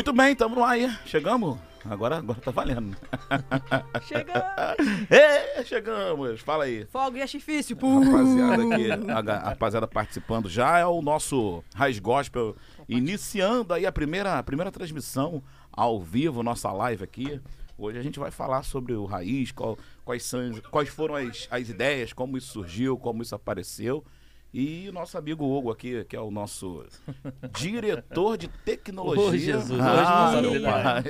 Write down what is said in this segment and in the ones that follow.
Muito bem, estamos no ar aí. Chegamos? Agora tá valendo. Chegamos! Chegamos. Fala aí. Fogo e artifício. Rapaziada aqui, a rapaziada participando já é o nosso Raiz Gospel, iniciando aí a primeira transmissão ao vivo, nossa live aqui. Hoje a gente vai falar sobre o Raiz, quais foram as ideias, como isso surgiu, como isso apareceu. E o nosso amigo Hugo aqui, que é o nosso diretor de tecnologia. Ô, Jesus, hoje não sabe lidar.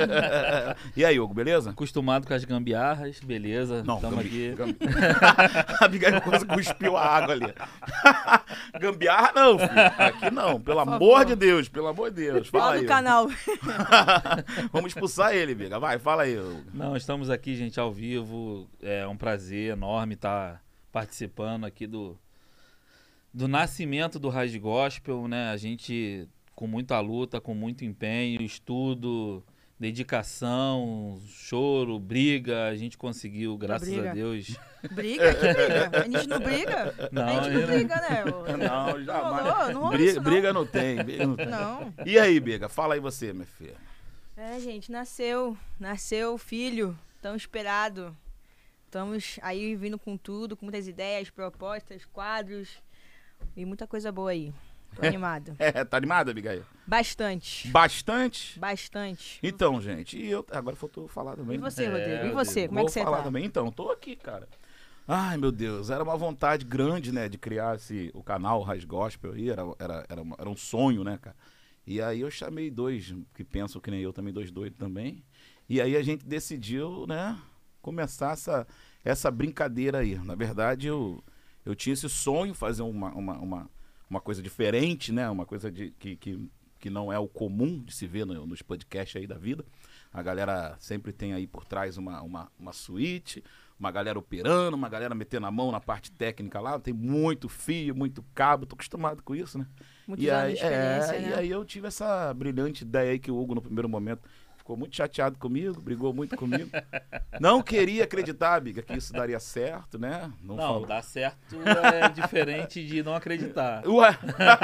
E aí, Hugo, beleza? Acostumado com as gambiarras, beleza? Não, Estamos aqui. A Abigail quase cuspiu a água ali. Gambiarra não, filho. Aqui não, pelo amor de Deus, pelo amor de Deus. Fala Fala aí. no canal. Vamos expulsar ele, Biga. Vai, fala aí. Hugo. Não, estamos aqui, gente, ao vivo. É um prazer enorme estar participando aqui do nascimento do Raiz Gospel, né? A gente, com muita luta, com muito empenho, estudo, dedicação, choro, briga, a gente conseguiu, graças a Deus. Briga? Que briga? A gente não briga? Não, a gente não briga, né? Não, jamais. Não rolou isso, não. Briga não tem. Não. E aí, Biga? Fala aí você, minha filha. Gente, nasceu o filho, tão esperado. Estamos aí vindo com tudo, com muitas ideias, propostas, quadros e muita coisa boa aí. Tô animado. Tá animada, Abigail? Bastante. Bastante? Bastante. Então, gente, e eu agora faltou falar também. E você, Rodrigo? E Rodrigo? você? Como é que você Vou falar tá? também. Então, tô aqui, cara. Ai, meu Deus, era uma vontade grande, né, de criar o canal Raiz Gospel aí, era um sonho, né, cara? E aí eu chamei dois que pensam que nem eu também, dois doidos também. E aí a gente decidiu, né, começar essa brincadeira aí. Na verdade, eu tinha esse sonho, fazer uma coisa diferente, né? Uma coisa que não é o comum de se ver nos podcasts aí da vida. A galera sempre tem aí por trás uma suíte, uma galera operando, uma galera metendo a mão na parte técnica lá. Tem muito fio, muito cabo, tô acostumado com isso, né? Muitos anos de experiência, né? E aí eu tive essa brilhante ideia aí que o Hugo, no primeiro momento, ficou muito chateado comigo, brigou muito comigo. Não queria acreditar, Biga, que isso daria certo, né? Não, dar certo é diferente de não acreditar. Ué!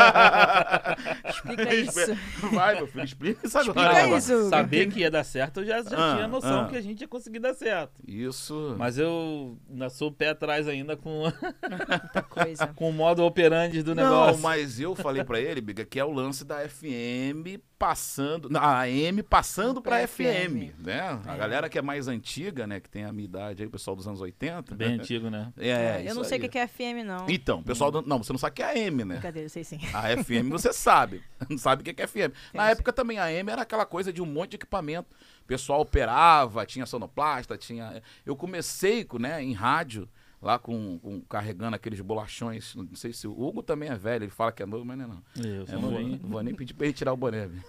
Explica isso. Vai, meu filho, explica isso agora. Explica isso. Saber que ia dar certo, eu já tinha noção que a gente ia conseguir dar certo. Isso. Mas eu ainda sou o pé atrás ainda com Muita coisa. com o modo operandi do Não, negócio. mas eu falei pra ele, Biga, que é o lance da FM passando, a AM passando pra FM, né? A galera que é mais antiga, né, que tem a minha idade aí, o pessoal dos anos 80. Bem antigo, né? É, Eu não sei o que é FM, não. Então, pessoal, não, você não sabe o que é AM, né? Brincadeira, eu sei sim. A FM você sabe, não sabe o que é FM. Na Sim. época também a AM era aquela coisa de um monte de equipamento. O pessoal operava, tinha sonoplasta, tinha... Eu comecei, né, em rádio, lá carregando aqueles bolachões. Não sei se o Hugo também é velho, ele fala que é novo, mas não é não. Eu sou Não bem... vou nem pedir pra ele tirar o boné. Viu?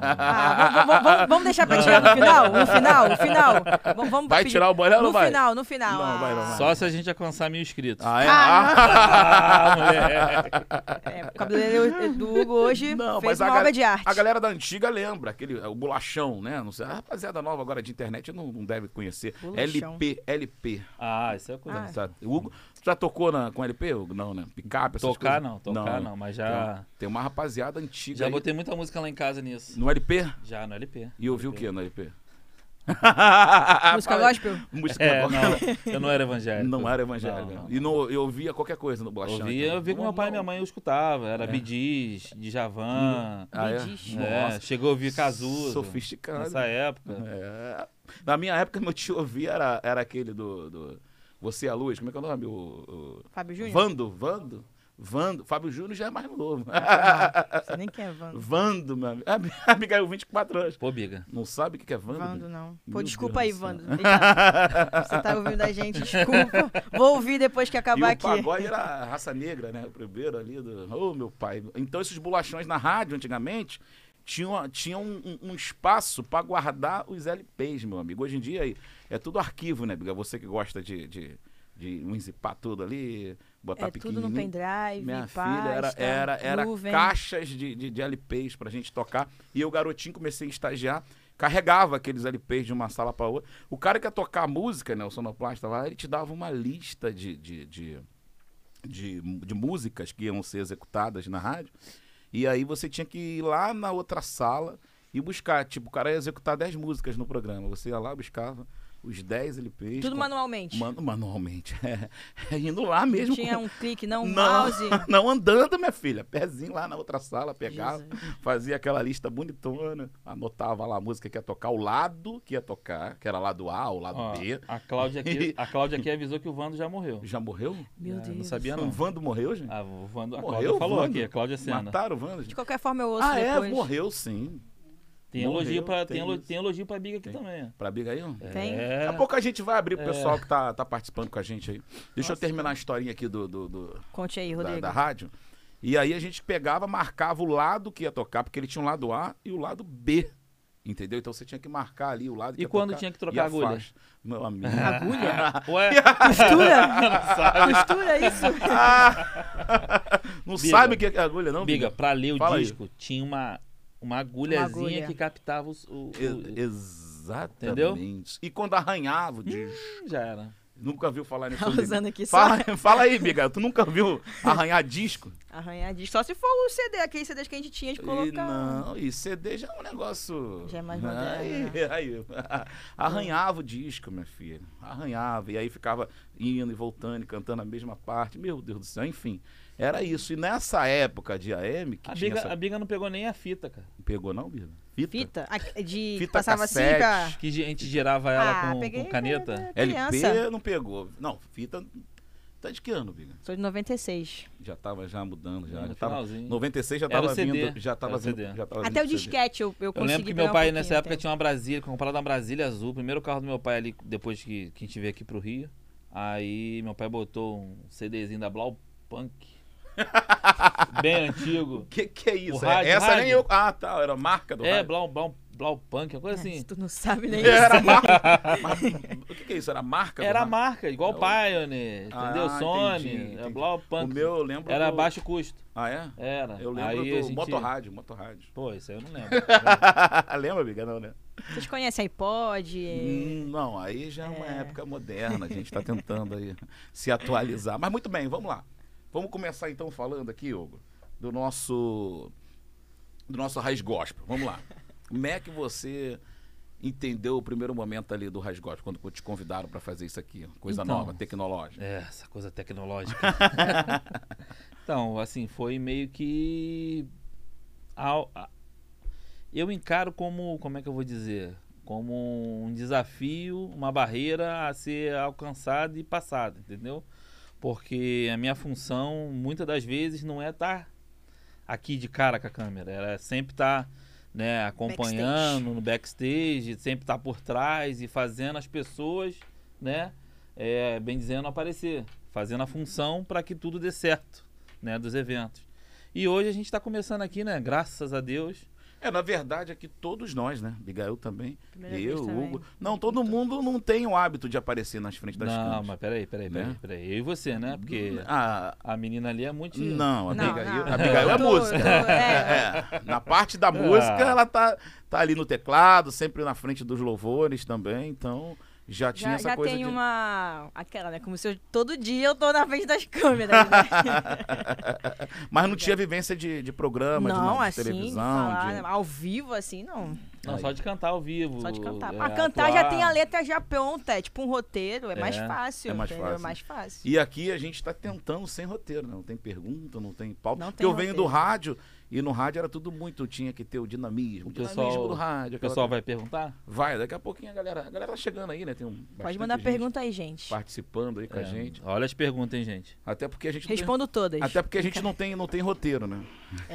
Vamos deixar pra tirar no final? No final. Vamos Vai pedir- tirar o boné ou não vai? No final. Não, vai, não vai. Só se a gente alcançar 1000 inscritos. Ah, é? Ah, moleque. O cabeleireiro do Hugo hoje Não, fez mas uma obra de arte. a galera da antiga lembra, o bolachão, né? Não sei, a rapaziada nova agora de internet não deve conhecer. Bolachão. LP. Ah, isso é coisa. Ah. Sabe? O Hugo, você já tocou com LP, Hugo? Não, né? Picape, essas Tocar coisas? não, mas já Tem uma rapaziada antiga já aí, botei muita música lá em casa nisso. no LP. Já no LP. E ouviu o que no LP? Música gospel? Música É, gospel. não, eu não era evangélico. Não era evangélico. Não. E eu ouvia qualquer coisa no bolachão. Eu via que meu pai e minha mãe escutava. Era Bee Gees, Djavan. Ah, é? Bee Gees. Nossa. Chegou a ouvir Cazuza. Sofisticado. Nessa época. É. Na minha época, meu tio ouvia era aquele do Você é a Luz. Como é que é o nome? Fábio Júnior? Vando. Fábio Júnior já é mais novo. Não sei nem quem é Vando. Vando, meu amigo. A Abigail, 24 anos. Pô, biga. Não sabe o que é Vando? Vando, não. Pô, Meu desculpa Deus aí, do céu. Vando. Obrigado. Você tá ouvindo a gente, desculpa. Vou ouvir depois que E acabar o aqui. pagode era a raça negra, né? O primeiro ali do... meu pai. Então, esses bolachões na rádio, antigamente, tinham um espaço para guardar os LPs, meu amigo. Hoje em dia é tudo arquivo, né, Biga? Você que gosta de unzipar tudo ali, botar Tudo pequenininho. no pendrive, Minha pasta, filha era nuvem. caixas de LPs pra gente tocar. E eu, garotinho, comecei a estagiar, carregava aqueles LPs de uma sala pra outra. O cara que ia tocar música, né, o sonoplasta lá, ele te dava uma lista de músicas que iam ser executadas na rádio. E aí você tinha que ir lá na outra sala e buscar. Tipo, o cara ia executar 10 músicas no programa. Você ia lá, buscava os 10 LPs. Tudo manualmente. Manualmente. Indo lá mesmo. Tinha um clique, não, um não, mouse. Não, andando, minha filha. Pezinho lá na outra sala, pegava, Jesus. fazia aquela lista bonitona, anotava lá a música que ia tocar, o lado que ia tocar, que era lado A, o lado Ó, B. a Cláudia aqui avisou que o Vando já morreu. Já morreu? Meu Deus. Não sabia, O não. Vando morreu, gente? O Vando, a Morreu, Cláudia falou Vando? aqui, a Cláudia Sena. Mataram o Vando, De gente? qualquer forma, eu ouço Ah, depois. morreu sim. Tem Morreu, elogio pra, tem isso. tem elogio pra Biga aqui Tem. também. Pra Abigail? Tem? Daqui a pouco a gente vai abrir pro pessoal que tá participando com a gente aí. Deixa eu terminar a historinha aqui Conte aí, da Rodrigo. rádio. E aí a gente pegava, marcava o lado que ia tocar, porque ele tinha um lado A e o lado B. Entendeu? Então você tinha que marcar ali o lado que E ia quando tocar tinha que e trocar a agulha? faixa. Meu amigo. Agulha? Ué, Costura? Costura, isso? Não Biga. sabe o que é agulha, não, Biga, pra ler o Fala aí. disco, tinha uma agulhazinha agulha. que captava Exatamente. Entendeu? E quando arranhava o disco. Já era. Nunca viu falar nisso? Tá Biga? usando aqui só. Fala aí, Biga. Tu nunca viu arranhar disco? Arranhar disco. Só se for o CD, aqueles CDs que a gente tinha de colocar. Não, e CD já é um negócio. Já é mais moderno, Aí, arranhava o disco, minha filha. Arranhava. E aí ficava indo e voltando e cantando a mesma parte. Meu Deus do céu, enfim. Era isso. E nessa época de AM, que tinha A Biga não pegou nem a fita, cara. Pegou não, Biga? Fita? De Fita passava assim, cassete. cara. Que a gente girava ela peguei com caneta. criança. LP não pegou. Não, fita. Tá de que ano, Biga? Sou de 96. Já tava mudando. Já No tava, finalzinho. 96 já Era tava o CD, vindo. Já tava era o vindo. CD. Já tava Até o vindo CD. disquete eu consegui Eu lembro que pegar meu um pai, pouquinho nessa época, até. tinha uma Brasília, comprado uma Brasília azul. O primeiro carro do meu pai ali, depois que a gente veio aqui pro Rio. Aí meu pai botou um CDzinho da Blau Punk. Bem antigo. Que é isso? O rádio, Essa rádio. nem eu. Ah, tá. Era a marca do É, rádio. Blau Punk, uma coisa Se assim. tu não sabe nem Era a isso. marca. O que é isso? Era a marca? do Era a rádio? marca, igual É o- Pioneer, entendeu? Ah, Sony, entendi. Blau O Punk. meu eu lembro. Era do... baixo custo. Ah, é? Era. Eu lembro Aí a do gente... Motorrádio. Pô, isso aí eu não lembro. Lembra, amiga? Não, né? Vocês conhecem iPod? Não, aí já é uma época moderna. A gente tá tentando aí se atualizar. Mas muito bem, vamos lá. Vamos começar então falando aqui, Hugo, do nosso Raiz Gospel. Vamos lá. Como é que você entendeu o primeiro momento ali do Raiz Gospel, quando te convidaram para fazer isso aqui? Coisa Então, nova, tecnológica. É, essa coisa tecnológica. Então, assim, foi meio que... Eu encaro como é que eu vou dizer? Como um desafio, uma barreira a ser alcançada e passada, entendeu? Porque a minha função, muitas das vezes, não é estar aqui de cara com a câmera. Era sempre estar, né, acompanhando no backstage, sempre estar por trás e fazendo as pessoas, né, bem dizendo, aparecer. Fazendo a função para que tudo dê certo, né, dos eventos. E hoje a gente está começando aqui, né, graças a Deus. Na verdade, aqui todos nós, né? Abigail também, Primeira eu, vez também. Hugo. Não, todo mundo não tem o hábito de aparecer nas frentes das Não, câmeras. mas peraí. Né? Eu e você, né? Porque A menina ali é muito... Não, a Não, Abigail, não. a Abigail é Eu tô- música. Na parte da música, ela tá ali no teclado, sempre na frente dos louvores também, então já tinha essa Já coisa tem de... aquela, né? Como se todo dia eu tô na frente das câmeras, né? Mas não tinha vivência de programa, Não, de assim, de televisão. falar, de- ao vivo, assim, não. Não, só de cantar ao vivo. Só de cantar. é, Pra cantar já atuar. tem a letra já pronta, é tipo um roteiro, é mais É, fácil. é mais entendeu? fácil. É mais fácil. E aqui a gente tá tentando sem roteiro, né? Não tem pergunta, não tem pauta. Não Porque tem eu venho do roteiro. rádio, e no rádio era tudo muito, tinha que ter o dinamismo do rádio. O aquela pessoal coisa. vai perguntar? Vai, daqui a pouquinho a galera tá chegando aí, né? Tem Pode bastante mandar gente pergunta aí, gente. participando aí com a É, gente. Olha as perguntas, hein, gente. Até porque a gente não tem- Respondo todas. Até porque a gente não tem roteiro, né?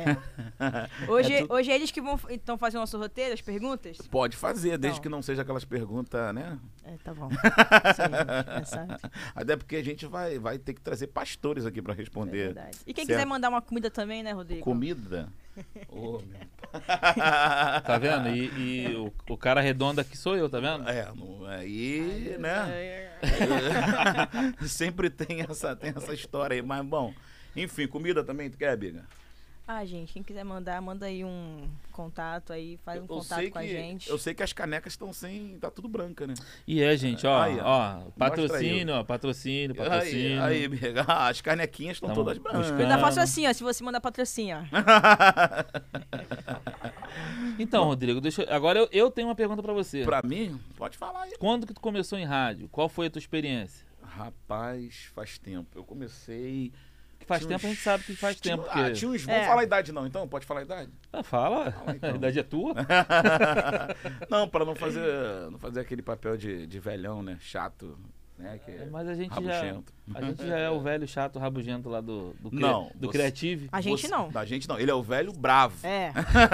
Hoje eles que vão então fazer o nosso roteiro, as perguntas? Pode fazer, desde Então. que não seja aquelas perguntas, né? Tá bom. Isso aí, gente, sabe? Até porque a gente vai ter que trazer pastores aqui pra É responder. verdade. E quem Certo. quiser mandar uma comida também, né, Rodrigo? Comida? Ô, meu. Tá vendo? E o cara redondo aqui sou eu, tá vendo? Aí, né? Sempre tem essa história aí, mas bom. Enfim, comida também, tu quer, Biga? Gente, quem quiser mandar, manda aí um contato aí, faz um contato com a gente. Eu sei que as canecas estão sem. Tá tudo branca, né? E gente, ó, Aí, patrocínio, ó, patrocínio. Aí, Biga. As canequinhas estão Tamo todas brancas. buscando. Eu ainda faço assim, ó, se você mandar patrocínio, ó. Então, Rodrigo, agora eu tenho uma pergunta pra você. Pra mim, pode falar aí. Quando que tu começou em rádio? Qual foi a tua experiência? Rapaz, faz tempo. Eu comecei... Que faz tinha tempo a gente sabe que faz tempo. Porque... tinha uns... Vamos falar a idade não, então? Pode falar a idade? Fala, então. a idade é tua. Não, pra não fazer aquele papel de velhão, né? Chato, né? Que Mas a gente rabugento. já é o velho chato rabugento lá do Não, do você- Creative. A gente não. Da gente não. Ele é o velho bravo. É.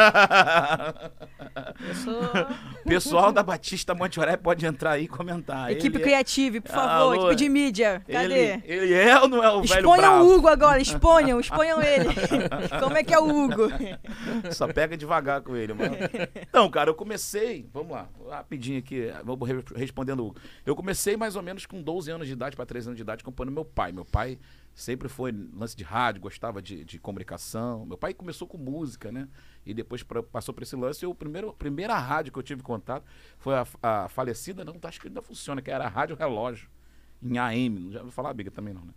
Eu sou... Pessoal da Batista Monte pode entrar aí e comentar. Equipe Ele Creative, por favor. Alô, Equipe de mídia. Cadê? Ele é ou não é o velho Exponham bravo? o Hugo agora, exponham ele. Como é que é o Hugo? Só pega devagar com ele, mano. Então, cara, eu comecei... Vamos lá, rapidinho aqui. Vou respondendo o Hugo. Eu comecei mais ou menos com 12 anos de idade para 13 anos de idade acompanhando meu pai. Meu pai sempre foi lance de rádio, gostava de comunicação. Meu pai começou com música, né? E depois passou por esse lance. E a primeira rádio que eu tive contato foi a falecida, não, acho que ainda funciona, que era a Rádio Relógio, em AM. Já ouviu falar, Biga, também não, né?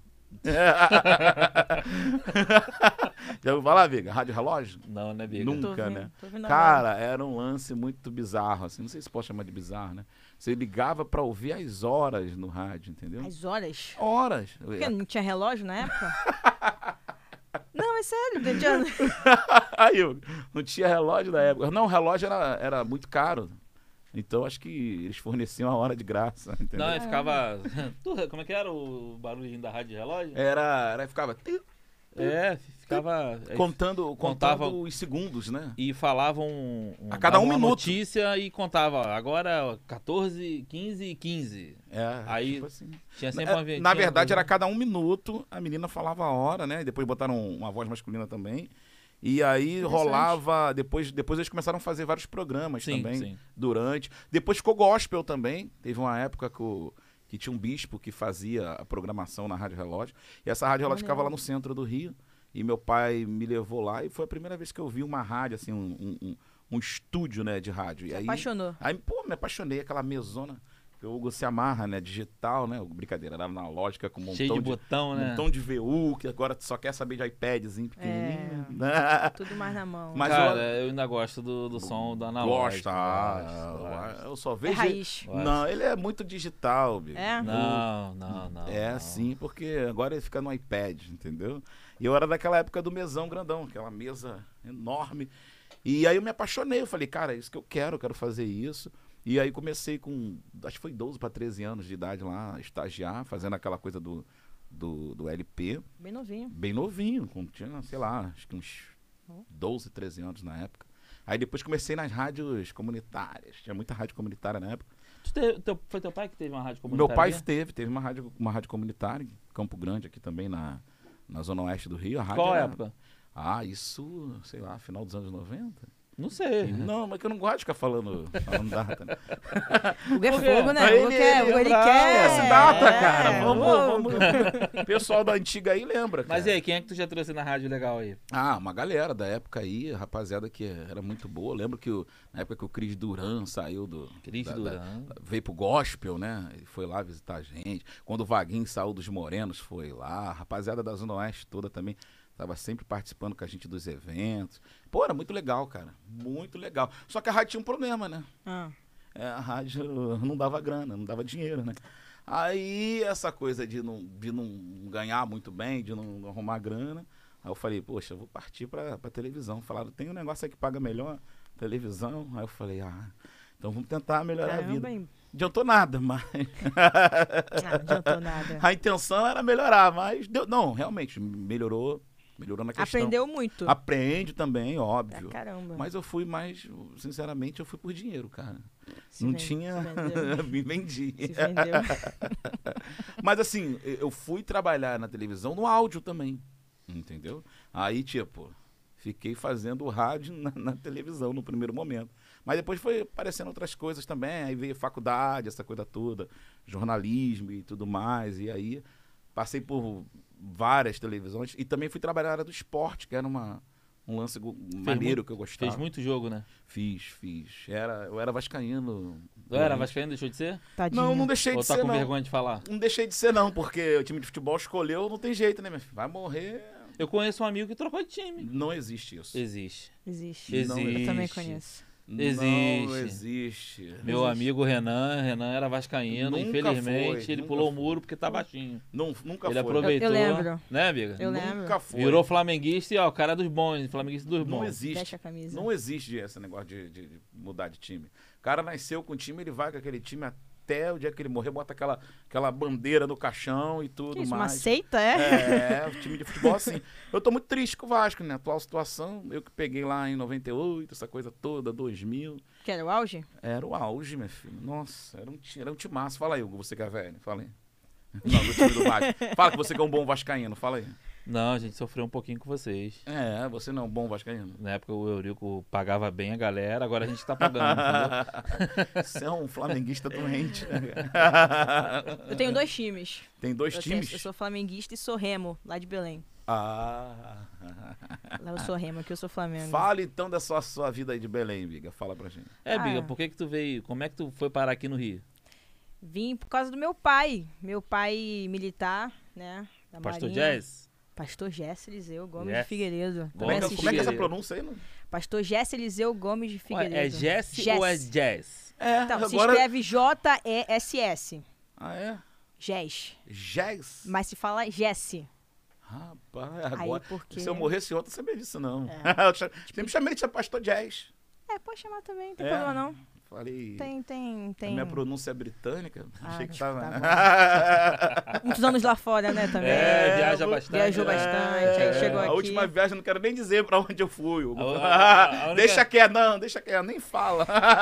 Já ouviu falar, Biga? Rádio Relógio? Não, né, Biga? Nunca, né? Tô vendo Cara, era um lance muito bizarro, assim. Não sei se pode chamar de bizarro, né? Você ligava pra ouvir as horas no rádio, entendeu? As horas. Horas. Porque não tinha relógio na época? Não, é sério. Não tinha... Aí, não tinha relógio na época. Não, o relógio era muito caro. Então, acho que eles forneciam a hora de graça, entendeu? Não, aí ficava... Como é que era o barulhinho da rádio de relógio? Ficava Ficava... contando contava- os segundos, né? E falavam... A cada davam um uma minuto. notícia e contava. Agora 14, 15 e 15. Aí tipo assim. tinha sempre uma Na verdade, era cada um minuto, a menina falava a hora, né? E depois botaram uma voz masculina também. E aí rolava. Depois eles começaram a fazer vários programas Sim, também. sim. Durante. Depois ficou gospel também. Teve uma época que tinha um bispo que fazia a programação na Rádio Relógio. E essa Rádio Relógio ficava lá no centro do Rio. E meu pai me levou lá e foi a primeira vez que eu vi uma rádio, assim, um estúdio, né, de rádio. E aí, apaixonou. Aí, pô, me apaixonei, aquela mesona. Que o Hugo se amarra, né? Digital, né? Brincadeira, era analógica com um Cheio montão de botão, né? montão de VU, que agora só quer saber de iPadzinho pequenininho. Tudo mais na mão. Mas Cara, eu ainda gosto do som do analógico. Gosta. Eu só É vejo. raiz. Não, ele é muito digital, bicho. É? Não. É sim, porque agora ele fica no iPad, entendeu? E eu era daquela época do mesão grandão, aquela mesa enorme. E aí eu me apaixonei, eu falei, cara, é isso que eu quero fazer isso. E aí comecei com, acho que foi 12 para 13 anos de idade lá, a estagiar, fazendo aquela coisa do LP. Bem novinho. Bem novinho, tinha, sei lá, acho que uns 12, 13 anos na época. Aí depois comecei nas rádios comunitárias, tinha muita rádio comunitária na época. Foi teu pai que teve uma rádio Meu comunitária? pai teve uma rádio comunitária em Campo Grande, aqui também na zona oeste do Rio. A rádio Qual era- época? Isso, sei lá, final dos anos 90. Não sei. Não, mas que eu não gosto de ficar falando data, né? O é Por quê? fogo, né? Ele- O quer, ele ele bravo, quer. Essa data, cara. É, Vamos. O pessoal da antiga aí lembra, cara. Mas e aí, quem é que tu já trouxe na rádio legal aí? Uma galera da época aí, rapaziada que era muito boa. Eu lembro que na época que o Cris Duran saiu do... Cris Duran. Veio pro gospel, né? Ele foi lá visitar a gente. Quando o Vaguinho saiu dos Morenos, foi lá. A rapaziada da Zona Oeste toda também tava sempre participando com a gente dos eventos. Pô, era muito legal, cara. Muito legal. Só que a rádio tinha um problema, né? A rádio não dava grana, não dava dinheiro, né? Aí essa coisa de não ganhar muito bem, de não arrumar grana. Aí eu falei, poxa, eu vou partir pra televisão. Falaram, tem um negócio aí que paga melhor, televisão. Aí eu falei, então vamos tentar melhorar a vida. Caramba, Adiantou nada, mas... não adiantou nada. A intenção era melhorar, mas não, realmente, melhorou na questão. Aprendeu muito. Aprende também, óbvio. Caramba. Mas eu fui mais, sinceramente, eu fui por dinheiro, cara. Se Não vende- tinha... se vendeu. Me vendi. Se vendeu. Mas assim, eu fui trabalhar na televisão no áudio também, entendeu? Aí, tipo, fiquei fazendo rádio na televisão no primeiro momento. Mas depois foi aparecendo outras coisas também, aí veio faculdade, essa coisa toda, jornalismo e tudo mais, e aí passei por várias televisões e também fui trabalhar na área do esporte, que era um lance maneiro que eu gostava. Fez muito jogo, né? Fiz. Eu era vascaíno. Não era vascaíno, deixou de ser? Tadinho. Não deixei Ou de tá ser, com não. vergonha de falar? Não deixei de ser, não, porque o time de futebol escolheu, não tem jeito, né, meu filho? Vai morrer. Eu conheço um amigo que trocou de time. Não existe isso. Existe. Existe. Existe. Eu também conheço. Não Existe. existe. Meu amigo Renan era vascaíno, Nunca infelizmente foi, ele nunca pulou o foi. muro porque tá baixinho. Nunca Ele foi. aproveitou, Eu lembro. né, amiga? Eu lembro. Nunca foi. Virou flamenguista e, ó, o cara é dos bons, flamenguista dos Não bons. existe. Fecha a camisa. Não existe esse negócio de mudar de time. O cara nasceu com o time, ele vai com aquele time até o dia que ele morrer, bota aquela bandeira no caixão e tudo Que isso, uma mais. seita, é? É, o time de futebol assim. Eu tô muito triste com o Vasco, né? Atual situação, eu que peguei lá em 98, essa coisa toda, 2000. Que era o auge? Era o auge, meu filho. Nossa, era um timaço. Fala aí, Hugo, você que é velho, fala aí. Não, do time do Vasco. Fala que você que é um bom vascaíno, fala aí. Não, a gente sofreu um pouquinho com vocês. É, você não é um bom vascaíno. Na época o Eurico pagava bem a galera, agora a gente tá pagando, entendeu? Você é um flamenguista doente, né? Eu tenho 2 times. Tem 2 times? Eu sou flamenguista e sou Remo, lá de Belém. Ah. Lá eu sou Remo, aqui eu sou Flamengo. Fala então da sua vida aí de Belém, Biga. Fala pra gente. Biga, por que tu veio? Como é que tu foi parar aqui no Rio? Vim por causa do meu pai. Meu pai militar, né? Da Pastor Marinha. Jazz? Pastor Jesse Eliseu Gomes Yes. de Figueiredo. Como é que é essa Figueiredo. pronúncia aí? Não? Pastor Jesse Eliseu Gomes de Ué, Figueiredo. é Jess Jess. ou é Jazz? É, Então, se agora... escreve Jesse. Ah, é? Jess. Jazz? Mas se fala Jesse. Rapaz, agora... Aí, porque... Se eu morresse ontem, você sabia disso, não. É. Eu sempre chamei ele de Pastor Jazz. Pode chamar também, não tem É. problema não. Falei... Tem. A minha pronúncia é britânica. Achei que desculpa, tava... Muitos anos lá fora, né, também. Viaja bastante. Viajou bastante, aí chegou aqui. A última viagem, eu não quero nem dizer pra onde eu fui. Hugo. A única- Deixa quieto, nem fala.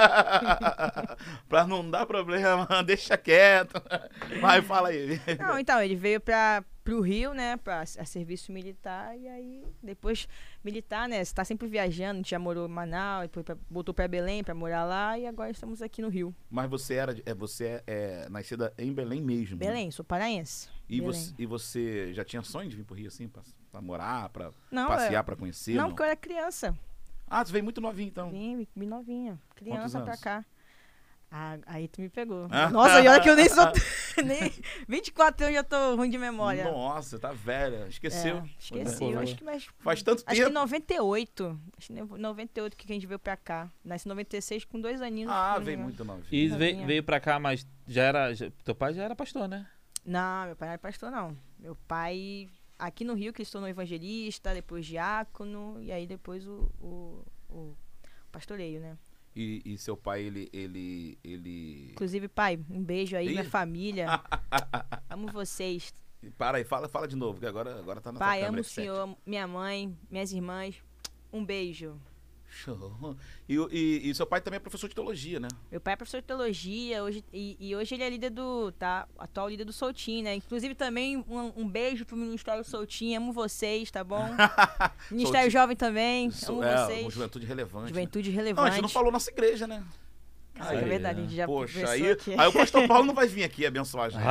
Pra não dar problema, deixa quieto. Vai, fala aí. Não, então, ele veio pro Rio, né, a serviço militar, e aí, depois, militar, né, você tá sempre viajando, a gente já morou em Manaus, depois voltou pra Belém pra morar lá, e agora estamos aqui no Rio. Mas você é nascida em Belém mesmo? Belém, sou paraense. E Belém. você já tinha sonho de vir pro Rio assim, pra morar, pra Não, passear, pra conhecer? Não, porque eu era criança. Ah, você veio muito novinho então. Vim novinha, Quantos criança pra anos? cá. Ah, aí tu me pegou. Ah. Nossa, e olha que eu nem sou... nem 24 anos já tô ruim de memória. Nossa, tá velha. Esqueceu. Esqueci, Pô, eu acho que mais... Faz tanto Acho que tempo. em 98. Acho que em 98 que a gente veio pra cá. Nasci em 96 com 2 aninhos. Ah, se não veio me engano. muito novinho. E Novinha. veio pra cá, mas teu pai já era pastor, né? Não, meu pai não era pastor, não. Meu pai, aqui no Rio, que ele se tornou evangelista, depois diácono, e aí depois o pastoreio, né? E seu pai, ele... Inclusive, pai, um beijo aí, Ih. minha família. Amo vocês. Para aí, fala de novo, que agora tá na Pai, tua amo câmera. o senhor, minha mãe, minhas irmãs. Um beijo. Show. E seu pai também é professor de teologia, né? Meu pai é professor de teologia hoje, e hoje ele é líder atual líder do Soutinho, né? Inclusive também um beijo pro Ministério Soutinho, amo vocês, tá bom? Ministério Soutinho. Jovem também, amo Uma vocês. juventude relevante. Juventude Né? Não, a relevante. gente não falou nossa igreja, né? Ah, Aí, é verdade, a gente já Poxa, conversou aí aqui. o pastor Paulo não vai vir aqui abençoar a gente.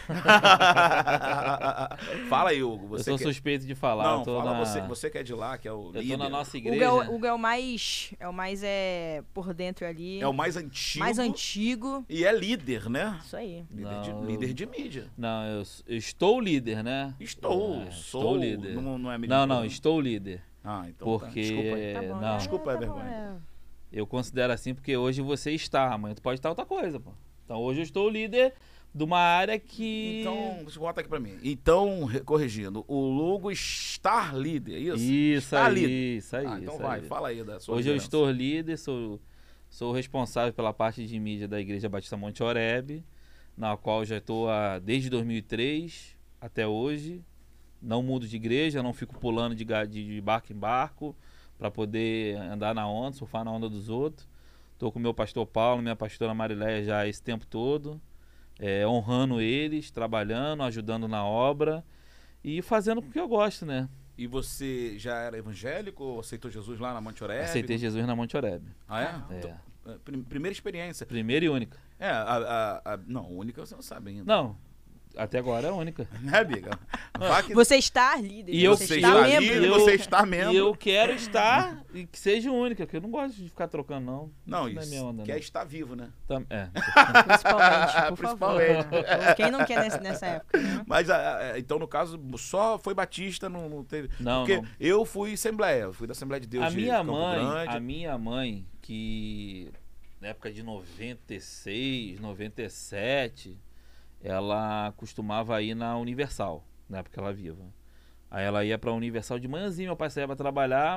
Fala aí, Hugo. Eu Você sou que... suspeito de falar. Não, eu tô fala na... você que é de lá, que é o Eu líder. tô na nossa O igreja. Hugo é o mais por dentro ali. É o mais antigo. mais antigo. E é líder, né? Isso aí. Líder de mídia. Não, eu estou líder, né? Estou líder. Não é Não, estou líder. Ah, então Porque... Desculpa aí. Tá bom, não, Desculpa, é tá bom, vergonha. eu considero assim porque hoje você está, amanhã tu pode estar outra coisa, pô. Então hoje eu estou líder de uma área que... Então, deixa eu botar aqui pra mim. Então, corrigindo, o Lugo estar líder, é isso? Isso Está aí, líder. isso aí. Então isso vai, aí. fala aí da sua Hoje eu liderança. estou líder, sou responsável pela parte de mídia da Igreja Batista Monte Oreb, na qual já estou desde 2003 até hoje. Não mudo de igreja, não fico pulando de barco em barco para poder andar na onda, surfar na onda dos outros. Estou com o meu pastor Paulo, minha pastora Marileia já esse tempo todo, honrando eles, trabalhando, ajudando na obra e fazendo o que eu gosto, né? E você já era evangélico ou aceitou Jesus lá na Monte Oreb? Aceitei Jesus na Monte Oreb. Ah, é? É. Então, primeira experiência. Primeira e única. Não, única você não sabe ainda. Não, Até agora é a única. Né, Biga? Vá que Você está líder. E eu- você está está membro. livre, você está membro. E eu quero estar e que seja única, porque eu não gosto de ficar trocando, não. Não, é minha isso onda, quer não. estar vivo, né? É. Principalmente, por Principalmente. favor. Quem não quer nessa época, né? Mas, então, no caso, só foi Batista, não teve... Não, Porque não. eu fui Assembleia, fui da Assembleia de Deus A de minha Campo mãe, Grande. a minha mãe, que na época de 96, 97, ela costumava ir na Universal, na época ela viva. Aí ela ia pra Universal de manhãzinha, meu pai saía pra trabalhar.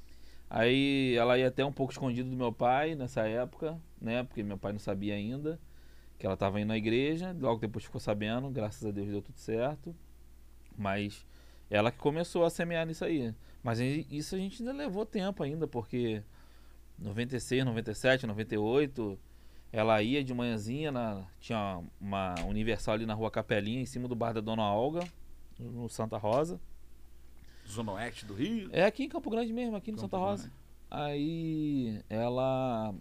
Aí ela ia até um pouco escondido do meu pai nessa época, né? Porque meu pai não sabia ainda que ela tava indo na igreja. Logo depois ficou sabendo, graças a Deus deu tudo certo. Mas ela que começou a semear nisso aí. Mas isso a gente ainda levou tempo ainda, porque 96, 97, 98, ela ia de manhãzinha, tinha uma Universal ali na Rua Capelinha, em cima do bar da Dona Olga, no Santa Rosa. Zona Oeste do Rio. É aqui em Campo Grande mesmo, aqui no Campo Santa Rosa. Grande. Aí ela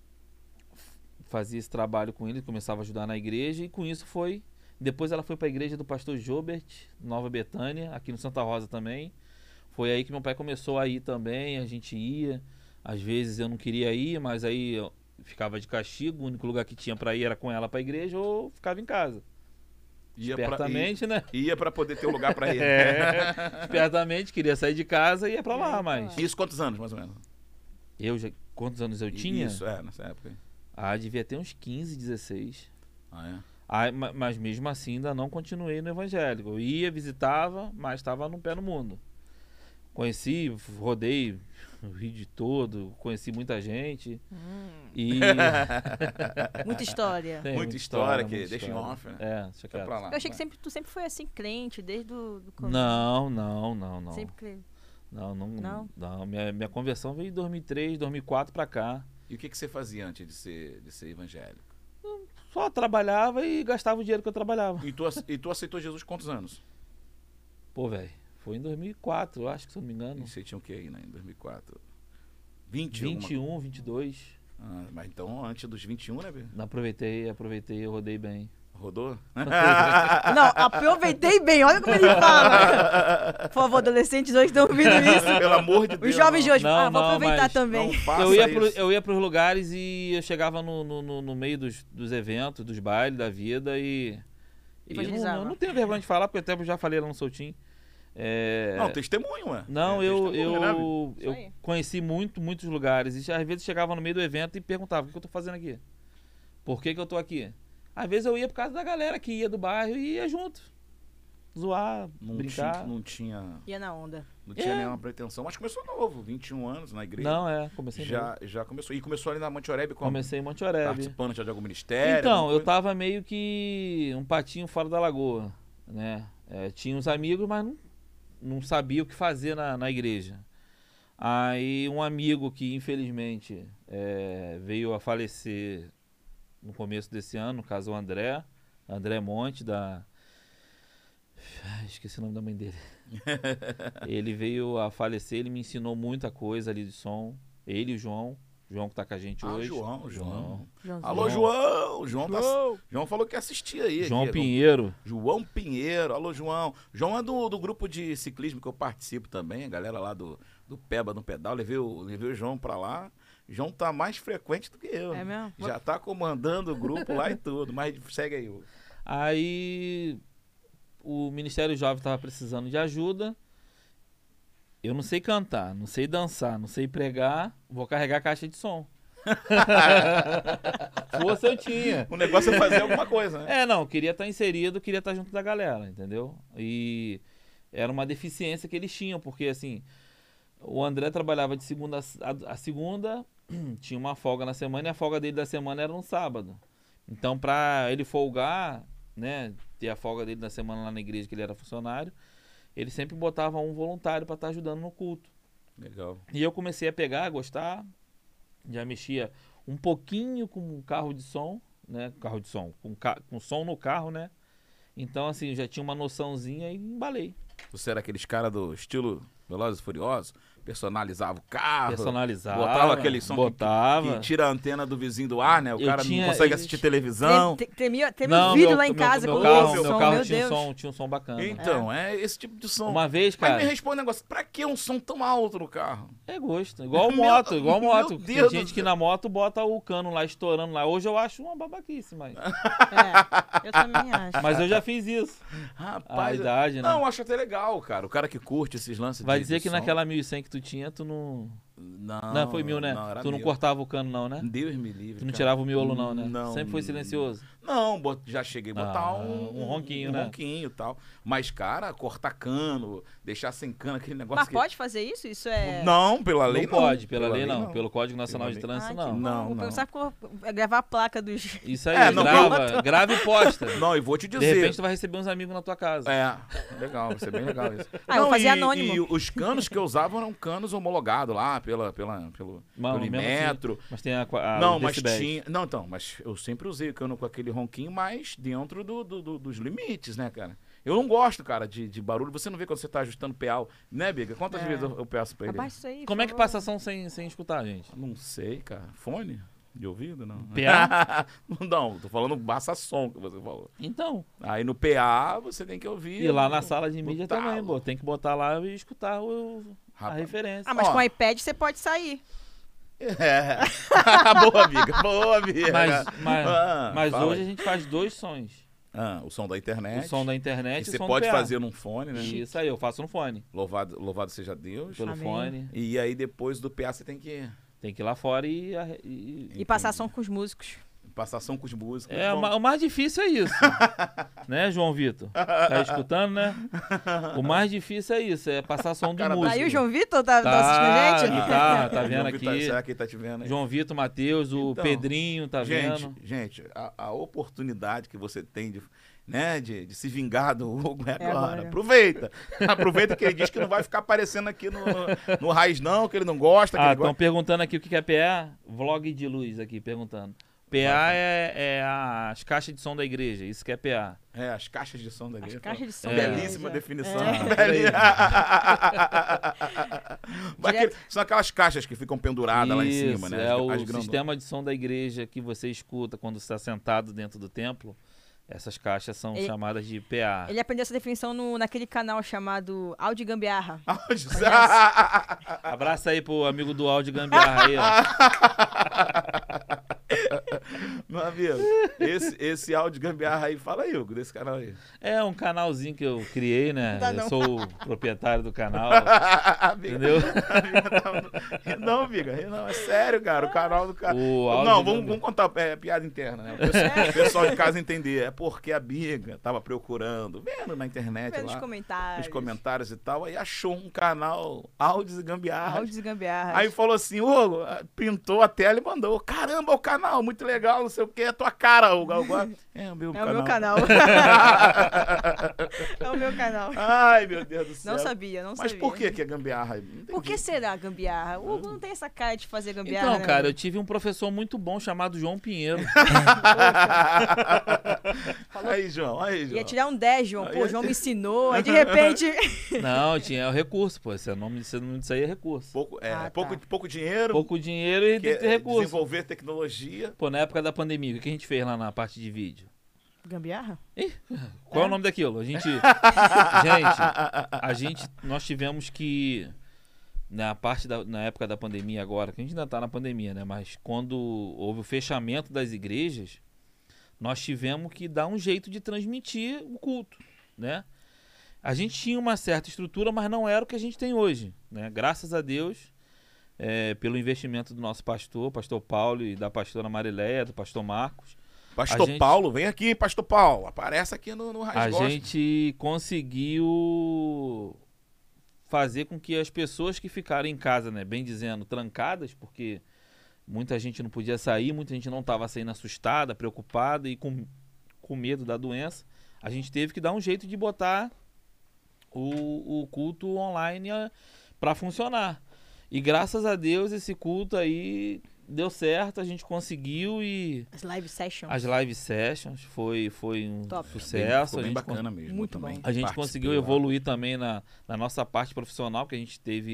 fazia esse trabalho com ele, começava a ajudar na igreja, e com isso foi. Depois ela foi para a igreja do pastor Jobert, Nova Betânia, aqui no Santa Rosa também. Foi aí que meu pai começou a ir também, a gente ia. Às vezes eu não queria ir, mas aí eu ficava de castigo, o único lugar que tinha para ir era com ela para a igreja ou ficava em casa. Espertamente, né? Ia pra poder ter um lugar pra ir. Espertamente, queria sair de casa e ia pra lá, mas... Isso quantos anos, mais ou menos? Quantos anos eu tinha? Isso, nessa época. Devia ter uns 15, 16. Ah, é? Mas mesmo assim ainda não continuei no evangélico. Eu ia, visitava, mas estava num pé no mundo. Conheci, rodei o Rio todo, conheci muita gente. E... Muita história. Tem Muita história que muita deixa em história. off, né? Deixa Deixa quieto. pra lá. Eu achei que tu sempre foi assim, crente, desde o começo. Não. Sempre crente. Não. Minha conversão veio em 2003, 2004 pra cá. E o que você fazia antes de ser evangélico? Só trabalhava e gastava o dinheiro que eu trabalhava. E tu aceitou Jesus quantos anos? Pô, velho, foi em 2004, eu acho que se eu não me engano. E você tinha o que aí, né? Em 2004? 20? 21, 22. Mas então antes dos 21, né, Bê? Não, aproveitei, eu rodei bem. Rodou? Não, aproveitei bem, olha como ele fala. Por favor, adolescentes hoje estão ouvindo isso. Pelo amor de Deus. Os jovens de hoje, Não, vou aproveitar mas também. Não faça Eu ia pros lugares e eu chegava no meio dos eventos, dos bailes da vida e Evangelizava. não tenho vergonha de falar, porque até eu já falei lá no Soltinho. Não, testemunho, ué. Não, Testemunho, né, Bê? eu Isso aí. conheci muitos lugares. E às vezes chegava no meio do evento e perguntava: o que eu tô fazendo aqui? Por que eu tô aqui? Às vezes eu ia por causa da galera que ia do bairro e ia junto. Zoar, brincar. Não tinha Ia na onda. nenhuma pretensão. Mas começou novo, 21 anos na igreja. Não, comecei novo. Já começou. E começou ali na Monte Oreb como? Comecei em Monte Oreb. Participando já de algum ministério? Então, alguma eu coisa? tava meio que um patinho fora da lagoa, né? Tinha uns amigos, mas não sabia o que fazer na igreja. Aí um amigo que infelizmente veio a falecer no começo desse ano, no caso o André Monte, esqueci o nome da mãe dele. Ele veio a falecer, ele me ensinou muita coisa ali de som. Ele e o João que tá com a gente hoje. João. Joãozinho. Alô, João. João falou que assistia aí. João aqui. Pinheiro. João Pinheiro. Alô, João. João é do grupo de ciclismo que eu participo também. A galera lá do Peba no Pedal. Levei o João pra lá. João tá mais frequente do que eu. É mesmo? Já tá comandando o grupo lá e tudo. Mas segue aí. Aí o Ministério Jovem tava precisando de ajuda. Eu não sei cantar, não sei dançar, não sei pregar, vou carregar a caixa de som. Força eu tinha. O negócio é fazer alguma coisa, né? Não, queria estar inserido, queria estar junto da galera, entendeu? E era uma deficiência que eles tinham, porque assim, o André trabalhava de segunda a segunda, tinha uma folga na semana e a folga dele da semana era no sábado. Então, pra ele folgar, né, ter a folga dele da semana lá na igreja que ele era funcionário, ele sempre botava um voluntário para estar ajudando no culto. Legal. E eu comecei a pegar, a gostar, já mexia um pouquinho com carro de som, né? Carro de som, com som no carro, né? Então, assim, já tinha uma noçãozinha e embalei. Você era aqueles cara do estilo Velozes e Furiosos? personalizava o carro. Personalizava. Botava aquele som botava. que tira a antena do vizinho do ar, né? O Eu cara tinha- não consegue eu- assistir televisão. Tremia Não, o vidro meu- lá em meu- casa meu com carro, esse meu som, carro meu tinha Deus. tinha um som bacana. Então, é esse tipo de som. Uma vez, Mas cara, me responde um negócio, pra que um som tão alto no carro? é gosto. Igual Meu- moto, igual meu moto. Deus Tem do gente que céu. na moto bota o cano lá estourando lá. Hoje eu acho uma babaquice, mas... Eu também acho. Mas eu já fiz isso. A Rapaz, idade, né? não, eu acho até legal, cara. O cara que curte esses lances Vai de dizer que som. naquela 1100 que tu tinha, tu não... Não, foi 1000, né? era Tu não 1000. cortava o cano, não, né? Deus me livre. Tu não cara. tirava o miolo, não, né? Não. Sempre foi silencioso. Não, já cheguei a botar Ah, um um ronquinho, um né? ronquinho e tal. Mas, cara, cortar cano, deixar sem cano, aquele negócio Mas que... pode fazer isso? Isso é... Não, pela lei Não não. pode, pela lei não. Pelo Código Nacional Pela de lei. Trânsito, Ah, que não. bom. Não, Vou não. pensar que vou gravar a placa dos... Isso aí, É, não, grava e posta. Não, e vou te De dizer... repente tu vai receber uns amigos na tua casa. É, legal, vai ser bem legal isso. Ah, eu vou fazer anônimo. E os canos que eu usava eram canos homologados lá pelo Não, mesmo Polimetro. Mas tem a Não, os mas decibéis. tinha. Não, então, mas eu sempre usei o cano com aquele ronquinho, mas dentro dos limites, né, cara? Eu não gosto, cara, de barulho. Você não vê quando você tá ajustando o PA, né, Biga? Quantas É. vezes eu peço pra ele? Abaixa isso aí, Como é que por favor. passa som sem escutar, gente? Não sei, cara. Fone? De ouvido, não? PA? Não, tô falando bassa som que você falou. Então. Aí no PA você tem que ouvir. E lá na sala de mídia talo. também, pô. Tem que botar lá e escutar a Rapaz. referência. Ah, mas Ó. com o iPad você pode sair. É. Boa, amiga. Boa, amiga. Mas fala hoje aí. a gente faz dois sons. O som da internet. O som da internet que e o você som pode do PA. fazer num fone, né? Isso aí, eu faço no fone. Louvado seja Deus. Pelo Amém. fone. E aí depois do PA você tem que Tem que ir lá fora E passar som com os músicos. passar som com os músicos. É, Bom, o mais difícil é isso. Né, João Vitor? Tá escutando, né? O mais difícil é isso, é passar som do Cara, músico. Aí o João Vitor tá Tá, assistindo a gente? tá vendo João aqui. Vitor, será que ele tá te vendo aí? João Vitor, Matheus, o Então, Pedrinho, tá vendo? Gente, a oportunidade que você tem de se vingar do Hugo é agora. agora. Aproveita. Aproveita que ele diz que não vai ficar aparecendo aqui no Raiz não, que ele não gosta. Que Ah, ele estão gosta. perguntando aqui o que é PA. Vlog de luz aqui, perguntando. PA é as caixas de som da igreja, isso que é PA. É, as caixas de som da As igreja. caixas de som. É. da Belíssima igreja. definição. É. Mas são aquelas caixas que ficam penduradas lá em cima, Isso, né? é o grandonas. sistema de som da igreja que você escuta quando está sentado dentro do templo. Essas caixas são Ele- chamadas de PA. Ele aprendeu essa definição naquele canal chamado Audi Gambiarra. Abraça aí pro amigo do áudio Gambiarra aí, ó. Meu amigo, esse áudio gambiarra aí, fala aí, Hugo, desse canal aí. É um canalzinho que eu criei, né? Não dá Eu não. sou o proprietário do canal, Amiga, entendeu? não, amiga, não, é sério, cara, o canal do cara. O áudio Não, gambiarra. vamos contar piada interna, né? O pessoal de casa entender. É porque a Biga tava procurando, vendo na internet Pelos lá, comentários. nos comentários e tal, aí achou um canal Áudios e Gambiarras. Áudios e Gambiarras. Aí falou assim, Hugo, pintou a tela e mandou, caramba, o canal, muito legal, não sei o que, é a tua cara, Hugo. É o meu É o canal. meu canal. É o meu canal. Ai, meu Deus do céu. Não sabia, não Mas sabia. por que é gambiarra? Não entendi. Por que será gambiarra? O Hugo não tem essa cara de fazer gambiarra, Então, né? cara, eu tive um professor muito bom chamado João Pinheiro. Aí, João. Ia tirar um 10, João. Pô, Aí- o João me ensinou. Aí, de repente... Não, tinha o recurso, pô. Esse nome disso aí é recurso. Ah, tá. Pouco dinheiro, Pouco dinheiro e que tem que ter recurso. desenvolver tecnologia. Pô, na época da pandemia, o que a gente fez lá na parte de vídeo? Gambiarra? Qual é o nome daquilo? Nós tivemos que, na época da pandemia agora, que a gente ainda tá na pandemia, né? Mas quando houve o fechamento das igrejas, nós tivemos que dar um jeito de transmitir o culto, né? A gente tinha uma certa estrutura, mas não era o que a gente tem hoje, né? Graças a Deus, pelo investimento do nosso pastor Paulo, e da pastora Marileia, do pastor Marcos, Pastor gente- Paulo, vem aqui, Pastor Paulo. Aparece aqui no a Raiz Gospel. gente conseguiu fazer com que as pessoas que ficaram em casa, né, bem dizendo, trancadas, porque muita gente não podia sair, muita gente não estava saindo assustada, preocupada e com medo da doença, a gente teve que dar um jeito de botar o culto online para funcionar. E graças a Deus esse culto aí deu certo, a gente conseguiu e As live sessions. as live sessions foi um Top. sucesso. Ficou bem a gente bacana mesmo. Muito também. bom. A gente Participei conseguiu lá. evoluir também na nossa parte profissional, que a gente teve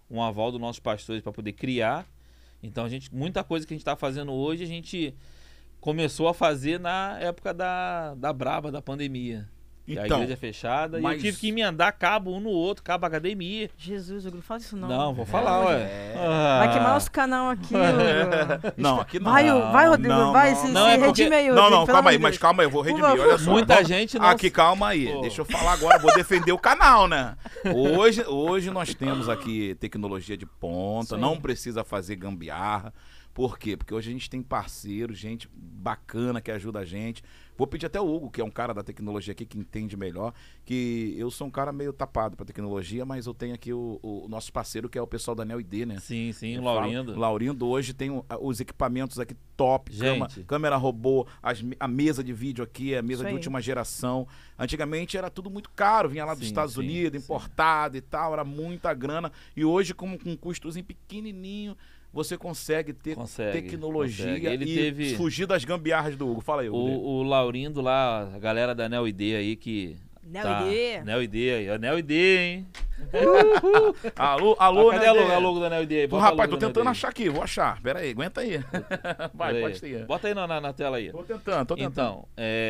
um aval dos nossos pastores para poder criar. Então, muita coisa que a gente está fazendo hoje, a gente começou a fazer na época da braba, da pandemia. Então, a igreja é fechada, mas... e eu tive que emendar cabo um no outro, cabo academia. Jesus, Hugo, não fala isso não. Não, vou falar, ué. Vai queimar nosso canal aqui, Hugo. Não, aqui não. Vai, Rodrigo, vai, se redime aí. Não, calma aí, mas calma aí, eu vou redimir, olha só. Muita gente não... Aqui, calma aí, deixa eu falar agora, vou defender o canal, né? Hoje nós temos aqui tecnologia de ponta, não precisa fazer gambiarra. Por quê? Porque hoje a gente tem parceiros, gente bacana que ajuda a gente. Vou pedir até o Hugo, que é um cara da tecnologia aqui, que entende melhor, que eu sou um cara meio tapado pra tecnologia, mas eu tenho aqui o nosso parceiro, que é o pessoal da NEO-ID, né? Sim, o Laurindo. O Laurindo hoje tem os equipamentos aqui top, câmera robô, a mesa de vídeo aqui, a mesa de última geração. Antigamente era tudo muito caro, vinha lá dos Estados Unidos, importado e tal, era muita grana. E hoje, com um custozinho pequenininho, você consegue ter tecnologia e fugir das gambiarras do Hugo. Fala aí, Hugo. O Laurindo lá, a galera da NEO-ID aí que... NEO-ID aí, a NEO-ID, hein? Alô, cadê a logo da NEO-ID aí? Rapaz, tô tentando achar aqui, vou achar. Pera aí, aguenta aí. Vai, pode ir. Bota aí na tela aí. Tô tentando. Então,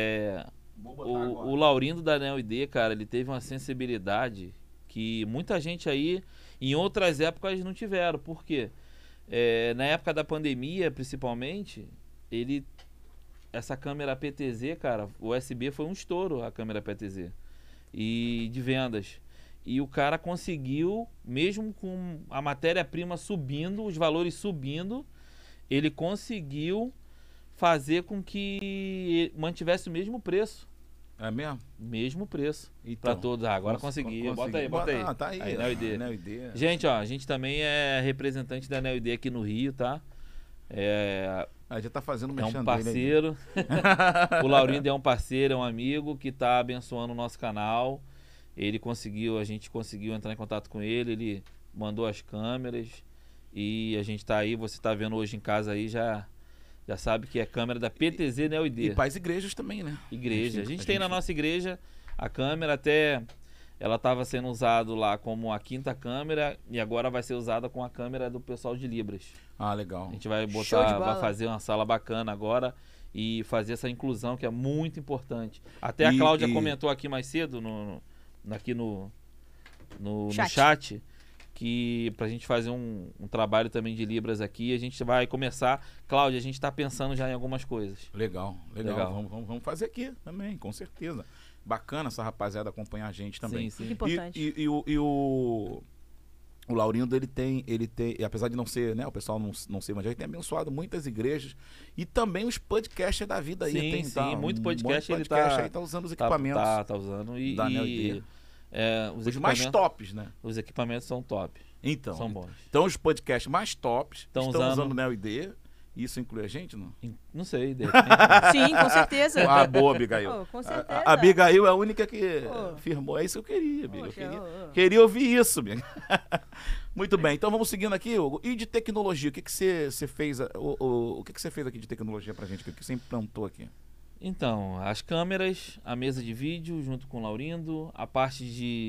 o Laurindo da NEO-ID, cara, ele teve uma sensibilidade que muita gente aí, em outras épocas, não tiveram. Por quê? Na época da pandemia, principalmente, essa câmera PTZ, cara, o USB foi um estouro, a câmera PTZ, e de vendas. E o cara conseguiu, mesmo com a matéria-prima subindo, os valores subindo, ele conseguiu fazer com que mantivesse o mesmo preço. É mesmo? Mesmo preço. Então, para todos. Agora consegui. Bota aí. Tá aí. NEO-ID. Gente, ó, a gente também é representante da NEO-ID aqui no Rio, tá? Já tá fazendo é um parceiro. O Laurindo é um parceiro, é um amigo que tá abençoando o nosso canal. A gente conseguiu entrar em contato com ele mandou as câmeras e a gente tá aí, você tá vendo hoje em casa aí, já sabe que é câmera da PTZ NEO-ID. E para as igrejas também, né? Igreja. A gente tem na nossa igreja a câmera, até ela estava sendo usada lá como a 5ª câmera e agora vai ser usada com a câmera do pessoal de Libras. Ah, legal. A gente vai fazer uma sala bacana agora e fazer essa inclusão que é muito importante. Até a Cláudia comentou aqui mais cedo, aqui no chat, que pra gente fazer um trabalho também de Libras aqui, a gente vai começar. Cláudia, a gente tá pensando já em algumas coisas. Legal. Vamos fazer aqui também, com certeza. Bacana essa rapaziada acompanhar a gente também. Sim. Importante. E o Laurindo, ele tem, apesar de não ser, né, o pessoal não ser evangélico, tem abençoado muitas igrejas e também os podcasters da vida aí. Sim, muito podcast ele tá usando os equipamentos. Tá usando os mais tops, né? Os equipamentos são top. Então, são bons. Então os podcasts mais tops estão usando o NEO-ID. Isso inclui a gente, não? Não sei. Sim, com certeza. Ah, boa, Abigail. Com certeza. A Abigail é a única que firmou. É isso que eu queria, Abigail. Queria ouvir isso, amiga. Muito bem, então vamos seguindo aqui, Hugo. E de tecnologia, o que você fez? O que você fez aqui de tecnologia pra gente? O que você implantou aqui? Então, as câmeras, a mesa de vídeo junto com o Laurindo, a parte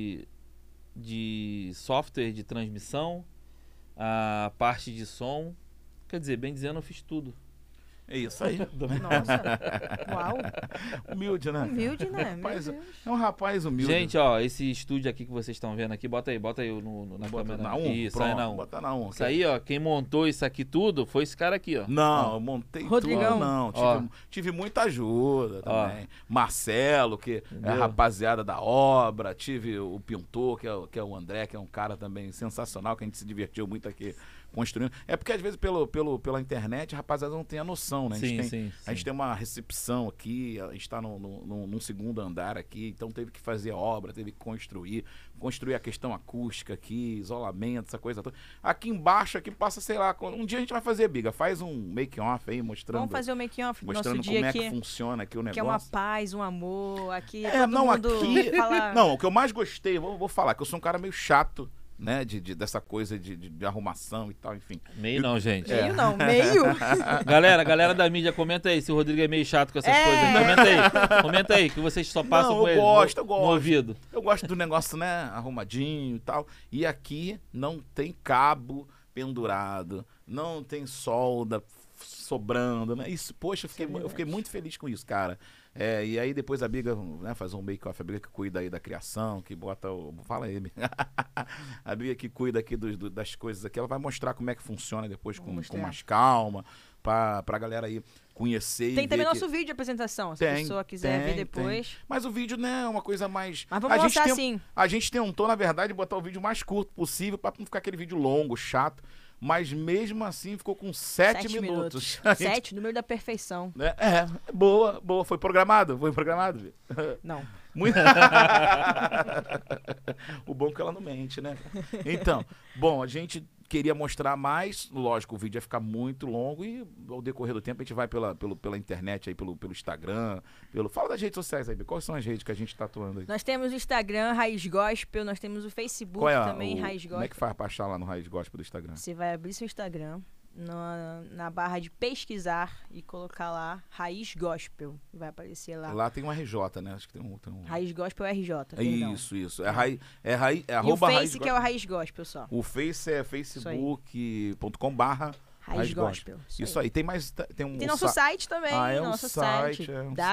de software de transmissão, a parte de som. Quer dizer, bem dizendo, eu fiz tudo. É isso aí. Nossa, uau. Humilde, né? Humilde, né? É um rapaz humilde. Gente, ó, esse estúdio aqui que vocês estão vendo aqui, bota aí na câmera. Na 1? Isso, pronto, aí na 1. Bota na 1. Isso aí, ó, quem montou isso aqui tudo foi esse cara aqui, ó. Não, eu montei Rodrigão. tudo, não. Tive muita ajuda também. Marcelo, que é a rapaziada da obra. Tive o Pintor, que é o André, que é um cara também sensacional, que a gente se divertiu muito aqui construindo. É porque às vezes pela internet a rapaziada não tem a noção, né? A gente tem uma recepção aqui, a gente está num segundo andar aqui, então teve que fazer a obra, teve que construir a questão acústica aqui, isolamento, essa coisa toda. Aqui embaixo, aqui passa, sei lá, um dia a gente vai fazer, Biga, faz um make-off aí, mostrando. Vamos fazer o make-off do mostrando nosso dia como aqui. É que funciona aqui o negócio. Que é uma paz, um amor, aqui todo mundo fala... Não, o que eu mais gostei, vou falar, que eu sou um cara meio chato né? Dessa coisa de arrumação e tal, enfim. Meio não, gente. Meio não, meio. Galera da mídia, comenta aí se o Rodrigo é meio chato com essas coisas. Comenta aí, que vocês só passam com ele eu gosto. no ouvido. Eu gosto do negócio, né? Arrumadinho e tal. E aqui não tem cabo pendurado, não tem solda sobrando, né? Isso, poxa, eu fiquei muito feliz com isso, cara. E aí depois a Biga, né, faz um bake-off, a Biga que cuida aí da criação, que bota o... Fala aí, a Biga que cuida aqui das coisas aqui, ela vai mostrar como é que funciona depois com mais calma, pra galera aí conhecer. Tem também nosso vídeo de apresentação, se a pessoa quiser ver depois. Mas o vídeo, né, é uma coisa mais... Mas vamos mostrar sim. A gente tentou, na verdade, botar o vídeo mais curto possível pra não ficar aquele vídeo longo, chato. Mas mesmo assim ficou com 7 minutos. 7, número da perfeição. Boa. Foi programado? Não. Muito... O bom é que ela não mente, né? Então, a gente queria mostrar mais. Lógico, o vídeo ia ficar muito longo e ao decorrer do tempo a gente vai pela internet, aí, pelo Instagram. Fala das redes sociais aí, quais são as redes que a gente tá atuando aí? Nós temos o Instagram, Raiz Gospel, nós temos o Facebook também, Raiz Gospel. Como é que faz pra achar lá no Raiz Gospel do Instagram? Você vai abrir seu Instagram na barra de pesquisar e colocar lá Raiz Gospel. Vai aparecer lá. Lá tem um RJ, né? Acho que tem um... Raiz Gospel RJ. Isso. É e o Face que é o Raiz Gospel só. O Face é facebook.com/Raiz Gospel. Isso aí. Tem mais... Tem nosso site também. Nosso site.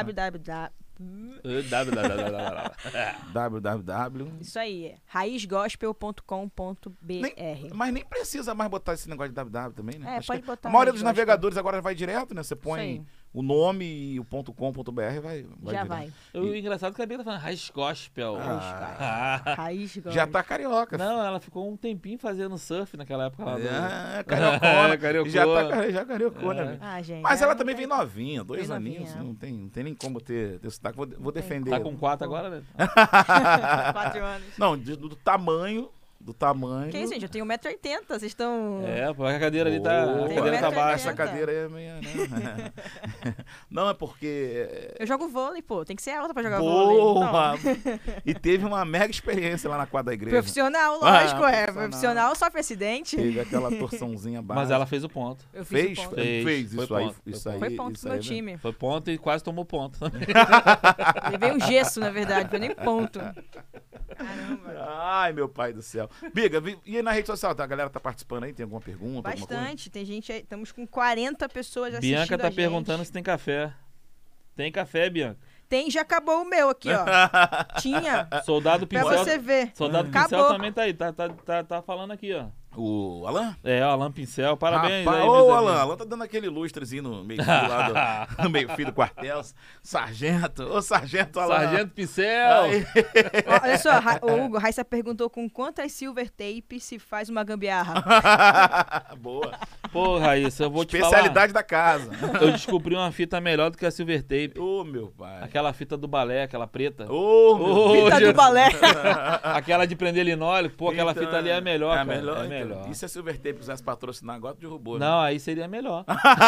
www. Isso aí, raizgospel.com.br. Mas nem precisa mais botar esse negócio de www também, né? Pode botar. A maioria dos navegadores agora vai direto, né? Você põe o nome e o .com.br vai já direto. vai. O engraçado é que a Bia tá falando Raiz Gospel. Raiz Gospel. Já tá carioca. Não, ela ficou um tempinho fazendo surf naquela época lá. Cariocona. Já cariocou, né? Gente. Mas ela também vem novinha, 2 aninhos. Não tem nem como ter sotaque. Vou defender. Tá com 4 agora, né? 4 anos. Não, do tamanho. Que isso, gente? Eu tenho 1,80m, vocês estão... Porque a cadeira ali tá... A cadeira tá baixa. Essa cadeira aí é meio... Né? Não, é porque... Eu jogo vôlei, pô. Tem que ser alta pra jogar vôlei. Boa! E teve uma mega experiência lá na quadra da igreja. Profissional, lógico, Profissional sofre acidente. Teve aquela torçãozinha baixa. Mas ela fez o ponto. Eu fiz o ponto. Fez. Isso aí. Foi ponto pro meu time. Foi ponto e quase tomou ponto. Levei um gesso, na verdade. Foi nem ponto. Caramba. Ai, meu pai do céu. Biga, e aí na rede social? A galera tá participando aí? Tem alguma pergunta? Bastante. Tem gente aí. Estamos com 40 pessoas assistindo. Bianca tá perguntando se tem café. Tem café, Bianca? Tem, já acabou o meu aqui, ó. Tinha. Soldado Pincel. Pra você ver. Soldado Pincel também tá aí. Tá falando aqui, ó. O Alan? O Alan Pincel, parabéns. Rapaz, aí, Alan tá dando aquele lustrezinho no meio fio lá no meio fio do quartel. Sargento, Alan. Sargento Pincel. Olha só, o Hugo, Raíssa perguntou com quantas silver tape se faz uma gambiarra. Boa. Pô, Raíssa, eu vou te falar. Especialidade da casa. Eu descobri uma fita melhor do que a silver tape. Meu pai. Aquela fita do balé, aquela preta. Fita do balé. Aquela de prender linóleo, aquela fita ali é melhor, cara. É melhor. E se a Silver Tape quisesse patrocinar agora, derrubou. Não, aí seria melhor.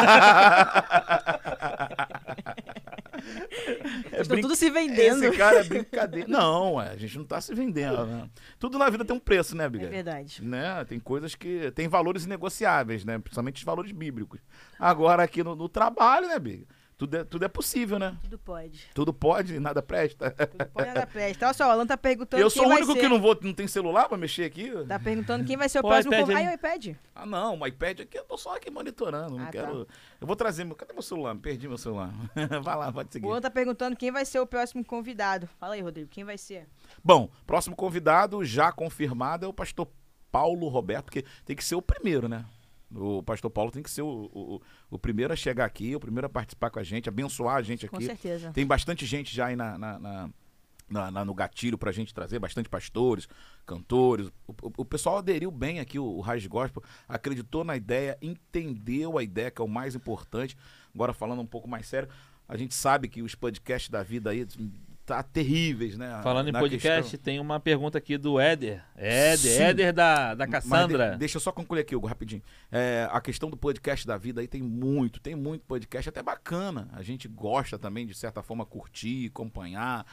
Estão tudo se vendendo. Esse cara é brincadeira. Não, a gente não tá se vendendo, né? Tudo na vida tem um preço, né, Biga? É verdade. Né? Tem coisas que... Tem valores inegociáveis, né? Principalmente os valores bíblicos. Agora, aqui no trabalho, né, Biga? Tudo é possível, né? Tudo pode. Tudo pode e nada presta. Tudo pode e nada presta. Olha só, o Alan tá perguntando Eu sou o único que não tem celular pra mexer aqui. Tá perguntando quem vai ser o próximo convidado. Aí o iPad. Não, o iPad aqui eu tô só aqui monitorando. Não quero. Tá. Eu vou trazer. Cadê meu celular? Perdi meu celular. Vai lá, pode seguir. O Alan tá perguntando quem vai ser o próximo convidado. Fala aí, Rodrigo, quem vai ser? Bom, próximo convidado já confirmado é o pastor Paulo Roberto, porque tem que ser o primeiro, né? O pastor Paulo tem que ser o primeiro a chegar aqui, o primeiro a participar com a gente, abençoar a gente aqui. Com certeza. Tem bastante gente já aí no gatilho pra gente trazer, bastante pastores, cantores. O pessoal aderiu bem aqui, o Raiz Gospel, acreditou na ideia, entendeu a ideia, que é o mais importante. Agora, falando um pouco mais sério, a gente sabe que os podcasts da vida aí tá terríveis, né? Falando em podcast, tem uma pergunta aqui do Éder. Éder da Cassandra. Deixa eu só concluir aqui, Hugo, rapidinho. A questão do podcast da vida aí tem muito podcast até bacana. A gente gosta também, de certa forma, curtir, acompanhar.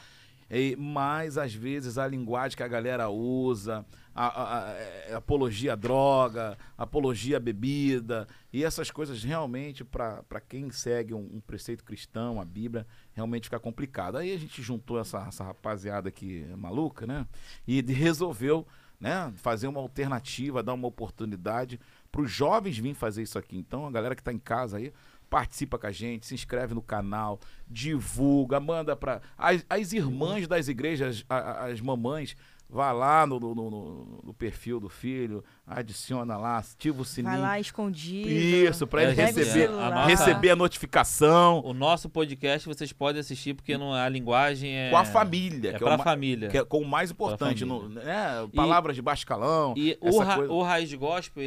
Mas, às vezes, a linguagem que a galera usa, apologia à droga, apologia à bebida, e essas coisas realmente, para quem segue um preceito cristão, a Bíblia, realmente fica complicado. Aí a gente juntou essa rapaziada aqui maluca, né? E resolveu, né, fazer uma alternativa, dar uma oportunidade para os jovens virem fazer isso aqui. Então, a galera que está em casa aí, participa com a gente, se inscreve no canal, divulga, manda para as irmãs das igrejas, as mamães, vá lá no perfil do filho, adiciona lá, ativa o sininho. Vai lá escondido. Isso, para ele receber a notificação. O nosso podcast vocês podem assistir porque a linguagem é... Com a família. É para a família. Que é com o mais importante. Palavras de baixo calão. E o Raiz Gospel,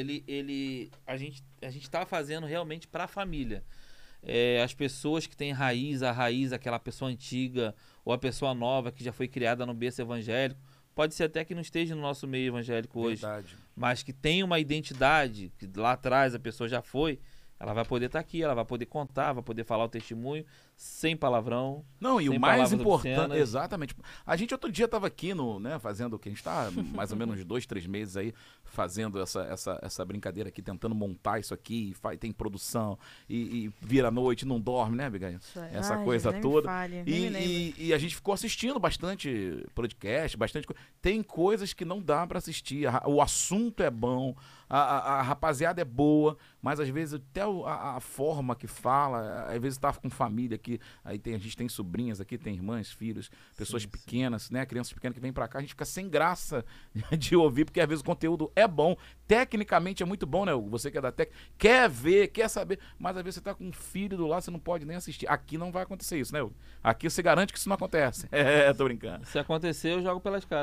a gente está fazendo realmente para a família. As pessoas que têm a raiz, aquela pessoa antiga ou a pessoa nova que já foi criada no berço evangélico, pode ser até que não esteja no nosso meio evangélico hoje, mas que tem uma identidade, que lá atrás a pessoa já foi, ela vai poder estar aqui, ela vai poder contar, vai poder falar o testemunho sem palavrão. Não, e o mais importante, exatamente. A gente outro dia estava aqui fazendo o que a gente está mais ou menos uns 2, 3 meses aí, fazendo essa brincadeira aqui, tentando montar isso aqui, tem produção, e vira à noite, não dorme, né, Abigail? Essa coisa toda. E a gente ficou assistindo bastante podcast, bastante coisa. Tem coisas que não dá para assistir, o assunto é bom, a rapaziada é boa, mas às vezes até a forma que fala, às vezes tá com família aqui, aí a gente tem sobrinhas aqui, tem irmãs, filhos, pessoas pequenas, né, crianças pequenas que vêm pra cá, a gente fica sem graça de ouvir, porque às vezes o conteúdo é bom, tecnicamente é muito bom, né, Hugo? Você que é da técnica, quer ver, quer saber, mas às vezes você tá com um filho do lado, você não pode nem assistir. Aqui não vai acontecer isso, né, Hugo? Aqui você garante que isso não acontece. Tô brincando. Se acontecer, eu jogo pela escada.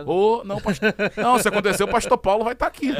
Não, se acontecer, o pastor Paulo vai estar aqui. Isso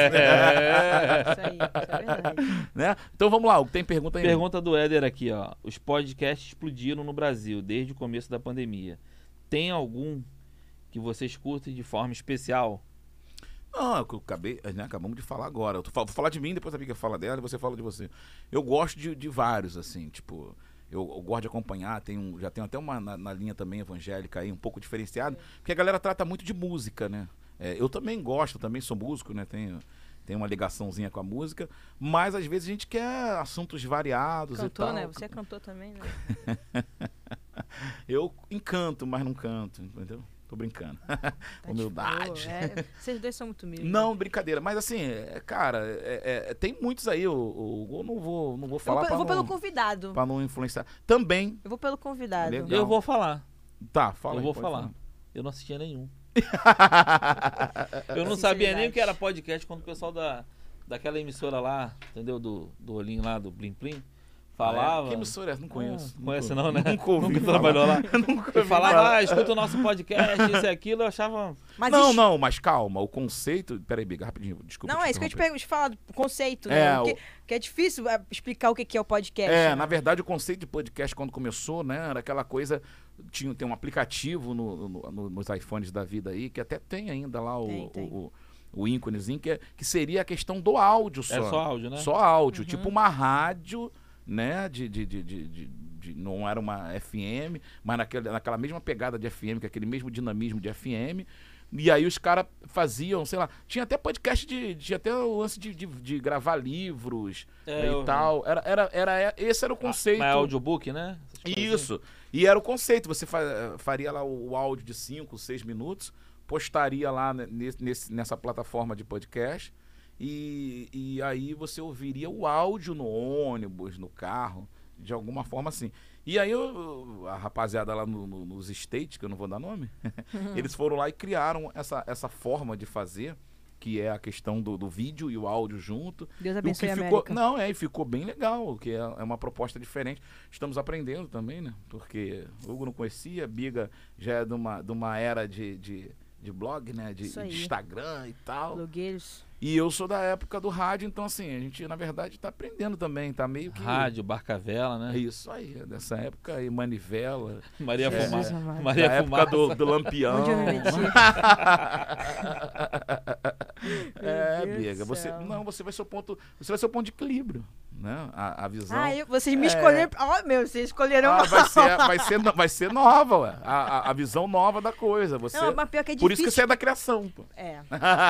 aí, isso é verdade. Né? Então vamos lá, tem pergunta aí. Pergunta do Éder aqui, ó. Os podcasts explodiram no Brasil desde o começo da pandemia. Tem algum que vocês curtem de forma especial? Não, acabamos de falar agora. Vou falar de mim, depois a amiga fala dela e você fala de você. Eu gosto de vários, assim, tipo... Eu gosto de acompanhar, já tenho até uma na linha também evangélica aí, um pouco diferenciada, porque a galera trata muito de música, né? Eu também gosto, também sou músico, né? Tenho uma ligaçãozinha com a música, mas às vezes a gente quer assuntos variados e tal. Né? Você é cantor também, né? Eu encanto, mas não canto, entendeu? Tô brincando. Humildade. Vocês dois são muito humildes. Não, brincadeira. Mas assim, cara, tem muitos aí. Eu não vou falar. Eu vou pelo convidado. Pra não influenciar. Também. Eu vou pelo convidado. Legal. Eu vou falar. Tá, fala. Eu vou falar. Eu não assistia nenhum. Eu não sabia nem o que era podcast quando o pessoal daquela emissora lá, entendeu? Do olhinho lá, do Blim Blim. Falava. Que emissora é essa? Não conheço. Conhece não, né? Nunca trabalhou lá. Nunca falava, escuta o nosso podcast, isso e aquilo, eu achava... Mas mas calma, o conceito... Peraí, Biga, rapidinho, desculpa. Não, é isso que eu te falo, o conceito, né? Que é difícil explicar o que é o podcast. Né? Na verdade, o conceito de podcast, quando começou, né, era aquela coisa... Tem um aplicativo nos iPhones da vida aí, que até tem ainda lá o íconezinho, que seria a questão do áudio só. É só áudio, né? Só áudio, tipo uma rádio... né, não era uma FM, mas naquela mesma pegada de FM, com aquele mesmo dinamismo de FM, e aí os caras faziam, sei lá, tinha até podcast, tinha até o lance de gravar livros e tal, esse era o conceito. Mas audiobook, né? Isso, e era o conceito, você faria lá o áudio de 5, 6 minutos, postaria lá nessa plataforma de podcast, e aí você ouviria o áudio no ônibus, no carro, de alguma forma assim. E aí a rapaziada lá nos States, que eu não vou dar nome, eles foram lá e criaram essa forma de fazer, que é a questão do vídeo e o áudio junto. Deus abençoe a América. E ficou bem legal, que é uma proposta diferente. Estamos aprendendo também, né? Porque o Hugo não conhecia, a Biga já é de uma era de blog, né? De Instagram e tal. Blogueiros. E eu sou da época do rádio, então assim, a gente, na verdade, está aprendendo também, tá meio que... Rádio, Barca-Vela, né? É isso aí, dessa época aí, Manivela. Maria Fumaça. Da época do Lampião. Onde eu me meti? Deus Biga. do céu. Você vai ser o ponto de equilíbrio, né? A visão. Vocês me escolheram. Vocês escolheram mal. Vai ser nova, ué. A visão nova da coisa. Você, Não, mas pior que é por isso que difícil. você é da criação, pô. É.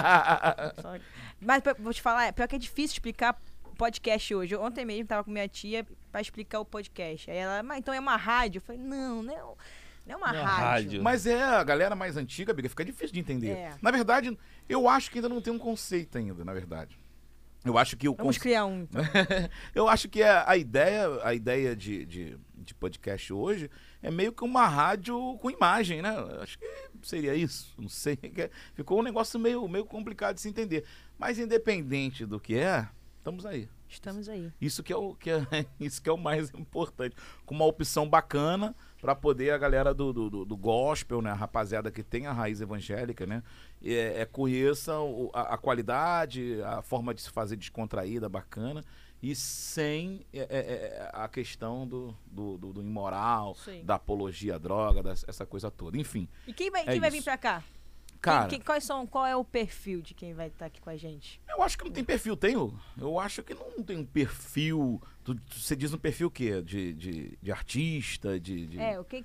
Mas vou te falar, pior que é difícil explicar podcast hoje. Ontem mesmo tava com minha tia pra explicar o podcast. Aí ela, mas então é uma rádio? Eu falei, não é uma rádio. Mas a galera mais antiga, Biga, fica difícil de entender. Na verdade, eu acho que ainda não tem um conceito ainda, na verdade. Eu acho que Vamos criar um. Então. Eu acho que a ideia de podcast hoje é meio que uma rádio com imagem, né? Acho que seria isso. Não sei. Ficou um negócio meio complicado de se entender. Mas independente do que estamos aí. Estamos aí. Isso que é o mais importante. Com uma opção bacana para poder a galera do gospel, né? A rapaziada que tem a raiz evangélica, né? Conheça a qualidade, a forma de se fazer descontraída, bacana, e sem a questão do imoral, da apologia à droga, essa coisa toda. Enfim. E quem vai vir pra cá? Cara, qual é o perfil de quem vai estar aqui com a gente? Eu acho que não tem perfil, tem? Eu acho que não tem um perfil. Você diz um perfil o quê? De artista, o que?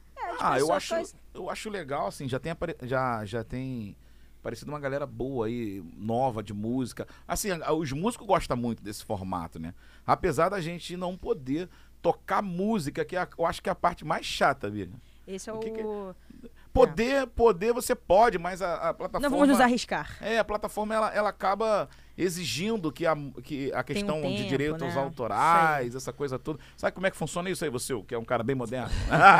Eu acho legal, assim, já tem aparecido uma galera boa aí, nova de música. Assim, os músicos gostam muito desse formato, né? Apesar da gente não poder tocar música, que eu acho que é a parte mais chata, Bíblia. Esse é Poder você pode, mas a plataforma... Não vamos nos arriscar. A plataforma ela acaba exigindo que a questão de direitos autorais, essa coisa toda. Sabe como é que funciona isso aí, você, que é um cara bem moderno?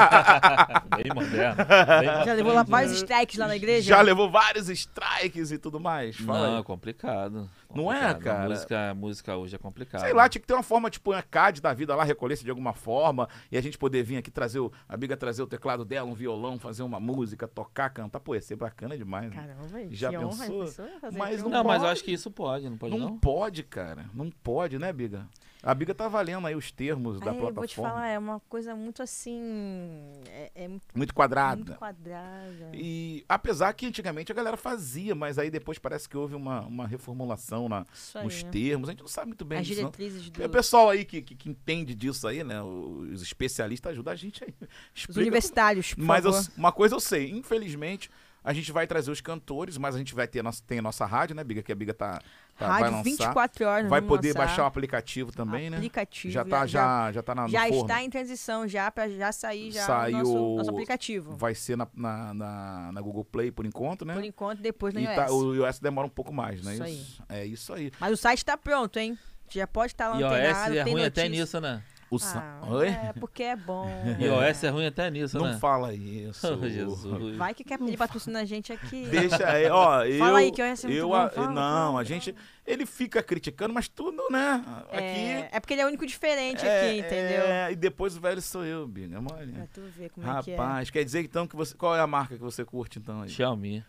Bem moderno. Já levou lá vários strikes lá na igreja? Já levou vários strikes e tudo mais. Fala Não, aí. é complicado. Não é, cara? A música hoje é complicada. Sei lá, tinha que ter uma forma, tipo, uma CAD da vida lá, recolher-se de alguma forma, e a gente poder vir aqui a Biga trazer o teclado dela, um violão, fazer uma música, tocar, cantar. Pô, ia ser bacana demais. Caramba, hein? Já pensou? Mas mas eu acho que isso pode, não pode não? Não pode, cara. Não pode, né, Biga? A Biga tá valendo aí os termos da plataforma. Eu vou te falar, é uma coisa muito assim... muito quadrada. Muito quadrada. E apesar que antigamente a galera fazia, mas aí depois parece que houve uma reformulação nos termos. A gente não sabe muito bem as disso. Diretrizes O pessoal aí que entende disso aí, né? Os especialistas ajudam a gente aí. Os universitários, por mas favor. Uma coisa eu sei, infelizmente... A gente vai trazer os cantores, mas a gente vai ter tem a nossa rádio, né, Biga? Que a Biga rádio vai lançar. 24 horas. Vai poder baixar o aplicativo também, né? Já tá no já forno. está em transição para já sair o nosso aplicativo. Vai ser na Google Play por enquanto, né? Por enquanto, depois no iOS. O iOS demora um pouco mais, né? É isso aí. Mas o site está pronto, hein? Já pode estar lá antenado. iOS é ruim até nisso, né? Oi? Porque é bom. iOS é ruim até nisso, né? Não fala isso. Oh, Jesus. Vai que ele patrocina a gente aqui. Deixa aí, ó. Fala aí que iOS é muito bom. Não, a gente... Ele fica criticando, mas tudo, né? Aqui... É porque ele é o único diferente aqui, entendeu? E depois o velho sou eu, Biga. Pra tu ver como é que é. Rapaz, quer dizer então que você... Qual é a marca que você curte, então? Aí? Xiaomi.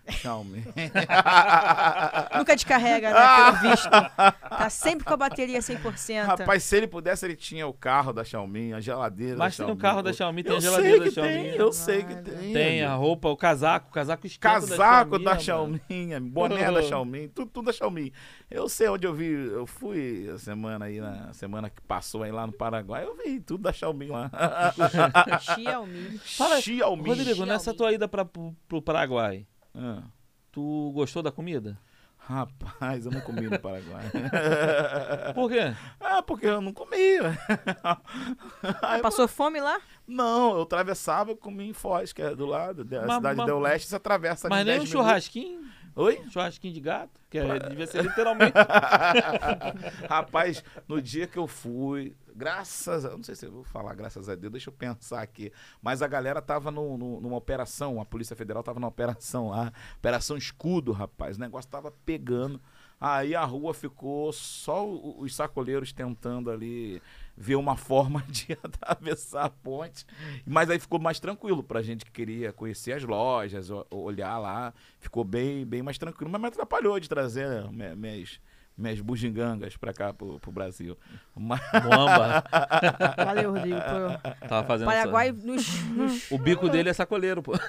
Nunca descarrega, né? Pelo visto. Tá sempre com a bateria 100%. Rapaz, se ele pudesse, ele tinha o carro da Xiaomi, a geladeira da Xiaomi. Mas tem o carro da Xiaomi, tem a geladeira da Xiaomi. Eu sei que tem. Tem a roupa, o casaco esquenta casaco da Xiaomi, boné da Xiaomi, tudo da Xiaomi. Eu sei onde eu fui a semana que passou aí lá no Paraguai, eu vi tudo da Xiaomi lá. Xiaomi. Xiaomi. Rodrigo, nessa tua ida pro Paraguai, tu gostou da comida? Rapaz, eu não comi no Paraguai. Por quê? Porque eu não comi. Passou fome lá? Não, eu atravessava e comi em Foz, que é do lado da cidade do Leste, você atravessa ali. Mas nem um churrasquinho? Oi? Churrasquinho de gato? Que devia ser literalmente. Rapaz, no dia que eu fui, não sei se eu vou falar graças a Deus, deixa eu pensar aqui, mas a galera tava numa operação, a Polícia Federal tava numa operação lá, Operação Escudo, rapaz, o negócio tava pegando, aí a rua ficou só os sacoleiros tentando ali ver uma forma de atravessar a ponte, mas aí ficou mais tranquilo pra gente que queria conhecer as lojas, olhar lá, ficou bem mais tranquilo, mas me atrapalhou de trazer minhas bugigangas pra cá, pro Brasil. Mas... Moamba. Valeu, Rodrigo. Tava fazendo Paraguai O bico dele é sacoleiro, pô.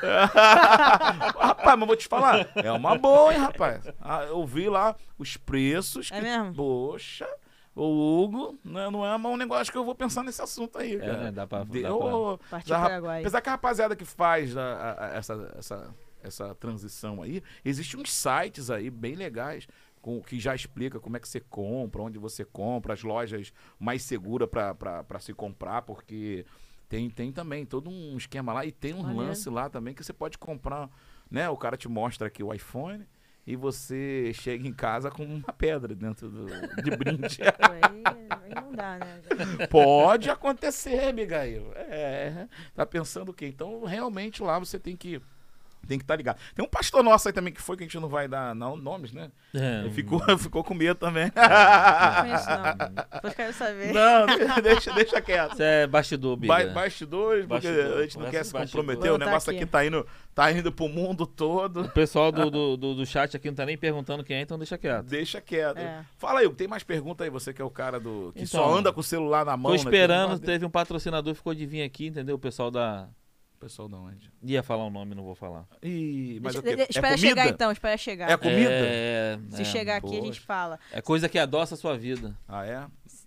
Rapaz, mas vou te falar, é uma boa, hein, rapaz. Eu vi lá os preços. É mesmo? Poxa, o Hugo, não é um negócio que eu vou pensar nesse assunto aí, cara. Né? Dá pra... Partiu Paraguai. Apesar que a rapaziada que faz essa transição aí, existem uns sites aí bem legais que já explica como é que você compra, onde você compra, as lojas mais seguras para se comprar, porque tem também todo um esquema lá e tem um lance lá também que você pode comprar, né? O cara te mostra aqui o iPhone e você chega em casa com uma pedra dentro de brinde. Aí não dá, né? Pode acontecer, Abigail. Tá pensando o quê? Então, realmente lá você tem que estar ligado. Tem um pastor nosso aí também que a gente não vai dar nomes, né? Ele ficou com medo também. Não conheço, não. Depois quero saber. Não, deixa quieto. Isso é bastidor, Biga. Bastidores, porque a gente não quer se comprometer. O negócio aqui tá indo pro mundo todo. O pessoal do chat aqui não tá nem perguntando quem é, então deixa quieto. Deixa quieto. É. Fala aí, tem mais pergunta aí? Você que é o cara que só anda com o celular na mão. Tô esperando, teve um patrocinador que ficou de vir aqui, entendeu? O pessoal da... Pessoal da onde? Ia falar o nome, não vou falar. Mas espera chegar então, espera chegar. É comida? Se chegar aqui, a gente fala. É coisa que adoça a sua vida. Ah, é?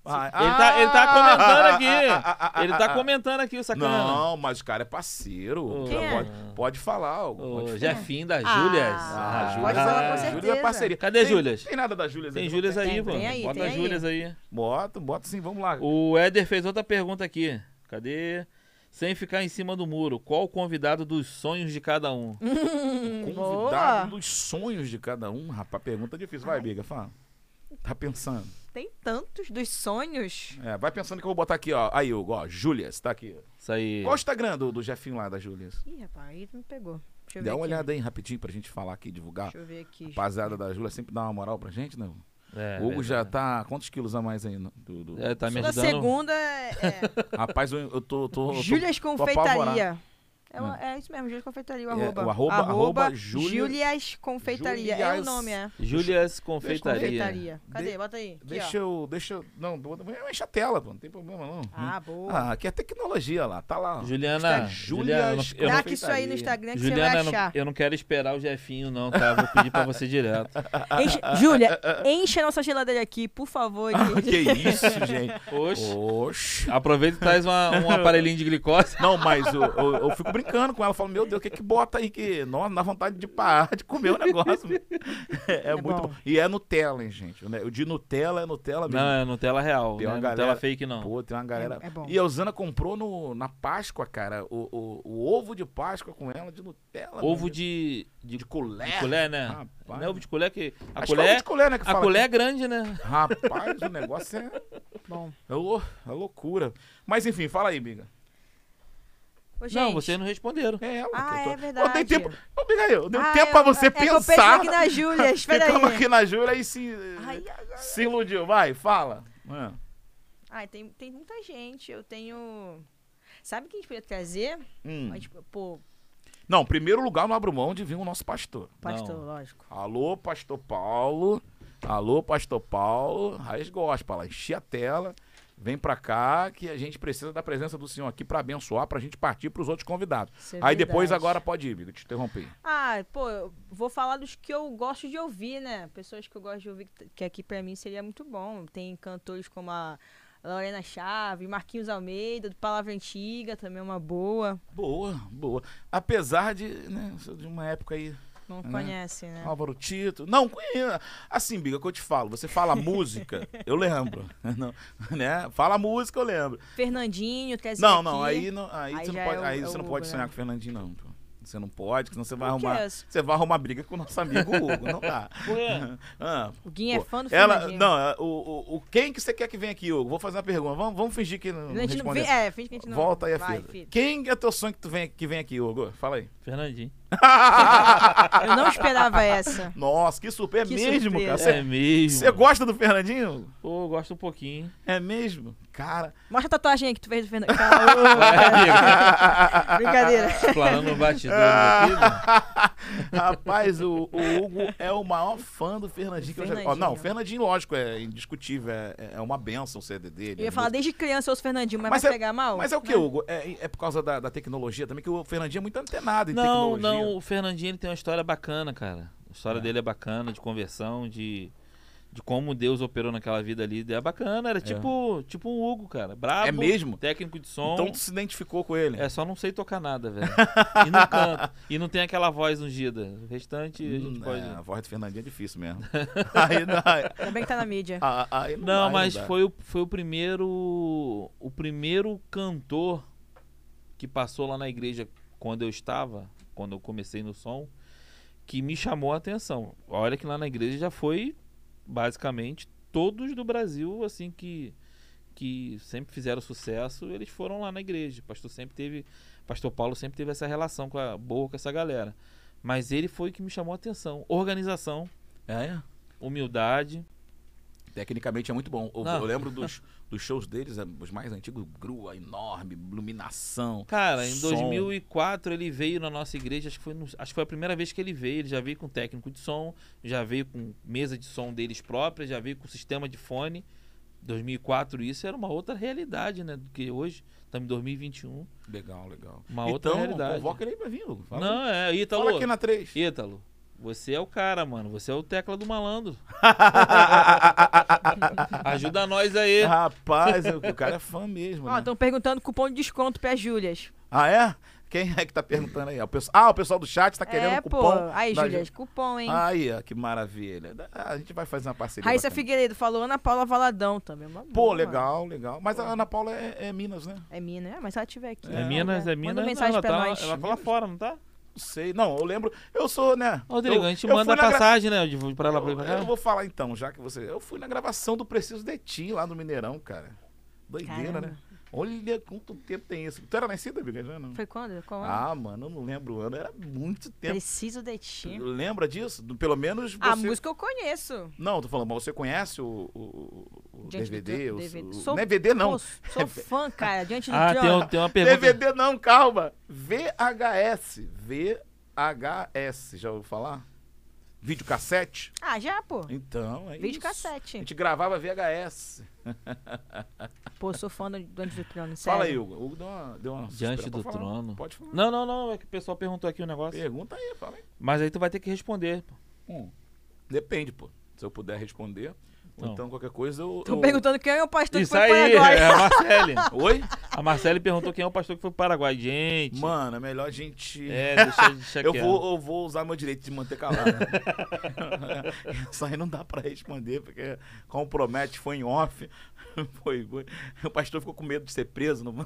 Ele tá comentando aqui. Ele tá comentando aqui, o sacana. Não, mas o cara é parceiro. Quem é? Pode falar. O Jefinho da Júlias. Pode falar com certeza. Júlias é parceria. Cadê Júlias? Tem nada da Júlias Tem Júlias aí, pô. Tem aí, Bota tem as Júlias aí. Bota sim, vamos lá. O Éder fez outra pergunta aqui. Cadê? Sem ficar em cima do muro, qual o convidado dos sonhos de cada um? Convidado dos sonhos de cada um? Rapaz, pergunta difícil. Vai, Biga, fala. Tá pensando. Tem tantos dos sonhos. Vai pensando que eu vou botar aqui, ó. Aí, Hugo, ó. Júlias, tá aqui. Isso aí. Qual o Instagram do Jefinho lá, da Júlias? Ih, rapaz, aí tu me pegou. Deixa eu ver Dá uma aqui. olhada aí rapidinho pra gente falar aqui, divulgar. Deixa eu ver aqui. Rapaziada da Júlia sempre dá uma moral pra gente, né? É, o Hugo já tá... Quantos quilos a mais aí? Tá me Na ajudando. segunda Rapaz, eu tô Júlias tô Confeitaria. É isso mesmo, Júlias Confeitaria, o arroba Júlias Confeitaria. É o nome, é. Júlias Confeitaria. Cadê? Bota aí. Aqui, deixa eu... Não, enche a tela, pô. Não tem problema, não. Boa. Aqui é tecnologia lá. Tá lá. Juliana, Taca isso aí no Instagram que Juliana, você vai achar. eu não quero esperar o Jefinho, não, tá? Vou pedir pra você direto. Júlia, enche a nossa geladeira aqui, por favor. Que isso, gente. Oxe. Aproveita e traz um aparelhinho de glicose. Não, mas eu fico brincando com ela. Eu falo, meu Deus, o que bota aí que... Nossa, dá vontade de parar de comer o negócio. É muito bom. E é Nutella, hein, gente. O de Nutella é Nutella mesmo. Não, é Nutella real. Tem uma não galera... Nutella fake, não. Pô, tem uma galera... É bom. E a Osana comprou na Páscoa, cara, o ovo de Páscoa com ela de Nutella. Ovo de colher. De colher, né? Rapaz. Não é ovo de colher que... Acho que é ovo de colher, né? Que a fala colher é grande, né? Rapaz, o negócio é... Bom. É loucura. Mas enfim, fala aí, Biga. Ô, gente. Não, vocês não responderam. É verdade. Eu dei tempo, eu dei tempo pra você pensar. Eu aqui na Júlia, espera aí. Ficamos aqui na Júlia e se iludiu. Vai, fala. Tem muita gente. Eu tenho... Sabe quem a gente podia trazer? Mas, pô... Não, primeiro lugar não abro mão de vir o nosso pastor. Pastor, lógico. Alô, Pastor Paulo. Raiz Gospel. Lá, enchi a tela. Vem pra cá que a gente precisa da presença do Senhor aqui pra abençoar, pra gente partir pros outros convidados. Aí depois agora pode ir, Biga, te interromper. Eu vou falar dos que eu gosto de ouvir, né? Pessoas que eu gosto de ouvir, que aqui pra mim seria muito bom. Tem cantores como a Lorena Chave, Marquinhos Almeida, do Palavra Antiga, também é uma boa. Boa. Apesar de uma época aí... Não conhece, né? Álvaro Tito. Não, conheço. Assim, Biga, que eu te falo. Você fala música, eu lembro. Não, né? Fala música, eu lembro. Fernandinho, Tese Não, aí você não pode sonhar né? com o Fernandinho, não. Você não pode, senão você vai arrumar briga com o nosso amigo Hugo. Não dá. O Guinho é fã do Fernandinho. Quem que você quer que venha aqui, Hugo? Vou fazer uma pergunta. Vamos fingir que não respondeu. Finge que a gente não... Volta aí, filho. Quem é teu sonho que vem aqui, Hugo? Fala aí. Fernandinho. Eu não esperava essa. Nossa, que surpresa. Que mesmo, surpresa. cara. É mesmo. Você gosta do Fernandinho? Pô, eu gosto um pouquinho. É mesmo? Cara. Mostra a tatuagem aí que tu fez do Fernando. Vai, Brincadeira. Explanando bastidores aqui, né? Rapaz, o Hugo é o maior fã do Fernandinho que eu já vi. Ó, não, o Fernandinho. Fernandinho, lógico, é indiscutível. É uma benção o CD dele. Eu ia falar desde criança eu ouço Fernandinho, mas Mas vai é- pegar mal? Mas é o que, Né? Hugo? É por causa da tecnologia também, que o Fernandinho é muito antenado em Não, tecnologia. não, o Fernandinho ele tem uma história bacana, cara. A história dele é bacana, de conversão, de como Deus operou naquela vida ali. É bacana, era tipo um Hugo, cara. Brabo, É mesmo? técnico de som. Então tu se identificou com ele. É, só não sei tocar nada, velho. E não canto. E não tem aquela voz ungida. O restante a gente pode... A voz do Fernandinho é difícil mesmo. Aí não, Ainda bem que tá na mídia. aí Não, dá, mas dá. foi o primeiro cantor que passou lá na igreja quando eu comecei no som, que me chamou a atenção. Olha que lá na igreja já foi basicamente todos do Brasil, assim, que sempre fizeram sucesso, eles foram lá na igreja. Pastor Paulo sempre teve essa relação boa com essa galera. Mas ele foi o que me chamou a atenção. Organização, É? humildade. Tecnicamente é muito bom. Eu Não. lembro dos shows deles, os mais antigos, grua enorme, iluminação. Cara, em som. 2004 ele veio na nossa igreja, acho que foi a primeira vez que ele veio. Ele já veio com técnico de som, já veio com mesa de som deles própria, já veio com sistema de fone. 2004 isso era uma outra realidade, né? Do que hoje, estamos em 2021. Legal. Uma outra então, realidade. convoca ele aí pra vir, Hugo. Fala, Não, é, Ítalo. fala aqui na 3. Ítalo, você é o cara, mano. Você é o tecla do malandro. Ajuda nós aí. Rapaz, o cara é fã mesmo, Ó, né? estão perguntando cupom de desconto pra Júlias. Ah, é? Quem é que tá perguntando aí? O pessoal do chat tá querendo É, pô. cupom. Aí, da Júlias, cupom, hein? Aí, ó, que maravilha. A gente vai fazer uma parceria. Raíssa bacana. Figueiredo falou Ana Paula Valadão também. Uma Pô, boa. legal. Mas a Ana Paula é Minas, né? É mina, né? Mas se ela tiver aqui. É Minas, é Manda Minas. mensagem ela pra tá, nós. ela tá lá fora, não tá? Não sei. Não, eu lembro. Eu sou, né? Rodrigo, eu, a gente eu manda a fui na passagem, né? Pra lá, pra cá. Eu vou falar então, já que você. Eu fui na gravação do Preciso de Ti lá no Mineirão, cara. Doideira, Caramba. né? Olha quanto tempo tem isso. Tu era nascida, amiga? Já não? Foi quando? Qual ano? Ah, mano, eu não lembro o ano. Era muito tempo. Preciso de ti. Lembra disso? Pelo menos você. A música eu conheço. Não, tô falando, mas você conhece o Diante do DVD? teu- O, DVD. o... Sou- Não é DVD, não. Pô, sou fã, cara. Diante do Ah, trono. tem uma pergunta. DVD não, calma. VHS. VHS. Já ouviu falar? Videocassete? Ah, já, pô. Então, é Vídeo isso. A cassete. gente gravava VHS. Pô, sou fã do Diante do Trono, sério. Fala aí, Hugo. O Hugo deu uma Diante suspira. do Pode falar. trono. Pode falar. Não, é que o pessoal perguntou aqui um negócio. Pergunta aí, fala aí. Mas aí tu vai ter que responder. Pô. Depende, pô. Se eu puder responder. Ou Não. então qualquer coisa eu. Tô perguntando quem é o pastor que Isso foi aí, para Paraguai. é a Marcele. Oi? A Marcele perguntou quem é o pastor que foi pro Paraguai. Gente, Mano, é melhor a gente. deixa eu quieto. vou usar meu direito de manter calado. Isso aí não dá pra responder, porque compromete, foi em off. Foi. O pastor ficou com medo de ser preso. Não...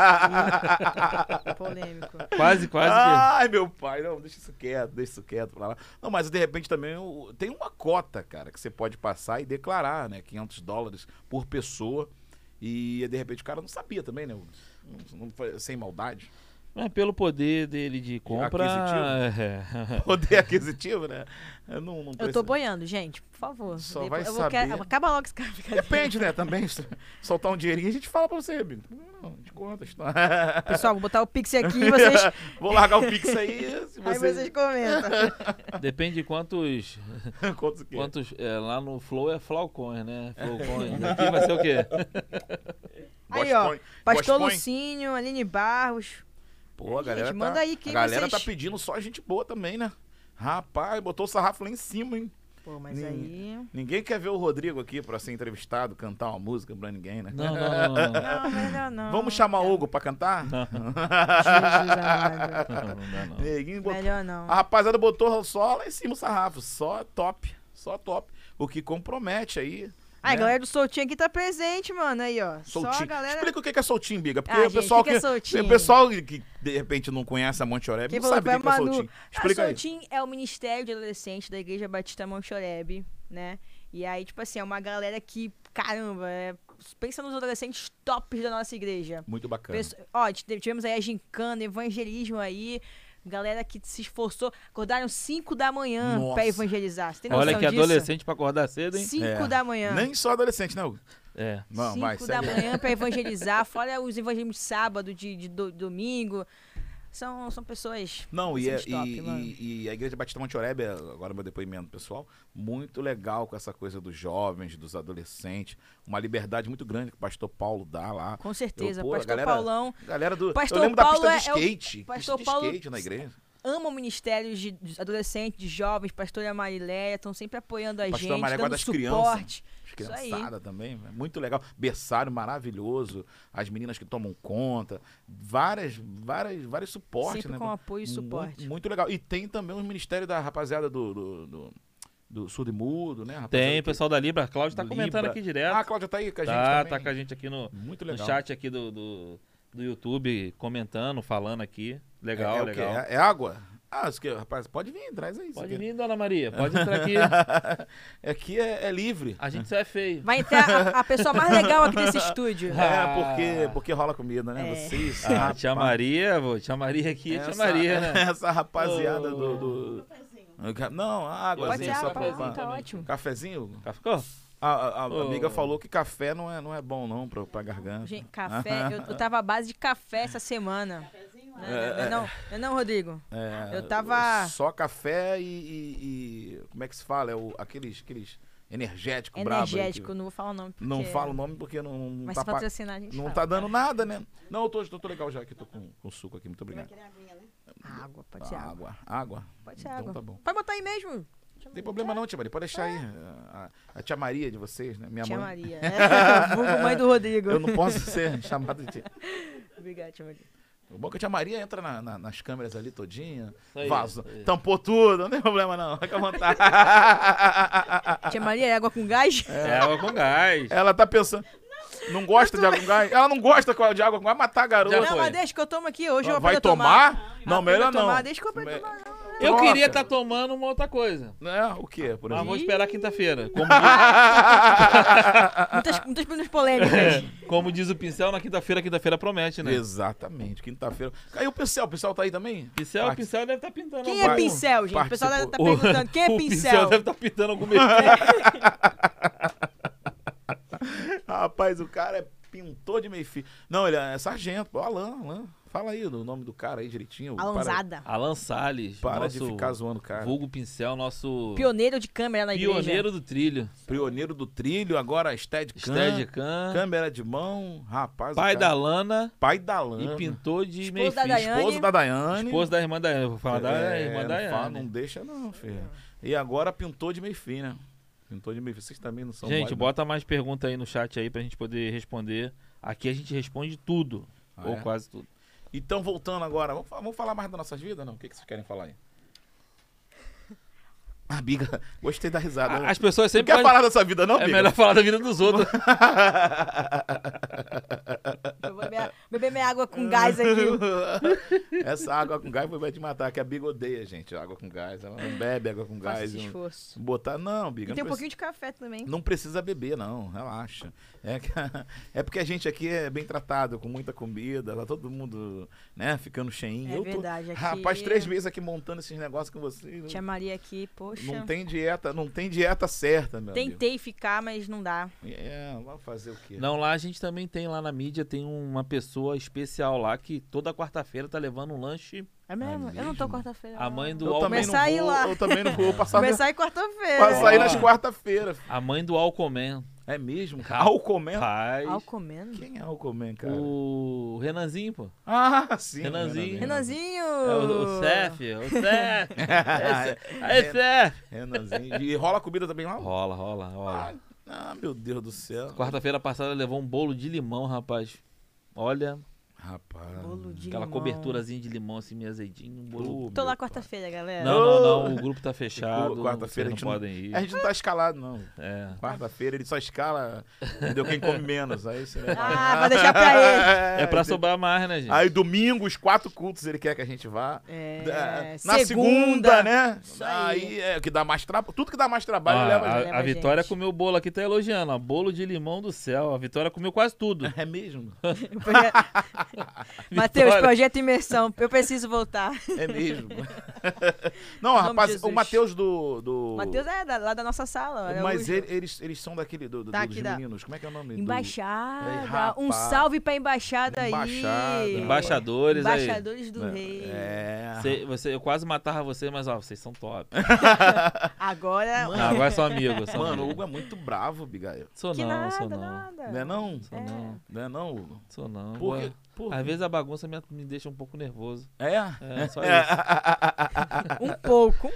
Polêmico. Quase que... Ai, meu pai, não, deixa isso quieto pra lá. Não, mas de repente também tem uma cota, cara, que você pode passar e declarar, né? $500 por pessoa. E de repente o cara não sabia também, né? Não foi, sem maldade. Mas pelo poder dele de compra... Aquisitivo? Poder aquisitivo, né? Eu não Eu tô preciso- boiando, gente, por favor. Só vai eu saber. Acaba logo esse cara. Depende, né? Também, se soltar um dinheirinho, a gente fala pra você, amigo. Não, a gente conta a história. Pessoal, vou botar o Pix aqui e vocês, Vou largar o Pix aí, se aí vocês você... comentam. Depende de quantos... Conta o quê? lá no Flow é Flaucões, né? Flaucões. Aqui vai ser o quê? Aí, ó, Gospõe. Pastor Gospõe. Lucínio, Aline Barros. Pô, a galera Gente, tá, manda aí quem a galera vocês- tá pedindo só gente boa também, né? Rapaz, botou o sarrafo lá em cima, hein? Pô, mas aí... Ninguém quer ver o Rodrigo aqui pra ser entrevistado, cantar uma música pra ninguém, né? Não. Não, melhor não. Vamos chamar o Hugo pra cantar? Jesus amado. Não dá, não. Neguinho botou... Melhor não. A rapaziada botou só lá em cima o sarrafo, só top. O que compromete aí. Ah, a né? galera do Soltinho aqui tá presente, mano. Aí, ó. Só Soltinho. a galera... Explica o que é soltinho, Biga. Porque Ah, o gente, pessoal o que é soltinho? o pessoal que de repente não conhece a Monte Oreb Quem não falou sabe o foi que é a Manu. soltinho. Explica a aí. Soltinho é o Ministério de Adolescentes da Igreja Batista Monte Oreb, né? E aí, tipo assim, é uma galera que, caramba, pensa nos adolescentes tops da nossa igreja. Muito bacana. Ó, tivemos aí a gincana, evangelismo aí, Galera que se esforçou, acordaram 5 da manhã Nossa. pra evangelizar. Você tem noção Olha que disso? adolescente pra acordar cedo, hein? 5 da manhã. Nem só adolescente, né, Hugo? É. Não, vai, 5 da segue. manhã pra evangelizar, fora os evangelismos de sábado, de domingo. São pessoas. Não, top, mano. e a Igreja Batista Monte Oreb, agora meu depoimento pessoal, muito legal com essa coisa dos jovens, dos adolescentes, uma liberdade muito grande que o pastor Paulo dá lá. Com certeza. Pô, a Pastor galera- Paulão Galera do. Pastor eu lembro Paulo da pista é o- de skate. Pastor Pista de Paulo- skate na igreja. ama ministérios de adolescentes, de jovens, pastora Mariléia, estão sempre apoiando a Pastora gente, Maria dando guarda as suporte. As Isso aí. criançadas também, é muito legal. Berçário maravilhoso, as meninas que tomam conta, vários suportes, Sempre né? com apoio e suporte. Muito legal. E tem também os ministérios da rapaziada do surdo e mudo, né? Rapaziada Tem, o que- pessoal da Libra. A Cláudia tá do comentando Libra. aqui direto. Ah, a Cláudia tá aí com a gente tá também. com a gente aqui no Muito no legal. chat aqui do YouTube, comentando, falando aqui. Legal, é o quê? legal. É água? Ah, isso que, rapaz, pode vir, traz aí. Pode isso vir, dona Maria. Pode entrar aqui. Aqui é livre. A gente só é feio. Vai entrar a pessoa mais legal aqui desse estúdio. Porque rola comida, né? É. Vocês, Ah, tia Maria, vô. Tia Maria aqui é tia Maria, né? Essa rapaziada Ô. do... Não, água. Pode ser só água, pra... tá ótimo. Cafezinho? Ficou? A Ô. amiga falou que café não é bom não pra garganta. Gente, café, eu tava à base de café essa semana. Não, Rodrigo. É, Eu tava- Só café e como é que se fala? Aqueles energético brabo. aí Energético, que- não vou falar o nome. Não porque- falo o nome porque não Mas tá, se patrocinar, a gente não fala. tá dando nada, né? Não, eu tô legal já aqui, tô com suco aqui, muito obrigado. Água, pode ser água. Água. Pode ser Então água. tá bom. Pode botar aí mesmo. Não tem problema não, tia Maria, pode deixar aí. A tia Maria de vocês, né? Minha Tia mãe. Maria. É, vulgo mãe do Rodrigo. Eu não posso ser chamado de tia. Obrigada, tia Maria. O bom é que a tia Maria entra nas câmeras ali todinha, aí, vazou, isso aí. tampou tudo, não tem problema não, fica à vontade. Tia Maria, é água com gás? É água com gás. Ela tá pensando, não gosta de água com gás? Ela não gosta de água com gás, vai matar a garota. Já Não, foi. mas deixa que eu tomo aqui. Hoje eu vou Vai aprender a tomar. tomar? Não, Aprender a melhor não. tomar, deixa que eu aprenda a tomar. não. Eu Troca. queria estar tomando uma outra coisa. É, o quê, por Mas exemplo? vou esperar quinta-feira. Muitas perguntas polêmicas. Como diz o Pincel, na quinta-feira promete, né? Exatamente, quinta-feira. Caiu o Pincel tá aí também? Pincel, Parte- Pincel deve estar pintando Quem algum- é pincel, gente? O pessoal deve estar Participou. perguntando. Quem é O Pincel pincel? deve estar pintando algum meio. Rapaz, o cara é pintor de meio fio. Não, ele é sargento, pô, Alan. Fala aí o nome do cara aí direitinho. Alanzada. Alan Salles. Para nosso de ficar zoando o cara. Vulgo Pincel, nosso Pioneiro de câmera na igreja. pioneiro do trilho. Pioneiro do trilho, agora Steadicam. Steadicam. Câmera de mão, rapaz. Pai o da cara- Lana Pai da Lana. e pintor de Esposa meio da fio. Daiane. Esposo da Daiane. Esposa da irmã Daiane. Vou falar da irmã não, Daiane. fala, não deixa não, filho. E agora pintor de meio fio, né? Pintor de meio fio. Vocês também não são Gente, mole, não. bota mais pergunta aí no chat aí pra gente poder responder. Aqui a gente responde tudo. Ah, ou é? quase tudo. Então, voltando agora, vamos falar mais das nossas vidas, não? O que vocês querem falar aí? A Biga, gostei da risada. As pessoas Você sempre quer falam- falar da sua vida, não, É Biga? melhor falar da vida dos outros. Eu vou beber minha água com gás aqui. Essa água com gás vai te matar, que a Biga odeia, gente. Água com gás. Ela não bebe água com Faça gás. esse não- esforço. Botar. Não, Biga. E tem um não pouquinho de café também. Não precisa beber, não. Relaxa. É porque a gente aqui é bem tratado, com muita comida, tá todo mundo, né, ficando cheinho. É Eu tô, verdade, aqui- rapaz, 3 meses aqui montando esses negócios com você. Tia Maria aqui, poxa. Não tem dieta certa, meu amigo. Tentei ficar, mas não dá. Vamos fazer o quê? Não, lá a gente também tem, lá na mídia, tem uma pessoa especial lá que toda quarta-feira tá levando um lanche. É mesmo? Eu não tô quarta-feira. A mãe do Eu também não Começar a ir vou, lá. eu também não vou passar, Começar aí quarta-feira. passar aí Ó. nas quarta-feiras. A mãe do Alcomen. É mesmo? Cara, Alcomen? Faz. Alcomendo? Quem é Alcomen, cara? O Renanzinho, pô. Ah, sim. Renanzinho. Renanzinho! É o Cef, o Cef. Aí, Cef. Renanzinho. E rola comida também lá? Rola. Ah, meu Deus do céu. Quarta-feira passada levou um bolo de limão, rapaz. Olha, Rapaz. Bolo de aquela limão. coberturazinha de limão assim, meio azedinho. Um bolo. Tô lá quarta-feira, galera. Não. O grupo tá fechado. Quarta-feira Vocês a não gente podem ir. A gente não tá escalado, não. É. Quarta-feira ele só escala, entendeu? Quem come menos. Aí você Ah, vai deixar pra ele. É pra sobrar mais, né, gente? Aí domingo, os 4 cultos ele quer que a gente vá. É, Na segunda, né? Isso aí. É o que dá mais trabalho. Tudo que dá mais trabalho Ah, leva a a, gente. a Vitória gente. comeu o bolo aqui, tá elogiando. Ó, bolo de limão do céu. A Vitória comeu quase tudo. É mesmo? Matheus, projeto imersão. Eu preciso voltar. É mesmo. Não, Em nome de rapaz, Jesus. o Matheus do... O Matheus é lá da nossa sala. Mas Araújo. eles são daquele, dos aqui meninos. Como é que é o nome? Embaixada. rapaz. Um salve pra embaixada aí. Embaixadores aí. Embaixadores do rei. Eu quase matava você, mas ó, vocês são top. Agora... Não, agora são amigos. Mano, o Hugo é muito bravo, Bigael. Sou Que não, nada, sou não. nada. Não é não? Sou não. Não é não, Hugo? Sou não. Por quê? Às vezes a bagunça me deixa um pouco nervoso. É? É, só isso. Um pouco.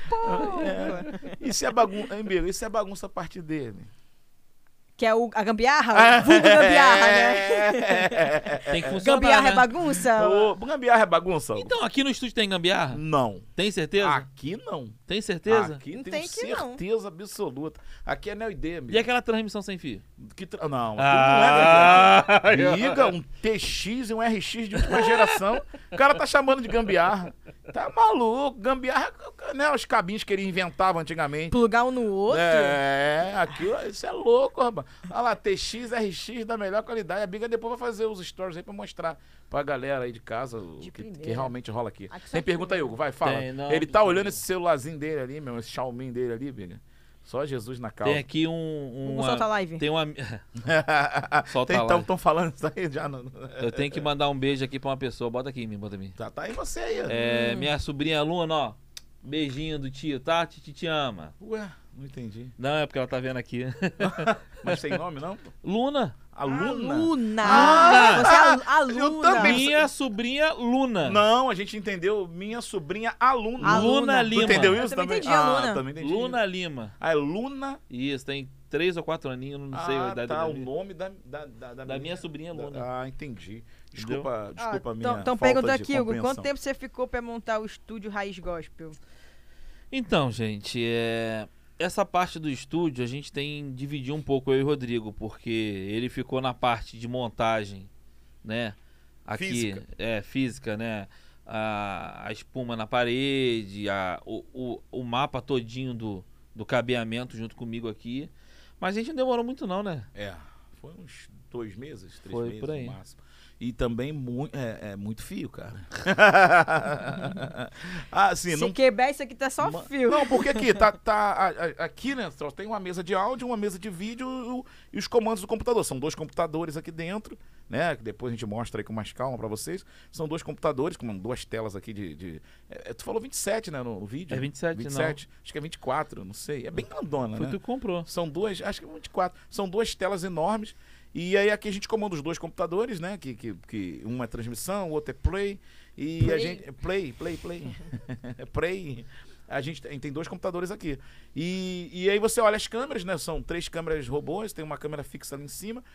E se é bagunça, hein, Bigo? E se é bagunça a partir dele? Que é a gambiarra? O vulgo gambiarra, né? Tem que funcionar, Gambiarra né? é bagunça? Ô, gambiarra é bagunça, Hugo? Então, aqui no estúdio tem gambiarra? Não. Tem certeza? Aqui não. Tem certeza? Aqui Não tenho tem que não. certeza absoluta. Aqui é NeoID, amigo. E aquela transmissão sem fio? Não, Ah, tudo não é gambiarra. Liga um TX e um RX de última geração. O cara tá chamando de gambiarra. Tá maluco. Gambiarra, né? Os cabinhos que ele inventava antigamente. Plugar um no outro? É, aquilo, isso é louco, rapaz. Olha lá, TX, RX da melhor qualidade. A Biga depois vai fazer os stories aí pra mostrar pra galera aí de casa o que realmente rola aqui. Tem pergunta aí, Hugo? Vai, fala. Tem, não, Ele tá olhando esse celularzinho dele ali, meu, esse Xiaomi dele ali, Biga. Só Jesus na causa. Tem aqui Vamos soltar a live. Tem uma... Solta a Então live. estão falando isso aí já. Não... Eu tenho que mandar um beijo aqui pra uma pessoa. Bota aqui em mim, bota em mim. Tá aí você aí. ó. Minha sobrinha Luna, ó. Beijinho do tio, tá? Titi te ama. Ué, não entendi. Não, é porque ela tá vendo aqui. Mas tem nome, não? Luna. Aluna? Luna. Ah! Você é a Eu Luna. também. Minha sobrinha Luna. Não, a gente entendeu. Minha sobrinha aluna. A Luna Luna. Tu Lima. entendeu Eu isso também também? entendi, a Luna. Também entendi. Luna Lima. Ah, é Luna? Isso, tem 3 ou 4 aninhos, não sei a idade tá, dela. o nome Da minha sobrinha Luna. Ah, entendi. Desculpa a minha Então falta pergunta de aqui, Hugo, quanto compreensão. tempo você ficou pra montar o estúdio Raiz Gospel? Então, gente, essa parte do estúdio a gente tem dividido um pouco, eu e o Rodrigo, porque ele ficou na parte de montagem, né? Aqui, Física. Física, né? A espuma na parede, o mapa todinho do cabeamento junto comigo aqui. Mas a gente não demorou muito não, né? Foi uns 2 meses, 3 Foi meses por aí. no máximo. E também muito fio, cara. Assim, Se quebrar isso aqui tá só fio. Não, porque aqui, aqui, né, só tem uma mesa de áudio, uma mesa de vídeo e os comandos do computador. São 2 computadores aqui dentro, né, que depois a gente mostra aí com mais calma pra vocês. São 2 computadores com 2 telas aqui tu falou 27, né, no vídeo? É 27, 27, acho que é 24, não sei. É bem grandona, Foi né? tu que comprou. São 2, acho que 24. São 2 telas enormes. E aí aqui a gente comanda os 2 computadores, né? Que um é transmissão, o outro é play. E Play. a gente. Play. Play. A gente tem 2 computadores aqui. E aí você olha as câmeras, né? São 3 câmeras robôs, tem uma câmera fixa ali em cima.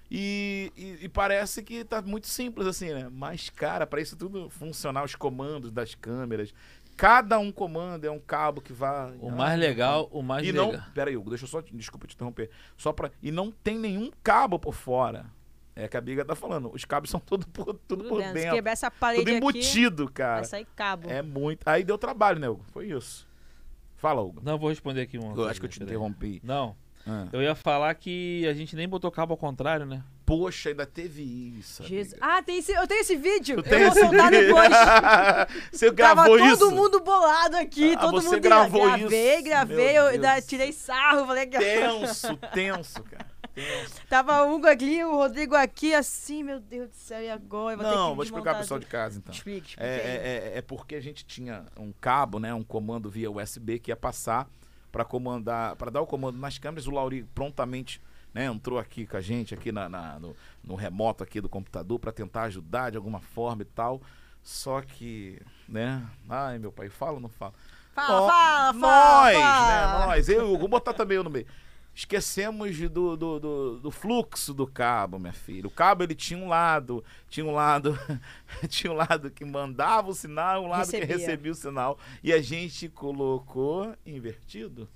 E parece que tá muito simples assim, né? Mas, cara, para isso tudo funcionar, os comandos das câmeras. Cada um comando é um cabo que vai. O mais legal. Pera aí, Hugo, deixa eu só. Desculpa te interromper. E não tem nenhum cabo por fora. É que a Biga tá falando. Os cabos são tudo por Se dentro. quebrar essa parede Tudo aqui, embutido, cara. vai sair cabo. É muito. Aí deu trabalho, né, Hugo? Foi isso. Fala, Hugo. Não, vou responder aqui uma Eu coisa, acho que eu te peraí. interrompi. Não, Ah. eu ia falar que a gente nem botou cabo ao contrário, né? Poxa, ainda teve isso. Jesus. Amiga. Ah, eu tenho esse vídeo. Tu tem Eu vou esse soltar vídeo? depois. Você Tava gravou todo isso? mundo bolado aqui, Ah, todo você mundo gravou gravei, isso? gravei, Meu eu Deus ainda do tirei sarro, falei que Tenso, cara. Tenso. tava o Hugo aqui, o Rodrigo aqui, assim, meu Deus do céu, e agora? Eu ter Não, que vou explicar pro pessoal de desmontar casa, então. tudo. Explique aí. É porque a gente tinha um cabo, né, um comando via USB que ia passar para comandar, para dar o comando nas câmeras. O Lauri prontamente, né, entrou aqui com a gente aqui no remoto aqui do computador para tentar ajudar de alguma forma e tal. Só que, né? Ai, meu pai, fala ou não fala? Fala. Né? Nós, vou botar também eu no meio. Esquecemos do fluxo do cabo, minha filha. O cabo, ele tinha um lado tinha um lado que mandava o sinal, um lado que recebia o sinal. E a gente colocou invertido.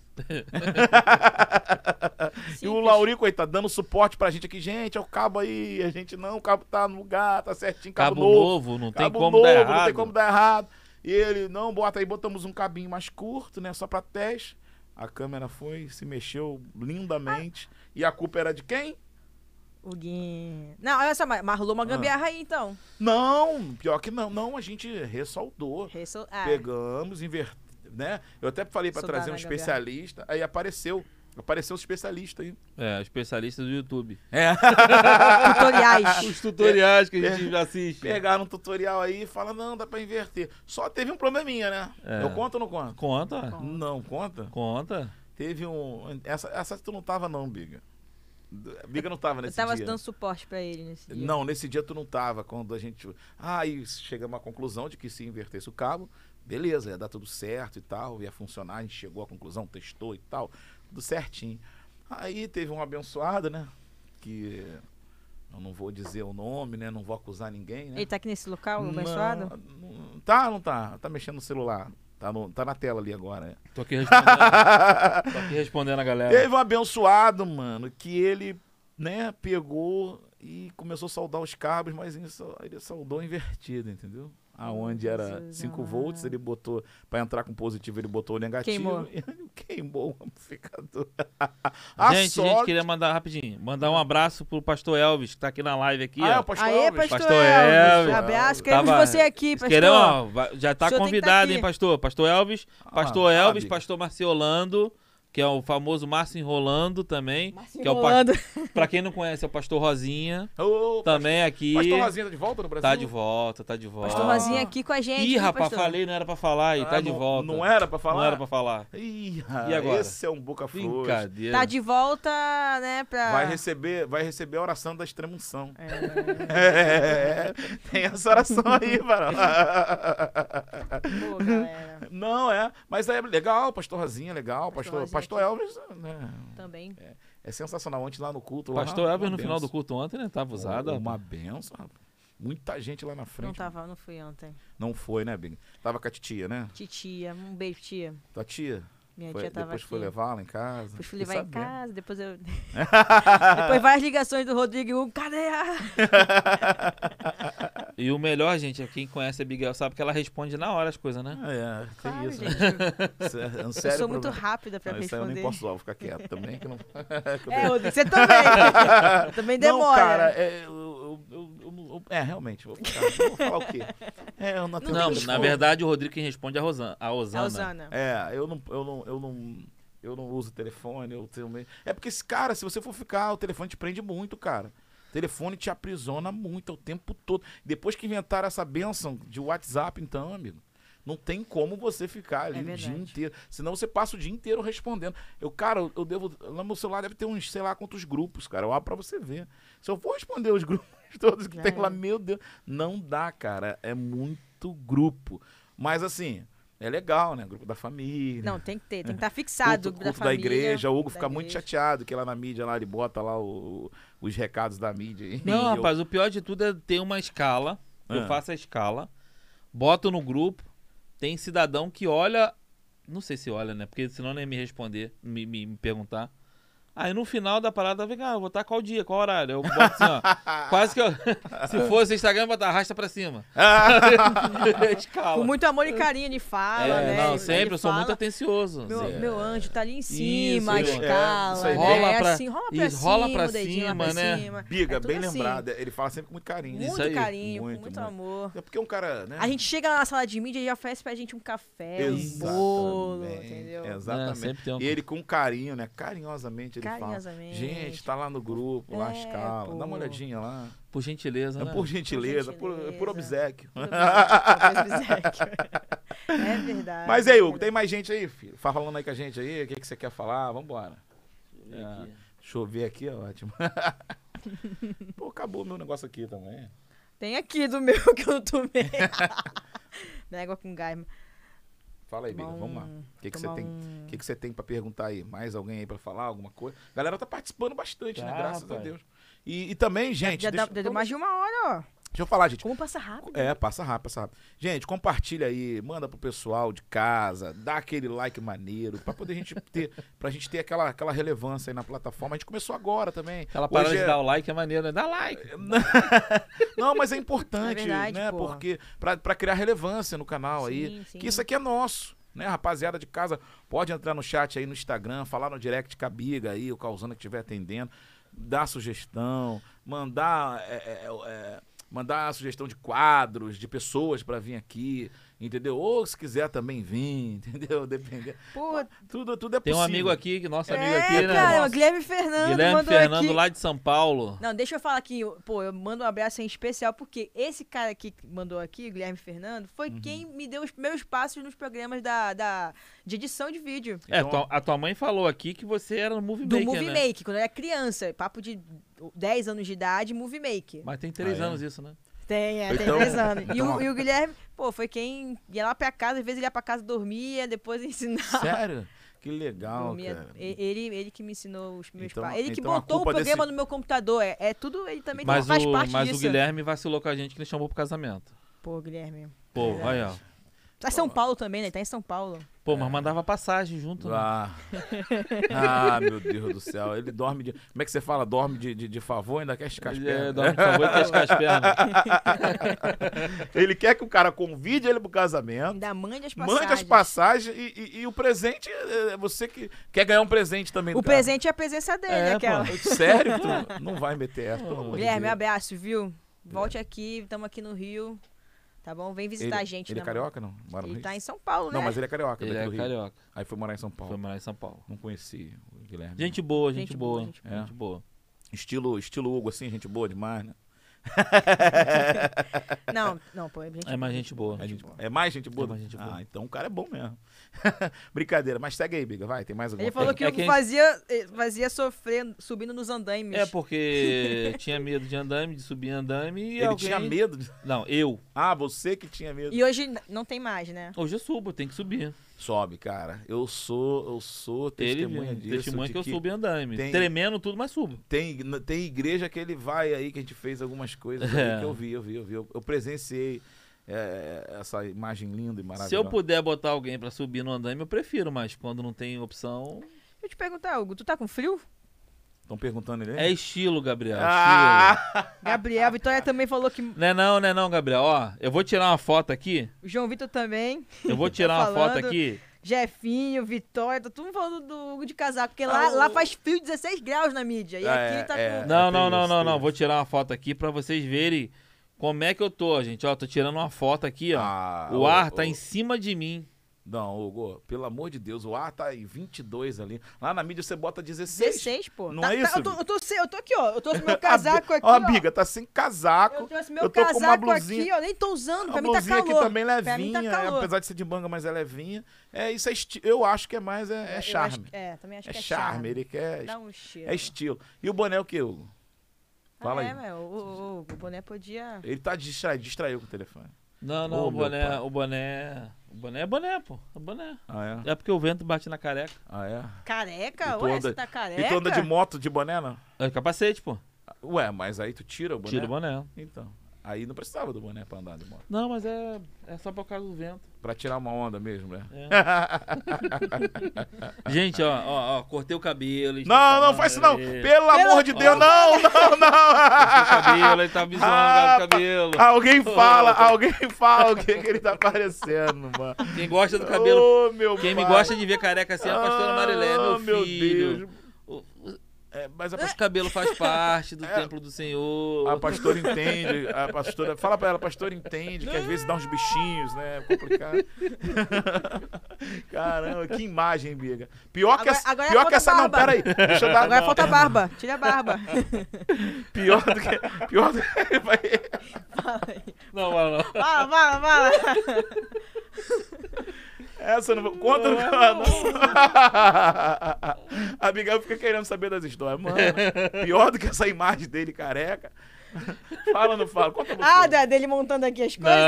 E o Lauri, coitado, dando suporte pra gente aqui. Gente, é o cabo aí. A gente não, o cabo tá no lugar, tá certinho. Cabo novo, não tem Cabo como novo, dar errado. não tem como dar errado. E ele, não, bota aí, botamos um cabinho mais curto, né, só pra teste. A câmera se mexeu lindamente. E a culpa era de quem? O Gui... Não, olha só, mas rolou uma gambiarra aí, então. Não, pior que não. Não, a gente ressoldou. Pegamos, né? Eu até falei pra trazer um especialista, aí apareceu o especialista aí. É, especialista do YouTube. Tutoriais. Os tutoriais que a gente assiste. Pegaram um tutorial aí e fala, não, dá pra inverter. Só teve um probleminha, né? É. Eu conto ou não conto? Conta. Não, conta? Conta. Teve um... Essa tu não tava não, Biga. Biga não tava nesse dia. Eu tava dando suporte pra ele nesse dia. Não, nesse dia tu não tava, quando a gente... Aí chegamos à conclusão de que se invertesse o cabo, beleza, ia dar tudo certo e tal, ia funcionar, a gente chegou à conclusão, testou e tal, tudo certinho. Aí teve um abençoado, né, que eu não vou dizer o nome, né, não vou acusar ninguém, né. Ele tá aqui nesse local, o abençoado? Não tá mexendo no celular. Tá na tela ali agora, né? Tô aqui respondendo a galera. Teve um abençoado, mano, que ele, né, pegou e começou a soldar os cabos, mas ele soldou invertido, entendeu? Aonde era 5 volts, ele botou, pra entrar com positivo, ele botou o negativo. Queimou o amplificador. A gente queria mandar rapidinho, mandar um abraço pro pastor Elvis, que tá aqui na live aqui. É o pastor Elvis. Pastor Elvis. Abraço, queremos você aqui, pastor. Já tá convidado, hein, pastor? Pastor Elvis, pastor Marciolando, que é o famoso Márcio Enrolando também. Que é o pra quem não conhece, é o pastor Rosinha. Também aqui. Pastor Rosinha tá de volta no Brasil? Tá de volta. Pastor Rosinha aqui com a gente. Ih, rapaz, falei, não era pra falar aí, tá de volta. Não era pra falar? Não era pra falar. Ih, e agora? Esse é um boca frouxo. Brincadeira. Tá de volta, né, pra... Vai receber a oração da extremunção. Tem essa oração aí, mano. Boa, galera. Não, mas é legal, pastor Rosinha, legal, pastor Elvis, né? Também. É sensacional. Ontem lá no culto. Pastor Elvis no final do culto ontem, né? Tava usado. Uma benção, rapaz. Muita gente lá na frente. Não fui ontem. Não foi, né, Big? Tava com a titia, né? Titia, um beijo, tia. Tua tia? Minha tia tava depois aqui. foi levá-la em casa? Depois fui levar em casa, depois depois várias ligações do Rodrigo, cadê a... E o melhor, gente, é quem conhece a Abigail sabe que ela responde na hora as coisas, né? Tem Claro, isso. Gente. Eu sou muito rápida pra responder. Isso aí eu nem posso ficar quieto também. Que não... Rodrigo, você também. Eu também demora. Não, cara, realmente, vou falar o quê? Eu não na verdade, o Rodrigo quem responde é a Osana. Eu não uso telefone, é porque esse cara, se você for ficar, o telefone te prende muito, cara. O telefone te aprisiona muito, o tempo todo. Depois que inventaram essa bênção de WhatsApp, então, amigo, não tem como você ficar ali o dia inteiro. Senão você passa o dia inteiro respondendo. Eu devo... No meu celular deve ter uns, sei lá quantos grupos, cara. Eu abro pra você ver. Se eu for responder os grupos todos que tem lá, meu Deus, não dá, cara. É muito grupo. Mas assim... É legal, né? Grupo da família. Tem que ter, tem que estar fixado. Culto da igreja. O Hugo fica muito chateado, que lá na mídia, lá ele bota lá os recados da mídia. Não, rapaz, o pior de tudo é ter uma escala. Eu faço a escala, boto no grupo, tem cidadão que olha, não sei se olha, né? Porque senão nem ia me responder, me perguntar. Aí no final da parada, eu vou estar qual dia, qual horário? Eu boto assim, ó. Quase que eu. Se fosse Instagram, botar arrasta pra cima. Escala. Com muito amor e carinho ele fala, né? Não, sempre, eu sou muito atencioso. Meu anjo tá ali em cima, a escala. Rola pra cima, né? Biga, bem lembrado. Ele fala sempre com muito carinho. Muito carinho, com muito amor. É porque um cara, né? A gente chega lá na sala de mídia e já oferece pra gente um café, um bolo, entendeu? Exatamente. E ele com carinho, né? Carinhosamente ele fala, gente, tá lá no grupo, lá a escala, dá uma olhadinha lá. Por gentileza, né? Por gentileza, por obséquio. É verdade. Mas aí, Hugo, tem mais gente aí, filho? Falando aí com a gente aí, o que você quer falar? Vambora. Deixa eu ver aqui, ótimo. Pô, acabou o meu negócio aqui também. Tem aqui do meu que eu não tomei. Água com gás. Fala aí, Biga, vamos lá. O que você tem pra perguntar aí? Mais alguém aí pra falar, alguma coisa? A galera tá participando bastante, né? Graças a Deus. E também, gente... Já deu mais de uma hora, ó. Deixa eu falar, gente. Como passa rápido. Passa rápido. Gente, compartilha aí, manda pro pessoal de casa, dá aquele like maneiro, pra gente ter aquela relevância aí na plataforma. A gente começou agora também. Aquela parada de dar o like é maneiro, né? Dá like. Não, mas é importante, verdade, né? porra. Porque pra criar relevância no canal aí. Sim. Que isso aqui é nosso. Né, rapaziada de casa, pode entrar no chat aí no Instagram, falar no direct com a Biga aí, o Causana que estiver atendendo. dar sugestão, mandar sugestão de quadros, de pessoas pra vir aqui, entendeu? Ou se quiser também vir, entendeu? Depender. Pô, Tudo é possível. Tem um amigo aqui, nosso amigo aqui, né? cara, o Guilherme Fernando Guilherme mandou Fernando, aqui. lá de São Paulo. Não, deixa eu falar aqui, pô, eu mando um abraço em especial, porque esse cara aqui que mandou aqui, o Guilherme Fernando, foi quem me deu os primeiros passos nos programas de edição de vídeo. Então, A tua mãe falou aqui que você era no Movie Do Maker, Movie né? Make, quando eu era criança, papo de 10 anos de idade, Movie Make. Mas tem 3 Ah, é? anos isso, né? Tem Então- 3 anos. então- E o Guilherme, pô, foi quem ia lá pra casa, às vezes ele ia pra casa, dormia, depois ensinava. sério? Que legal, Dormia. cara. Ele que me ensinou os meus Então- pais. Ele que então a botou o culpa programa desse- no meu computador. É tudo, ele também Mas, faz parte mas o disso. Guilherme vacilou com a gente que ele chamou pro casamento. Pô, Guilherme. Pô, Verdade. aí, ó. Tá em São Paulo também, né? Ele tá em São Paulo. Pô, mas mandava passagem junto, né? Meu Deus do céu. Ele dorme de... Como é que você fala? Dorme de favor, ainda quer esticar as pernas. Dorme de favor e quer esticar as pernas. Ele quer que o cara convide ele pro casamento, Ainda mande as passagens. mande as passagens e o presente, você que quer ganhar um presente também. O do cara. presente é a presença dele, É, aquela. pô. Sério? Tu não vai meter essa, pelo amor de Guilherme, Deus. abraço, viu? Volte aqui, estamos aqui no Rio. Tá bom? Vem visitar a gente. Ele é carioca, não? Mora no Ele Rio? tá em São Paulo, né? Não, mas ele é carioca. Ele daqui é do Rio. carioca. Aí foi morar em São Paulo. Foi morar em São Paulo. Não conheci o Guilherme. Gente boa, Gente gente boa, boa. gente boa. Gente boa. Estilo Hugo, assim, gente boa demais, né? Não, pô, é gente É mais gente boa. É mais gente boa? É mais gente boa. Ah, então o cara é bom mesmo. Brincadeira, mas segue aí, Biga, vai, tem mais alguma Ele falou que É o que- fazia sofrer subindo nos andaimes. É porque tinha medo de andame, de subir andame e Ele alguém... tinha medo? Não, eu. Ah, você que tinha medo. E hoje não tem mais, né? Hoje eu subo, tem que subir. Sobe, cara. Eu sou testemunha Ele disso. testemunha de que eu subo em andame. tem- Tremendo tudo, mas subo. Tem igreja que ele vai aí, que a gente fez algumas coisas aí que eu vi. Eu presenciei essa imagem linda e maravilhosa. Se eu puder botar alguém pra subir no andame, eu prefiro, mas quando não tem opção... Deixa eu te perguntar, Hugo, tu tá com frio? Estão perguntando ele aí? É estilo, Gabriel. Estilo. Ah! Gabriel, a Vitória também falou que. Não é não, Gabriel. Ó, eu vou tirar uma foto aqui. O João Vitor também. Eu vou tirar uma falando. foto aqui. Jefinho, Vitória, tá todo mundo falando do Hugo de casaco, porque lá faz frio 16 graus na mídia. E aqui ele tá com. Não. Vou tirar uma foto aqui pra vocês verem como é que eu tô, gente. Ó, tô tirando uma foto aqui, ó. O ar tá em cima de mim. Não, Hugo, pelo amor de Deus, o ar tá em 22 ali. Lá na mídia você bota 16. 16, pô. Não é isso, eu tô aqui, ó. Eu trouxe meu casaco aqui, Ó, ó. Biga, tá sem casaco. Eu trouxe meu eu tô com uma casaco blusinha. aqui, ó. Nem tô usando, A pra mim tá blusinha calor. aqui também Pra mim levinha, tá calor. apesar de ser de manga, mas é levinha. Isso é eu acho que é mais Eu charme. acho- também acho É que é charme, ele quer Dá um cheiro. é estilo. E o boné é o que, Hugo? Fala aí. Meu, o boné podia... Ele tá distraiu com o telefone. Não, Ô, o meu pai. boné, o boné é boné, pô. É boné. Ah, é? É porque o vento bate na careca. Ah, é? Careca? E tu Ué, anda- você tá careca? E tu anda de moto de boné, não? É capacete, pô. Ué, mas aí tu tira o boné? Tira o boné. Então. Aí não precisava do boné pra andar de moto. Não, mas é só por causa do vento. Pra tirar uma onda mesmo, né? Gente, ó, cortei o cabelo. a gente tá Não, falando faz isso não. aí. Pelo amor de Deus, não. Cortei o cabelo, ele tá me zoando o cabelo. Alguém fala o que ele tá parecendo, mano. Quem gosta do cabelo, Ô, meu quem me pai. gosta de ver careca assim é a pastora Marilé, meu meu filho. Deus. Mas O cabelo faz parte do templo do Senhor. a pastora entende, fala pra ela, a pastora entende que às vezes dá uns bichinhos, né? É complicado. Caramba, que imagem, Biga. Pior que Agora pior falta que essa, não, barba. peraí. Deixa eu dar. Agora falta a barba. Tira a barba. Pior do que. Não. Fala. Essa eu não vou. Conta no canal. A Abigail fica querendo saber das histórias. Mano, pior do que essa imagem dele careca. Fala ou não fala? Conta você. Dele montando aqui as coisas?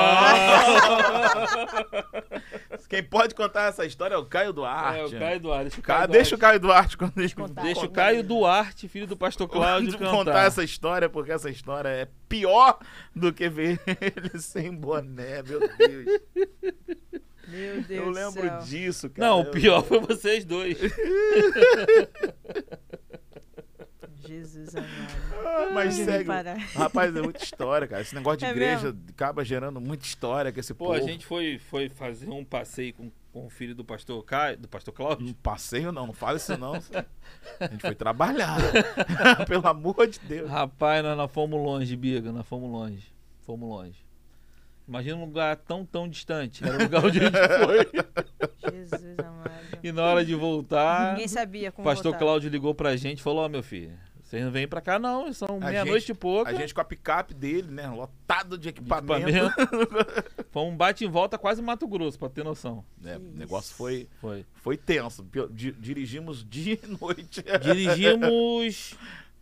Quem pode contar essa história é o Caio Duarte. É, o Caio Duarte. Deixa o Caio Duarte quando ele contar. Deixa o Caio Duarte, filho do pastor Cláudio, contar essa história, porque essa história é pior do que ver ele sem boné, meu Deus. Meu Deus Eu lembro do céu. disso, cara. Não, o pior foi vocês dois. Jesus amado. Mas de vir parar. Rapaz, é muita história, cara. Esse negócio de É igreja acaba gerando muita história com esse Pô, povo. a gente foi fazer um passeio com o filho do pastor Caio, do pastor Cláudio. Não passeio não fala isso não. A gente foi trabalhar. Pelo amor de Deus. Rapaz, nós fomos longe, Biga, nós fomos longe. Fomos longe. Imagina um lugar tão distante. Era o lugar onde a gente foi. Jesus amado. E na hora de voltar, Ninguém sabia o como pastor voltar. Cláudio ligou pra gente e falou, ó, meu filho, vocês não vêm pra cá não, são meia-noite e pouco. A gente com a picape dele, né? Lotado de equipamento. Foi um bate em volta quase Mato Grosso, pra ter noção. É, o negócio foi tenso. Dirigimos dia e noite. Dirigimos...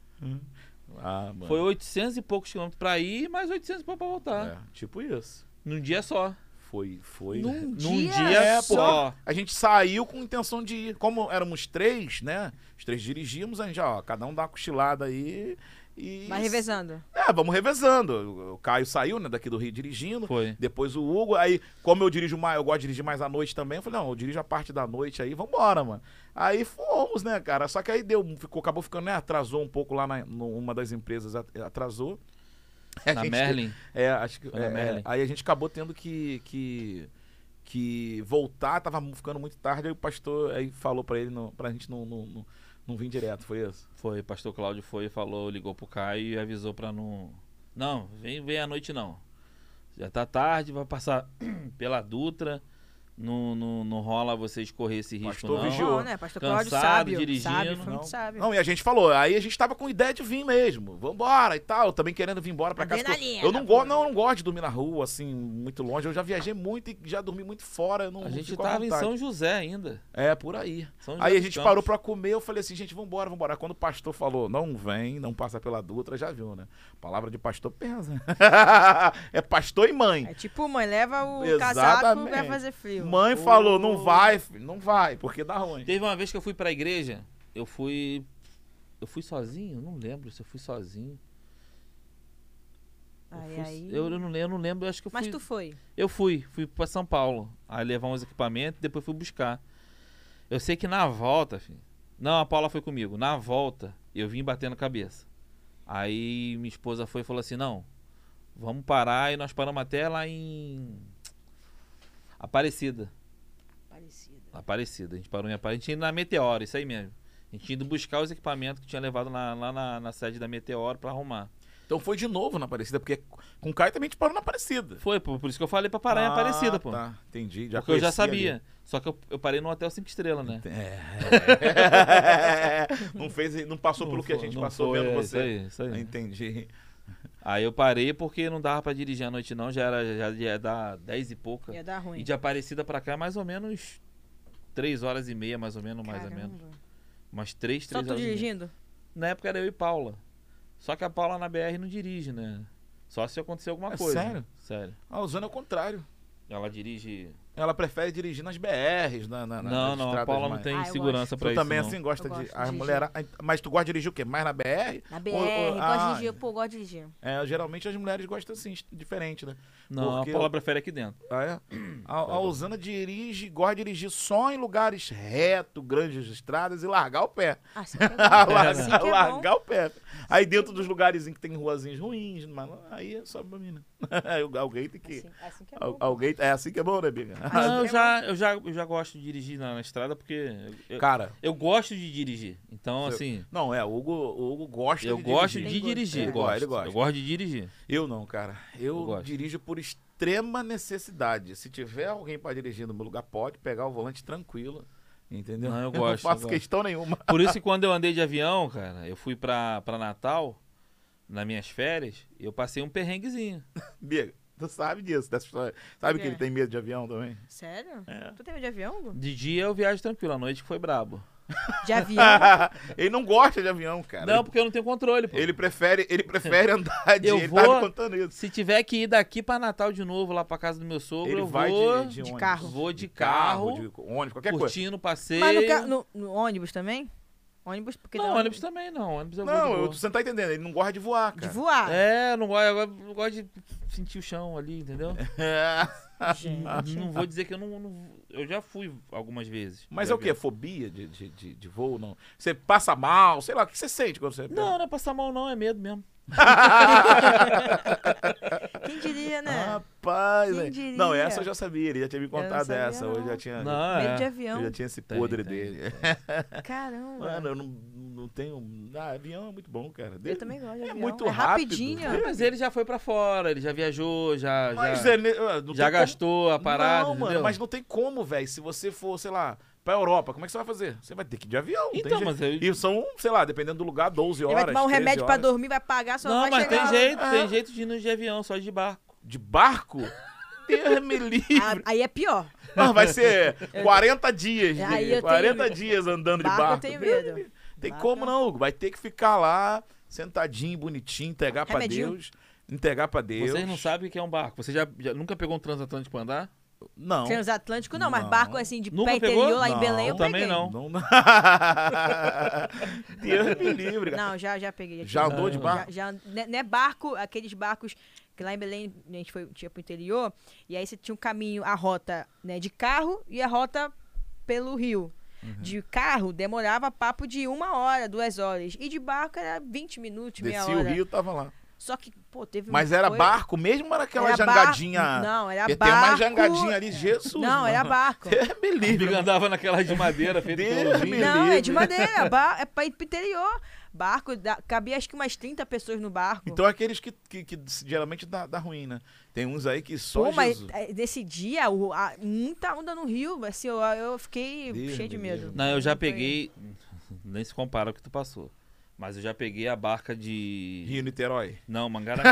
Ah, mano. Foi 800 e poucos quilômetros pra ir e mais 800 pra voltar. É, tipo isso. Num dia só. Foi. Num Num dia dia só. A gente saiu com intenção de ir. Como éramos 3, né? Os 3 dirigimos, a gente, ó, cada um dá uma cochilada aí e... Vai revezando. É, vamos revezando. O Caio saiu, né, daqui do Rio dirigindo. Foi. Depois o Hugo. Aí, como eu dirijo mais, eu gosto de dirigir mais à noite também. Eu falei, não, eu dirijo a parte da noite aí, vambora, mano. Aí fomos, né, cara? Só que aí acabou ficando, né? Atrasou um pouco lá numa das empresas, atrasou. Na Merlin? É, acho que. Foi na Merlin. Aí a gente acabou tendo que voltar, tava ficando muito tarde. Aí o pastor aí falou pra ele, pra gente não vir direto, foi isso? Foi, o pastor Cláudio foi, falou, ligou pro Caio e avisou pra não... Não, vem à noite não. Já tá tarde, vai passar pela Dutra, não rola vocês correr esse risco Pastor não. vigiou. Bom, né? Pastor Cláudio Cansado, sábio. dirigindo. Sábio, foi Não, muito sábio. não, e a gente falou, aí a gente tava com ideia de vir mesmo, vambora e tal, também querendo vir embora pra casa. Adrenalina, Eu não pô. não gosto de dormir na rua, assim, muito longe, eu já viajei muito e já dormi muito fora, eu não A gente fico à tava em vontade. São José ainda. É, por aí. São José Aí a dos gente Campos. parou pra comer, eu falei assim, gente, vambora. Quando o pastor falou, não vem, não passa pela Dutra, já viu, né? Palavra de pastor pesa. É pastor e mãe. É tipo, mãe, leva o Exatamente. casaco, vai fazer frio. Mãe falou, não vai, filho, não vai, porque dá ruim. Teve uma vez que eu fui pra igreja, eu fui sozinho? Não lembro se eu fui sozinho. Aí. Eu não lembro, eu acho que eu fui... Mas tu foi. Eu fui pra São Paulo, aí levar uns equipamentos, depois fui buscar. Eu sei que na volta, filho, não, a Paula foi comigo, na volta eu vim batendo cabeça. Aí minha esposa foi e falou assim, não, vamos parar, e nós paramos até lá em Aparecida. A gente parou em Aparecida, a gente ia indo na Meteoro, isso aí mesmo. A gente ia indo buscar os equipamentos que tinha levado lá na sede da Meteoro pra arrumar. Então foi de novo na Aparecida, porque com o Caio também a gente parou na Aparecida. Foi, por isso que eu falei pra parar em Aparecida, pô. Tá, entendi. Porque eu já conhecia sabia. ali. Só que eu parei no Hotel 5 Estrelas, né? Não passou pelo que a gente passou vendo você. Isso aí. Entendi. Aí eu parei porque não dava pra dirigir à noite não, já ia dar 10 e pouca. Ia dar ruim. E de Aparecida pra cá é mais ou menos 3 horas e meia, mais ou menos. Umas 3 Só horas tu e meia. dirigindo? Na época era eu e Paula. Só que a Paula na BR não dirige, né? Só se acontecer alguma coisa. Sério? Sério. A Usana é o contrário. Ela dirige... Ela prefere dirigir nas BRs, nas Não, a estradas Paula não mais- tem eu segurança gosto. pra Tu isso também não. assim gosta Eu de... gosto de As dirigir. mulheres... Mas tu gosta de dirigir o quê? Mais na BR? Na BR, Ou- gosto ah, de dirigir. Pô, gosto de dirigir. geralmente as mulheres gostam assim, diferente, né? Não, Porque a Paula prefere aqui dentro. Ah, é? A Usana gosta de dirigir só em lugares retos, grandes estradas e largar o pé. Assim que é bom. largar Assim que é bom. largar o pé. Aí dentro dos lugares que tem ruazinhas ruins, mas aí é só pra mim, né? Alguém tem que... Assim que é bom. Alguém... É assim que é bom, né, Biga? Não, eu já gosto de dirigir na estrada porque Cara... eu gosto de dirigir. Então, assim, Não, o Hugo gosta eu de gosto dirigir. de dirigir. Ele gosto. gosta. Eu gosto de dirigir. Eu não, cara. Eu gosto. dirijo por extrema necessidade. Se tiver alguém pra dirigir no meu lugar, pode pegar o volante tranquilo. Entendeu? Não, eu não gosto, faço eu gosto. questão nenhuma. Por isso que quando eu andei de avião, cara, eu fui pra Natal, nas minhas férias, eu passei um perrenguezinho. Biga, tu sabe disso, dessa história. Sabe É. que ele tem medo de avião também? Sério? É. Tu tem medo de avião, Hugo? De dia eu viajo tranquilo, à noite que foi brabo. De avião? Ele não gosta de avião, cara. Não, porque eu não tenho controle, pô. Ele prefere andar de... Eu Ele vou- tá me contando isso. Se tiver que ir daqui pra Natal de novo, lá pra casa do meu sogro, Ele eu vai vou de ônibus. carro. Vou de carro, de ônibus, qualquer coisa. curtindo o passeio. Mas no ônibus também? Ônibus, porque Não, ônibus também não. Ônibus eu vou de Não, boa. você não tá entendendo. Ele não gosta de voar, de cara. voar. É, eu não gosto de sentir o chão ali, entendeu? Gente. Não vou dizer que eu não. Eu já fui algumas vezes. Mas de é o quê? avião. Fobia de voo? Não? Você passa mal? Sei lá, o que você sente quando você... Não, não é passar mal, não, é medo mesmo. Quem diria, né? Rapaz, Quem velho. diria? Não, essa eu já sabia. Ele já tinha me não contado sabia, dessa. não. Hoje já tinha... Não, Medo de é. avião. Eu já tinha esse Tem, podre tem, dele. Caramba. Mano, eu não tenho... Ah, avião é muito bom, cara. Eu também gosto de É avião. muito é rápido. rapidinho. Mas ele já foi pra fora, ele já viajou, já Mas já, é, não já tem gastou a como... parada, Não, mano, entendeu? mas não tem como, velho. Se você for, sei lá, pra Europa, como é que você vai fazer? Você vai ter que ir de avião. não tem Então, jeito. mas eu... E são, sei lá, dependendo do lugar, 12 Ele horas, vai tomar um 13 remédio pra horas. dormir, vai pagar, só Não, vai mas chegar. tem jeito de ir no de avião, só de barco. De barco? Deus me livre. Aí é pior. Não, vai ser 40 dias. Aí eu 40 tenho- dias andando de Barco eu barco. tenho Deus medo. me livre. Tem Barco- como não, Hugo. Vai ter que ficar lá, sentadinho, bonitinho, entregar pra Remedinho. Deus. Entregar pra Deus. Vocês não sabem o que é um barco. Você já nunca pegou um transatlântico pra andar? Não. Transatlântico não, mas Não. barco assim de Nunca pé pegou? interior lá em Não. Belém eu Também peguei. não. Não. Deus me livre, cara. Não, já peguei. Já tive. andou de barco? Não é barco, aqueles barcos que lá em Belém a gente tinha pro interior, e aí você tinha um caminho, a rota, né, de carro e a rota pelo rio. Uhum. De carro demorava papo de 1 hora, 2 horas. E de barco era 20 minutos, meia Desci o hora. rio, tava lá. Só que, pô, teve Mas uma era coisa- barco mesmo ou era aquela Era jangadinha? barco. Não, era Porque barco. tem uma jangadinha ali, Jesus. Não, era mano. barco. Deus me O livre. Biga andava naquela de madeira feita Deus com me Não, é de livre. madeira. É pra ir pro interior. Barco, cabia acho que umas 30 pessoas no barco. Então aqueles que geralmente dá ruim, né? Tem uns aí que só Pô, mas Jesus. nesse dia, muita onda no rio, assim, eu fiquei Deus cheio de me medo. livre. Não, eu já Foi- peguei. Nem se compara ao que tu passou. Mas eu já peguei a barca de. Rio Niterói. Não,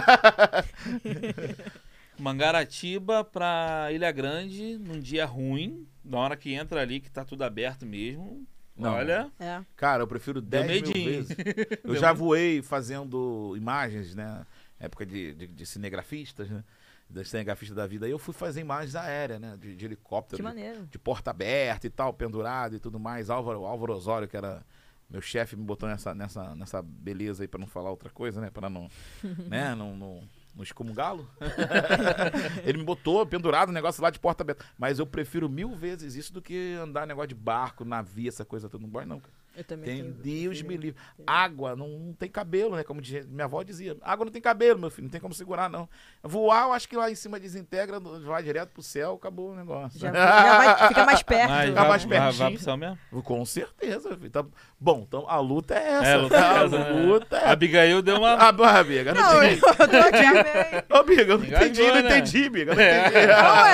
Mangaratiba pra Ilha Grande num dia ruim. Na hora que entra ali, que tá tudo aberto mesmo. Não. Olha. É. Cara, eu prefiro 10 mil medinho. vezes. Eu já voei fazendo imagens, né? Época de cinegrafistas, né? Das cinegrafistas da vida. Aí eu fui fazer imagens aéreas, né? De helicóptero. Que maneiro. De porta aberta e tal, pendurado e tudo mais. Álvaro Osório, que era meu chefe, me botou nessa beleza aí pra não falar outra coisa, né? Pra não, né? Não excomungá-lo. Ele me botou pendurado, negócio lá de porta aberta. Mas eu prefiro 1000 vezes isso do que andar negócio de barco, navio, essa coisa toda. Não gosto não, cara. Eu também Tem tenho. Deus me livre. Água não tem cabelo, né? Como minha avó dizia. Água não tem cabelo, meu filho. Não tem como segurar, não. Voar, eu acho que lá em cima desintegra, vai direto pro céu, acabou o negócio. Já vai, fica mais perto. Mas Fica mais vai pertinho. pro céu mesmo? Com certeza, filho. Tá... Bom, então a luta é essa. É, a luta é A essa, né? luta é A Abigail deu uma. Ah, amiga, não Não, eu entendi. tô aqui bem. Ô, amiga, eu não Engajou, entendi, não né? entendi, amiga. Não É. entendi.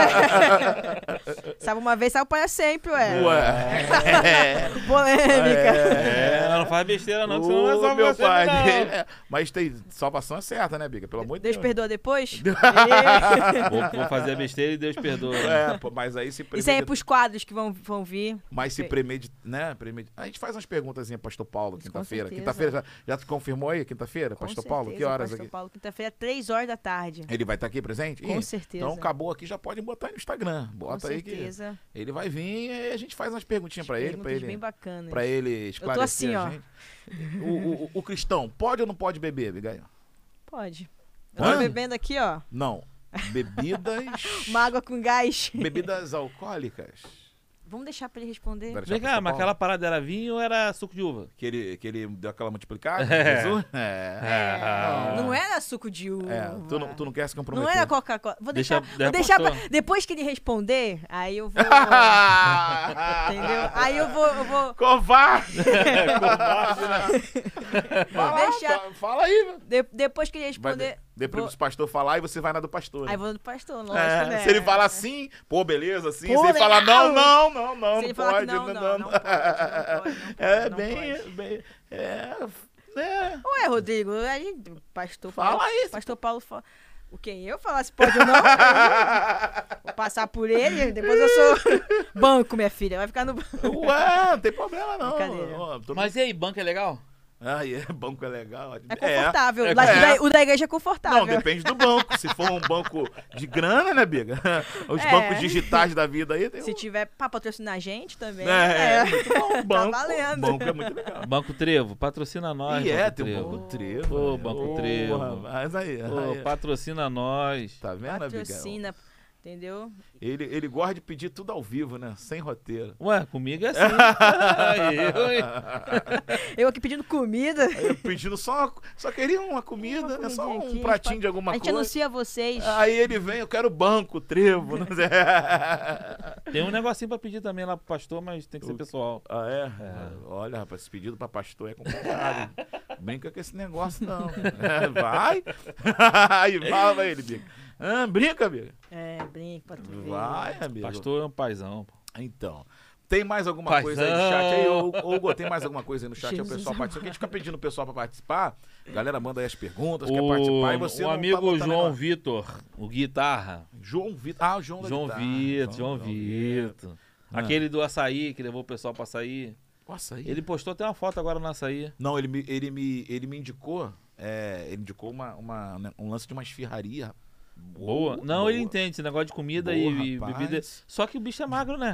Sabe uma vez, sabe para sempre, ué. Ué. Polêmica. É, não faz besteira não, que senão não é Ô, só meu você, pai. não. É, mas tem salvação é certa, né, Biga? Pelo amor de Deus Deus. perdoa depois? Vou fazer a besteira e Deus perdoa. É, pô, mas aí se Isso aí é premedita. pros quadros que vão vir. Mas se premedita, né? A gente faz umas perguntazinhas, Pastor Paulo, Com quinta-feira. certeza. Quinta-feira já tu confirmou aí, quinta-feira? Com Pastor Paulo, que certeza, horas Pastor aqui? Paulo, quinta-feira, 3 horas da tarde. Ele vai estar aqui presente? Com Ih, certeza. Então acabou aqui, já pode botar aí no Instagram. Com Bota aí que certeza. ele vai vir e a gente faz umas perguntinhas pra ele, Perguntas bem bacanas. pra ele esclarecer assim, a ó. gente. O cristão, pode ou não pode beber, Abigail? Pode. Eu Hã? tô bebendo aqui, ó, Não. Bebidas. uma água com gás. Bebidas alcoólicas. Vamos deixar pra ele responder. Vai deixar Vem pro cá, Pastor mas Paulo? aquela parada era vinho ou era suco de uva? Que ele deu aquela multiplicada? É. Jesus? Não era suco de uva. É, tu não quer se comprometer. Não era Coca-Cola. Vou Deixa- deixar, deixa vou deixar pastor. depois que ele responder, aí eu vou. Entendeu? Aí eu vou Covarde! Fala aí, velho. depois que ele Vai responder, depois vou- do pastor falar e você vai na do pastor. né? aí vou no pastor, lógico, É, né? se ele falar assim, pô, beleza, assim. Pô, se ele falar legal. não, Se ele não falar pode. que não pode, não pode. É não bem, pode. bem, é. Ué, Rodrigo, a gente, pastor Fala Paulo, aí. Pastor Paulo fala. O que eu falar se pode ou não? Vou passar por ele, depois eu sou banco, minha filha. Vai ficar no banco. Ué, não tem problema não. Brincadeira. Ó, tô- Mas e aí, banco é legal? Aí, banco é legal. É confortável. É, O da igreja é confortável. Não, depende do banco. Se for um banco de grana, né, Biga? Os bancos digitais da vida aí tem Se tiver pra patrocinar a gente também. muito bom. Banco, valendo. banco é muito legal. Banco Trevo, patrocina nós. E Banco tem Trevo. um Banco Trevo. Ô, Banco Trevo. Mas aí, Pô, patrocina nós. tá vendo, Abigail? Patrocina, entendeu? Ele gosta de pedir tudo ao vivo, né? Sem roteiro. Ué, comigo é assim. Eu aqui pedindo comida. Eu pedindo só queria uma comida, né? Só comidinha um aqui, pratinho de alguma A gente coisa. anuncia vocês. Aí ele vem, eu quero banco, trevo. Não sei. Tem um negocinho pra pedir também lá pro pastor, mas tem que ser pessoal. Ah, é? Olha, rapaz, esse pedido pra pastor é complicado. Brinca com esse negócio, não. Vai. Aí fala pra ele, Biga. Brinca, Biga. Brinca pra tu ver. Vai, amigo. Pastor é um paizão, pô. Então. Tem mais alguma Paizão. coisa aí no chat aí? Hugo, tem mais alguma coisa aí no chat? Aí o Jesus pessoal amado. participa. A gente fica pedindo o pessoal pra participar. A galera manda aí as perguntas, quer participar. E você o não amigo tá botando João ela. Vitor, o guitarra. João Vitor. Ah, o João da João guitarra. Vitor, João Vitor. Vitor. Aquele do açaí, que levou o pessoal pra açaí. Nossa, aí. Ele postou até uma foto agora no açaí. Não, ele me indicou. Ele indicou um lance de uma esfirraria. Boa. Não, ele entende esse negócio de comida e rapaz. bebida. Só que o bicho é magro, né?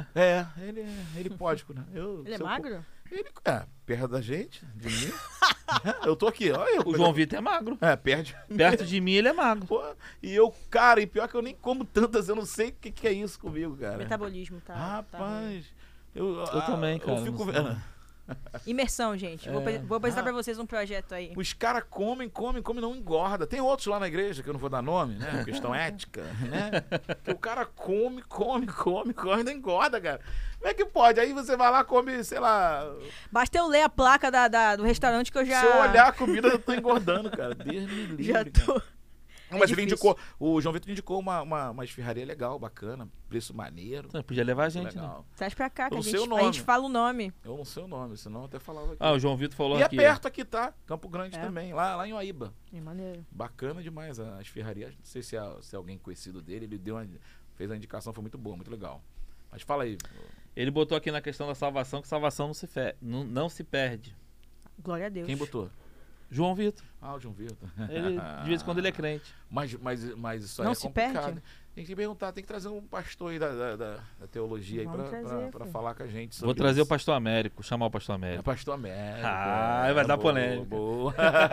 Ele pode, né? Ele é magro? Ele perto da gente, de mim. Eu tô aqui, olha eu. O João Vitor é magro. Perde. Perto de mim ele é magro. Pô, e eu, cara, e pior que eu nem como tantas, eu não sei o que é isso comigo, cara. Metabolismo, tá? Rapaz, Eu também, cara, Eu fico não sei. vendo. Imersão, gente. Vou apresentar pra vocês um projeto aí. Os caras comem, não engorda. Tem outros lá na igreja, que eu não vou dar nome, né? Questão ética, né? Que o cara come, ainda engorda, cara. Como é que pode? Aí você vai lá, come, sei lá... Basta eu ler a placa do restaurante que eu já... Se eu olhar a comida, eu tô engordando, cara. Deus me livre, Já cara. tô... Não, mas É ele difícil. indicou, o João Vitor indicou uma esfirraria legal, bacana, preço maneiro. Então, podia levar a gente, né? Legal. Traz pra cá, que Eu a não sei o gente, nome. a gente fala o nome. Eu não sei o nome, senão eu até falava aqui. Ah, o João Vitor falou E aqui. é perto aqui, tá? Campo Grande É. também, lá em Uaíba. É maneiro. Bacana demais a esfirraria. Não sei se é alguém conhecido dele, ele fez a indicação, foi muito boa, muito legal. Mas fala aí. Ele botou aqui na questão da salvação, que salvação não se perde. Glória a Deus. Quem botou? João Vitor. Ah, o João Vitor. Ele, de vez em quando ele é crente. Mas isso aí Não é se complicado. perde? Tem que perguntar, tem que trazer um pastor aí da teologia aí Vamos trazer, pra filho. falar com a gente sobre Vou trazer o isso. pastor Américo, chamar o pastor É Américo. pastor Américo. Vai dar boa, polêmica. Boa.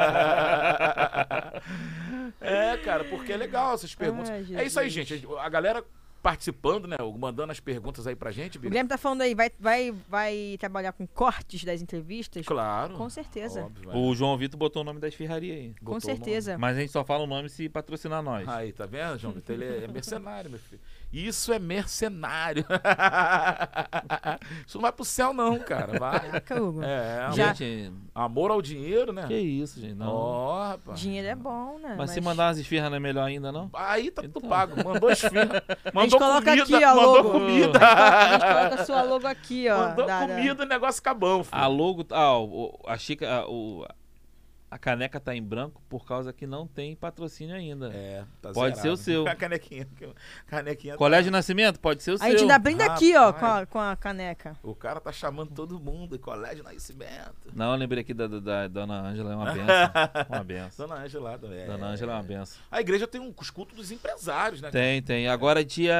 Cara, porque é legal essas perguntas. Ai, É isso aí, Jesus. gente. A galera participando, né? Mandando as perguntas aí pra gente, O Biga. Guilherme tá falando aí, vai trabalhar com cortes das entrevistas? Claro. Com certeza. Óbvio, é. O João Vitor botou o nome da esfirraria aí. Com Botou o certeza. Mas a gente só fala o nome se patrocinar nós. Aí, tá vendo, João Vitor? Ele é mercenário, meu filho. Isso é mercenário. Isso não vai pro céu, não, cara. Vai. Caraca, Hugo. Já. Gente, Amor ao dinheiro, né? que isso, gente. Não. Ó, rapaz. Dinheiro é bom, né? Mas se mandar umas esfirras não é melhor ainda, não? Aí tá tudo Então. pago. Mandou esfirra. Mandou coloca comida. aqui, ó, mandou logo. comida. A gente coloca a sua logo aqui, ó. Mandou comida e o negócio acabou, filho. A logo... a xícara... A caneca tá em branco por causa que não tem patrocínio ainda. Tá Pode ser o seu. A canequinha. Canequinha. Colégio de Nascimento? Pode ser o A seu. gente ainda brinda aqui, ó, Rapaz. com a caneca. O cara tá chamando todo mundo. Colégio Nascimento. Não, eu lembrei aqui da Dona Ângela, é uma benção. Uma benção. Dona Ângela também. Dona Ângela é uma benção. A igreja tem os cultos dos empresários, né? Tem. Agora é dia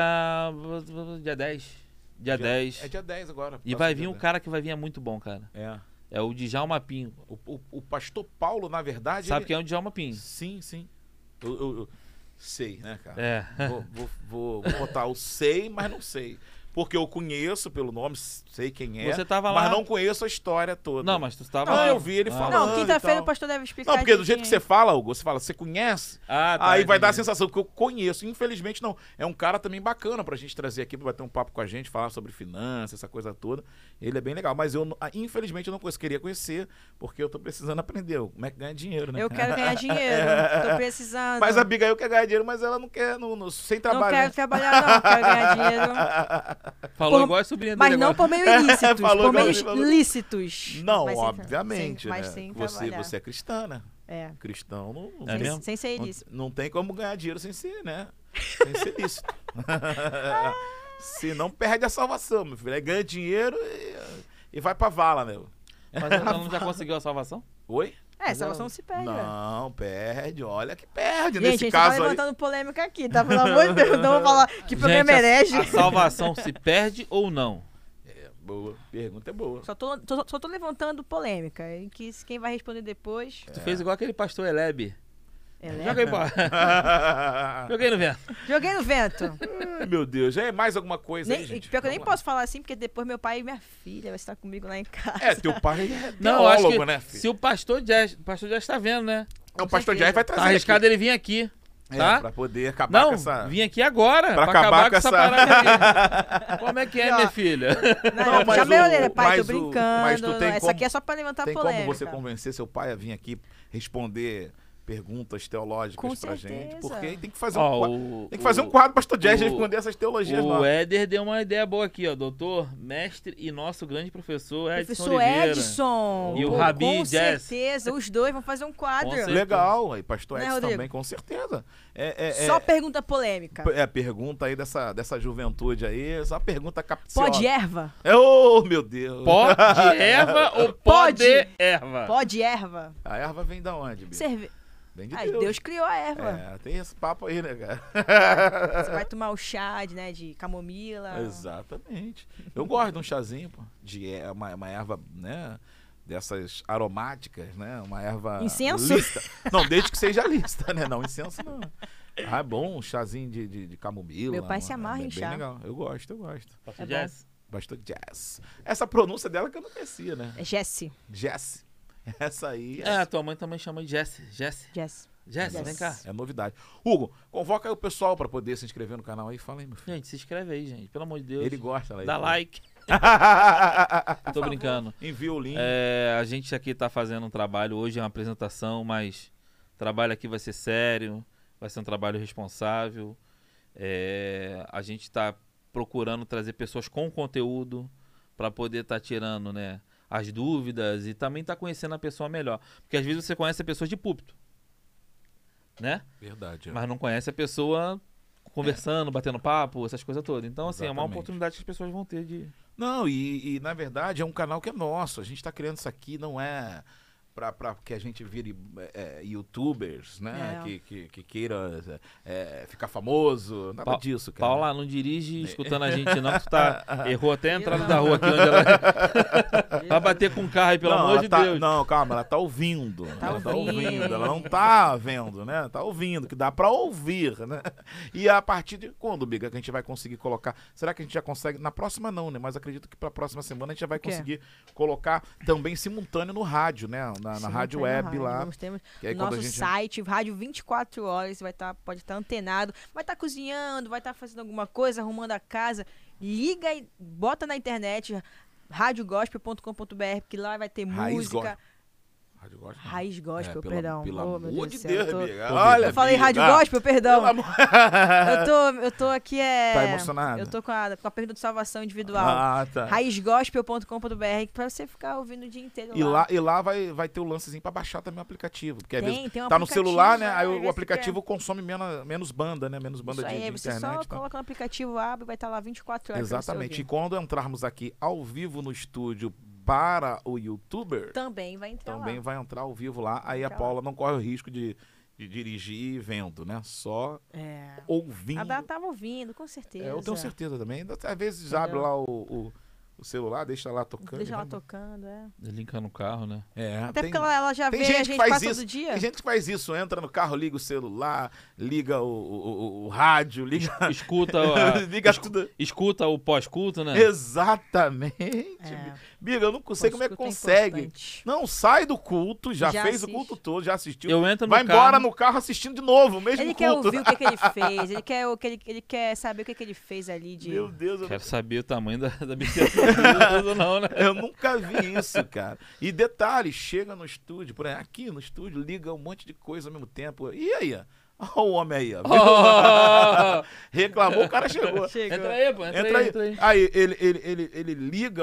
10. Dia 10. É dia 10 agora. E Próximo vai dia vir um 10. cara que vai vir é muito bom, cara. É o Djalma Pinho. O pastor Paulo, na verdade... Sabe quem é o Djalma Pinho? Sim. Eu sei, né, cara? É. Vou botar o sei, mas não sei. Porque eu conheço pelo nome, sei quem é. Você tava lá- Mas não conheço a história toda. Não, mas tu estava Não, lá. eu vi ele falando. Não, quinta-feira e tal. o pastor deve explicar. Não, porque do jeito que direitinho você fala, Hugo, você fala, você conhece? Ah, tá, Aí vai dar a entendi. sensação, porque eu conheço. Infelizmente, não. É um cara também bacana pra gente trazer aqui, pra bater um papo com a gente, falar sobre finanças, essa coisa toda. Ele é bem legal. Mas eu, infelizmente, eu não queria conhecer, porque eu tô precisando aprender como é que ganha dinheiro, né? Eu quero ganhar dinheiro. Tô precisando. Mas a Abigail quer ganhar dinheiro, mas ela não quer sem Não trabalho. quero né? trabalhar, não. Quero ganhar dinheiro. Falou Por- igual a sobrinha Mas dele não agora. por meio ilícitos. Falou Por igual meios ele falou. lícitos. Não, Mas sem- obviamente, sem- mas né? sem trabalhar. Você é cristã, né? É. Cristão não, É mesmo? Sem ser ilícito. não tem como ganhar dinheiro sem ser, né? Sem ser lícito. Se não perde a salvação, meu filho. Aí ganha dinheiro e vai pra vala, né? Mas ela não já conseguiu a salvação? Oi? Salvação não se perde. Não, perde. Olha que perde. Gente, Nesse a gente caso tá aí. levantando polêmica aqui, tá? Pelo amor de Deus, não vou falar que programa Gente, herege. a salvação se perde ou não? Boa. Pergunta é boa. Só tô levantando polêmica. E que quem vai responder depois... Tu fez igual aquele pastor Elebe. Ele Joga aí, pô. Joguei no vento. Joguei no vento. Ai, meu Deus. É mais alguma coisa aí, gente? Pior que eu nem Vamos lá. posso falar assim, porque depois meu pai e minha filha vai estar comigo lá em casa. É, teu pai é Não, eu acho teólogo, que né, filho? se o pastor Jazz tá vendo, né? Não, o pastor certeza. Jair vai Tá trazer arriscado ele vir aqui, aqui. tá? Pra poder acabar Não, com essa... vim aqui agora Pra pra acabar com essa essa- parada aí. Como é que é, Ó, minha filha? Não, mas já o- meu orelha, pai, mas tô o- brincando. mas tu tem Essa como- aqui é só pra levantar Tem polêmica. como você convencer seu pai a vir aqui responder perguntas teológicas Com pra certeza. gente? Porque tem que fazer Ó, tem que fazer um quadro pastor Jazz o- responder essas teologias O novas. Éder deu uma ideia boa aqui, ó. Doutor, mestre e nosso grande professor Edson Professor Oliveira. Edson. E o Pô, Rabi com Jazz. certeza, os dois vão fazer um quadro. Com certeza. Legal, aí pastor Né, Edson Rodrigo? também, com certeza. Só pergunta polêmica. Pergunta aí dessa juventude aí, só pergunta capciosa. Pode erva? Oh, meu Deus. Pó de erva ou pó Pode. de erva? Pode erva? A erva vem da onde, bicho? Vem de Ai, Deus. Deus criou a erva. É, tem esse papo aí, né, cara? Você vai tomar o chá de camomila. Exatamente. Eu gosto de um chazinho, pô, uma erva, né, dessas aromáticas, né, uma erva... Incenso? Lista. Não, desde que seja lista, né, não, incenso não. Ah, é bom, um chazinho de camomila. Meu pai se amarra em bem chá. legal, eu gosto. Pastor É bom. Jazz? Bastante jazz. Essa pronúncia dela que eu não conhecia, né? É Jesse. Jazz. Essa aí É, a tua mãe também chama de Jesse. Jesse. Jesse. Jesse, Yes. vem cá. é novidade. Hugo, convoca aí o pessoal pra poder se inscrever no canal aí. Fala aí, meu filho. Gente, se inscreve aí, gente. Pelo amor de Deus. Ele gosta. Dá like. Tô brincando. Envia o link. É, a gente aqui tá fazendo um trabalho. Hoje é uma apresentação, mas o trabalho aqui vai ser sério. Vai ser um trabalho responsável. A gente tá procurando trazer pessoas com conteúdo para poder estar tirando, né, as dúvidas e também tá conhecendo a pessoa melhor. Porque às vezes você conhece a pessoa de púlpito, né? Verdade. Mas não conhece a pessoa conversando, batendo papo, essas coisas todas. Então, assim, é uma Exatamente. oportunidade que as pessoas vão ter de... Não, e na verdade é um canal que é nosso. A gente tá criando isso aqui, não é pra que a gente vire youtubers, né? É. Que queira ficar famoso. Nada disso, cara. Paula, não dirige escutando a gente não, que tu errou até a entrada da rua aqui onde ela... Vai bater com o carro aí, pelo Não, amor ela de tá- Deus. Não, calma, ela tá ouvindo. Tá ela tá ouvindo. ouvindo. Ela não tá vendo, né? Tá ouvindo, que dá pra ouvir, né? E a partir de quando, Biga, que a gente vai conseguir colocar? Será que a gente já consegue? Na próxima não, né? Mas acredito que pra próxima semana a gente já vai quê? conseguir colocar também simultâneo no rádio, né? Na rádio web lá. Nós temos Que aí quando nosso a gente... site, rádio 24 horas, pode estar antenado, vai estar cozinhando, vai estar fazendo alguma coisa, arrumando a casa. Liga e bota na internet radiogospel.com.br, que lá vai ter Raiz música. Rádio gospel? Raiz Gospel, pelo perdão. Pelo Oh, meu amor Deus de do céu, Deus, eu tô- amiga. Tô Olha, Eu falei Biga. Rádio Gospel, perdão. Pelo amor... Eu tô aqui, Tá emocionada? eu tô com a pergunta de salvação individual. Ah, tá. raizgospel.com.br, pra você ficar ouvindo o dia inteiro E lá vai ter o lancezinho pra baixar também o aplicativo. Porque às vezes tem um tá no aplicativo, celular, né? Aí às o vezes aplicativo consome menos banda, né? Menos banda Isso aí, de você internet. só então. coloca no aplicativo, abre, vai estar lá 24 horas. pra você Exatamente. E ouvir. quando entrarmos aqui ao vivo no estúdio para o YouTuber, Também vai entrar também lá. vai entrar ao vivo lá. Aí a Entrar Paula não corre o risco de dirigir vendo, né? Só É. ouvindo. A Dá tava ouvindo, com certeza. Eu tenho certeza também. Às vezes Entendeu? abre lá o celular, deixa lá tocando. Deixa e ela vai- tocando, é. Linka no carro, né? É, Até tem- porque ela já Tem vê gente a que gente faz passa isso. todo dia. Tem gente que faz isso, entra no carro, liga o celular, liga o rádio, liga, Escuta, liga tudo. escuta o pós-culto, né? Exatamente. É. Biga, eu não sei como é que Pós-culto consegue. importante. Não sai do culto, já Já fez assiste. o culto todo, já assistiu. Eu entro no Vai carro, embora no carro assistindo de novo, o mesmo Ele quer culto. ouvir o que ele fez, ele quer saber o que ele fez ali de... Meu Deus, eu, Quero saber o tamanho da bicicleta ou não, né? eu nunca vi isso, cara. E detalhe, chega no estúdio, por aí, aqui no estúdio, liga um monte de coisa ao mesmo tempo. E aí, ó? Olha o homem aí, ó. Oh! Reclamou, o cara chegou. Chegou. Entra aí, pô, Entra aí. entra aí. Aí ele liga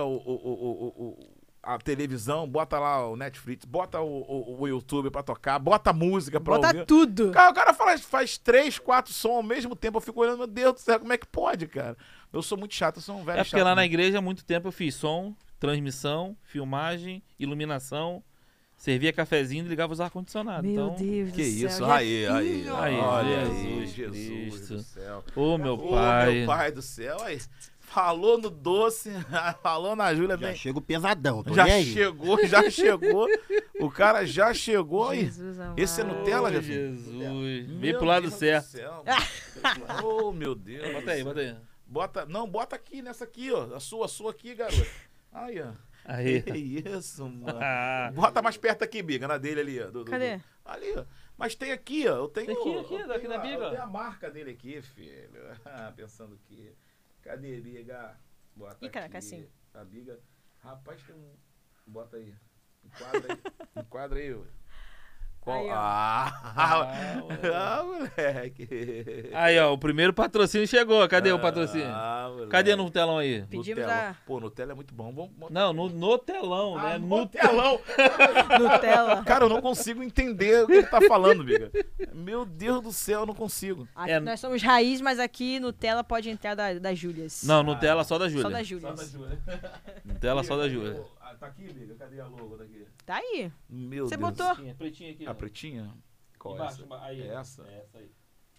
a televisão, bota lá o Netflix, bota o YouTube pra tocar, bota a música pra Bota ouvir. tudo. Cara, o cara faz 3, 4 sons ao mesmo tempo. Eu fico olhando, meu Deus do céu, como é que pode, cara? Eu sou muito chato, eu sou um velho É porque chato. lá na né? igreja há muito tempo eu fiz som, transmissão, filmagem, iluminação, servia cafezinho e ligava os ar-condicionados. Meu Então, Deus do Que céu. isso, aí. Aí, Olha Jesus aí, Cristo. do céu. ô meu Ô, pai. meu pai do céu, aí. Falou no doce, falou na Júlia, Já bem. chego pesadão, tô Já nem aí. chegou. O cara já chegou aí. Jesus amado. Esse é Nutella, Ô, Jefinho? Jesus. Veio Meu pro lado Deus do certo. céu. Oh, meu Deus. Bota aí, bota aí. Bota aqui, nessa aqui, ó. A sua aqui, garoto. Aí, ó. Aí. Que isso, mano. Ah, Bota mais perto aqui, Biga, na dele ali, ó. Cadê? Ali, ó. Mas tem aqui, ó. Eu tenho. Aqui, eu daqui tenho da Biga, Eu ó. tenho a marca dele aqui, filho. Pensando aqui. Cadê, Biga? Bota Ih, caraca, aqui. assim. A Biga. Rapaz, tem um. Bota aí. Enquadra aí, ué. Qual? Aí, ó. Moleque. Aí, ó, o primeiro patrocínio chegou. Cadê o patrocínio? Moleque. Cadê no telão aí? Pedimos Nutella. a Pô, Nutella é muito bom. Vamos Não, no telão, né? no telão. Nutella. Cara, eu não consigo entender o que ele tá falando, Biga. Meu Deus do céu, eu não consigo. Aqui É. nós somos raiz, mas aqui Nutella pode entrar da Júlias. Não, Nutella só da Júlia. Só da Júlias. Nutella só da Júlia. Tá aqui, Biga? Cadê a logo daqui? Tá aí. Meu Você Deus. botou? Pretinha aqui. A pretinha? Qual é Embaixo, essa? aí. É essa? Essa aí.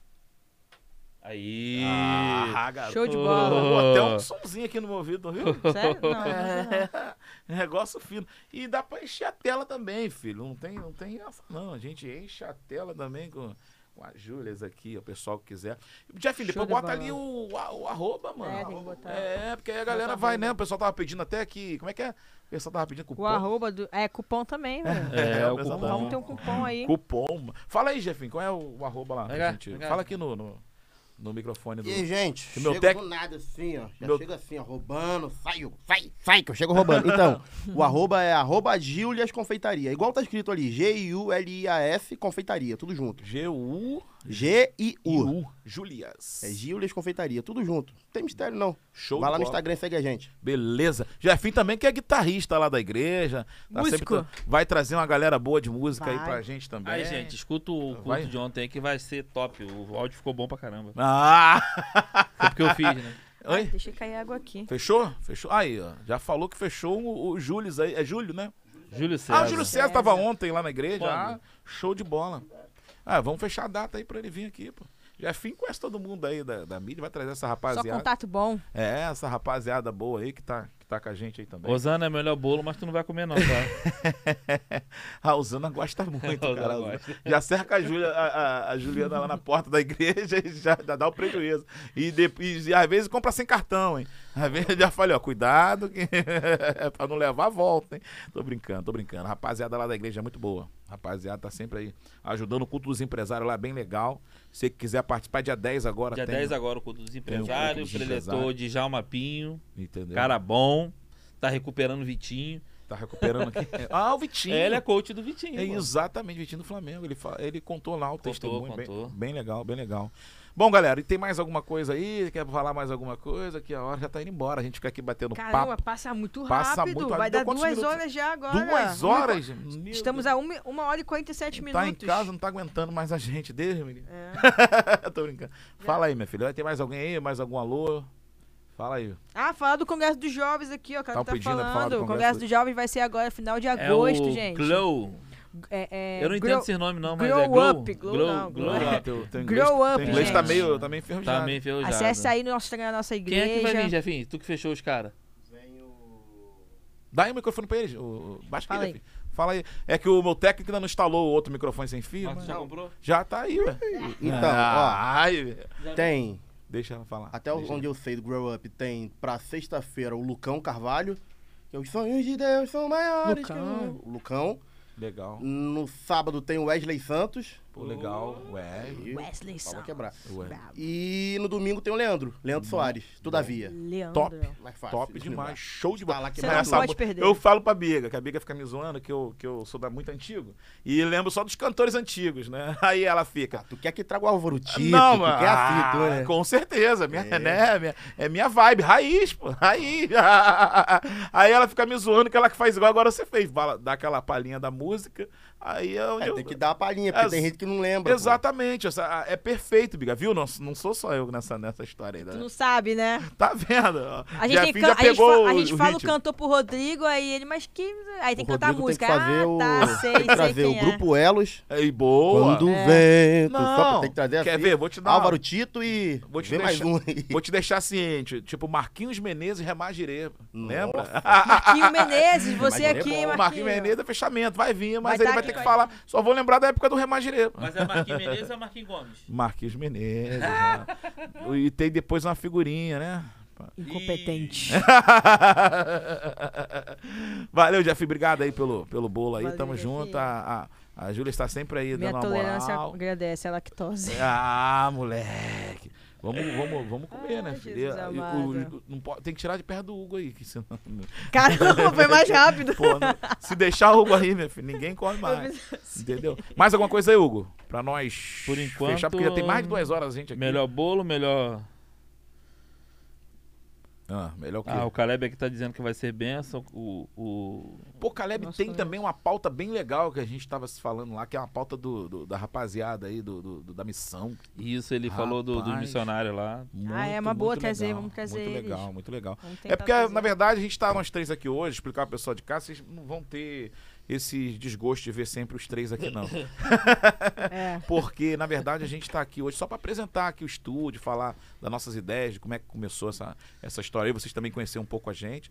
Aí. Garoto. Show de Oh. bola. Pô, até um somzinho aqui no meu ouvido, viu? Sério? Não, não. Negócio fino. E dá pra encher a tela também, filho. Não tem essa, não. A gente enche a tela também com a Júlias aqui, o pessoal que quiser. Jeff, depois Show de bota bola. ali o arroba, mano. É, tem que botar. É, porque aí a galera Bota vai, arroba. né? O pessoal tava pedindo até aqui. Como é que é? O pessoal tava pedindo cupom. O arroba do... É, cupom também, velho. É, o pessoal cupom. tava- Vamos ter um cupom aí. Cupom. Fala aí, Jefinho, qual é o arroba lá? Vai pra cá, gente? vai cá. Fala aqui no microfone do. E aí, gente, Que meu chego tec- do nada assim, ó. Já Meu- chego assim, ó, roubando, sai, que eu chego roubando. Então, o arroba é arroba Julias Confeitaria. Igual tá escrito ali, G-I-U-L-I-A-S Confeitaria, tudo junto. G-U-I-U. G-I-U. Julias. É Julias Confeitaria, tudo junto. Não tem mistério, não. Show Vai de lá no bola. Instagram e segue a gente. Beleza. Jefinho também, que é guitarrista lá da igreja. Músico. Vai trazer uma galera boa de música aí Vai. pra gente também. Aí, gente, escuta o culto Vai. de ontem aí que vai ser top. O áudio ficou bom pra caramba. Ah! Foi porque eu fiz, né? Ai, Oi? deixa cair água aqui. Fechou? Fechou? Aí, ó. Já falou que fechou o Júlio aí. É Júlio, né? Júlio César. Ah, o Júlio César tava ontem lá na igreja. Quando? Ah, show de bola. Ah, vamos fechar a data aí pra ele vir aqui, pô. Jefinho conhece todo mundo aí da mídia, vai trazer essa Só rapaziada. contato bom. É, essa rapaziada boa aí que tá com a gente aí também. Rosana é melhor bolo, mas tu não vai comer não, tá? A Rosana gosta muito, A Rosana cara. gosta. Já cerca a Juliana lá na porta da igreja e já dá o prejuízo. E às vezes compra sem cartão, hein? Às vezes eu já falei, ó, cuidado que pra não levar a volta, hein? Tô brincando. A rapaziada lá da igreja é muito boa. A rapaziada tá sempre aí ajudando o culto dos empresários lá, bem legal. Se você quiser participar, dia 10 agora Dia tem. 10 agora o culto dos empresários, dos preletor empresários. de Djalma Pinho, Entendeu? cara bom, tá recuperando o Vitinho. Tá recuperando aqui. Ah, o Vitinho. Ele é coach do Vitinho. É pô. exatamente, Vitinho do Flamengo. Ele contou lá o testemunho. contou. Bem legal, bem legal. Bom, galera, e tem mais alguma coisa aí? Quer falar mais alguma coisa? Que a hora já tá indo embora. A gente fica aqui batendo Caramba, papo. passa muito Passa rápido. muito Vai rápido. dar Deu quantos 2 minutos? horas já agora. 2 horas? Meu Estamos Deus. a 1 hora e 47 minutos. Tá em casa, não tá aguentando mais a gente. Deixa, menino. É. Tô brincando. Fala aí, minha filha. Vai ter mais alguém aí? Mais algum alô? Fala aí. Ah, falar do Congresso dos Jovens aqui, ó. O cara Tão tá pedindo pra falar falando. do O Congresso Congresso dos Jovens vai ser agora, final de É agosto, o gente. Glow. É, Eu não entendo esse nome não, mas Grow é Glow. Up, Glow não, Glow Glow Up. Teu inglês, Grow up, teu inglês tá gente. meio enferrujado. Tá meio enferrujado. Acesse aí no nossa Quem é igreja. que vai vir, Jefinho? Tu que fechou os caras. Dá aí o microfone pra eles. Baixa Fala aqui, filho. Fala aí. É que o meu técnico ainda não instalou o outro microfone sem fio. Mas tu Mas já comprou? já tá aí, ué. Então, Ai, ó, tem, deixa ela falar. até Deixa onde eu sei do Grow Up, tem pra sexta-feira o Lucão Carvalho, que os sonhos de Deus são maiores que Lucão. o Lucão. Legal. No sábado tem o Wesley Santos. Pô, legal. Ué. Aí, Wesley pau vai Santos. quebrar. Ué. Brabo. E no domingo tem o Leandro Soares, todavia. Leandro. Top. Mais fácil. Top demais. Show de Tá bola. lá que Você vai não essa pode perder. Eu falo pra Biga, que a Biga fica me zoando, que eu sou muito antigo. E lembro só dos cantores antigos, né? Aí ela fica. Ah, tu quer que traga o Álvaro Tito, Não, tu mano. quer assim, tu, né? Com certeza. É. Né? É minha vibe. Raiz, pô. Raiz. Aí ela fica me zoando que ela que faz igual agora você fez. Dá aquela palhinha da música. Aí é onde eu... Tem que dar a palhinha, porque É, tem gente que não lembra. Pô. Exatamente, é perfeito, Biga, viu? Não sou só eu nessa história aí. Tu não sabe, né? Tá vendo? A gente, Jefinho já pegou a gente fala o ritmo. cantor pro Rodrigo, aí ele, mas que... Aí tem que cantar a Rodrigo música. Tem que fazer Tá, tem que trazer sei o quem é. Grupo Elos. Aí, boa. Quando o vento. Não, Só tem que trazer quer assim, ver? Vou te dar Álvaro Tito e Vou te vem mais deixar- um aí. Vou te deixar ciente, tipo Marquinhos Menezes e Remagirê, lembra? Marquinho Menezes, você Mas ele é aqui, bom. Marquinho. Marquinhos Menezes é fechamento, vai vir, mas Vai ele tá vai aqui ter que com a falar. Só vou lembrar da época do Remagirê. Mas é Marquinhos Menezes ou Marquinhos Gomes? Marquinhos Menezes. né? E tem depois uma figurinha, né? Incompetente. Valeu, Jeff. Obrigado aí pelo bolo aí. Valeu, Tamo Jeff. junto. A Júlia está sempre aí Minha dando uma tolerância moral. agradece a lactose. Ah, moleque. Vamos comer, né, Ai, filho? Jesus amado. Não pode, tem que tirar de perto do Hugo aí, que senão. Caramba, foi mais rápido. Pô, se deixar o Hugo aí, minha filha, ninguém corre mais. Entendeu? Mais alguma coisa aí, Hugo? Pra nós Por enquanto, fechar, porque já tem mais de 2 horas a gente aqui. Melhor bolo, melhor... Melhor o quê? Ah, o Caleb aqui tá dizendo que vai ser benção. Pô, Caleb Nossa, tem conheço. também uma pauta bem legal que a gente tava se falando lá, que é uma pauta da rapaziada aí, da missão. Isso, ele falou dos Rapaz. missionários lá. É uma boa muito trazer, legal, vamos trazer Muito eles. legal, muito legal. Vamos tentar É porque, trazer. na verdade, a gente tá nós três aqui hoje, explicar pro pessoal de casa, vocês não vão ter esse desgosto de ver sempre os três aqui, não. É. Porque, na verdade, a gente tá aqui hoje só para apresentar aqui o estúdio, falar das nossas ideias, de como é que começou essa história aí, vocês também conheceram um pouco a gente.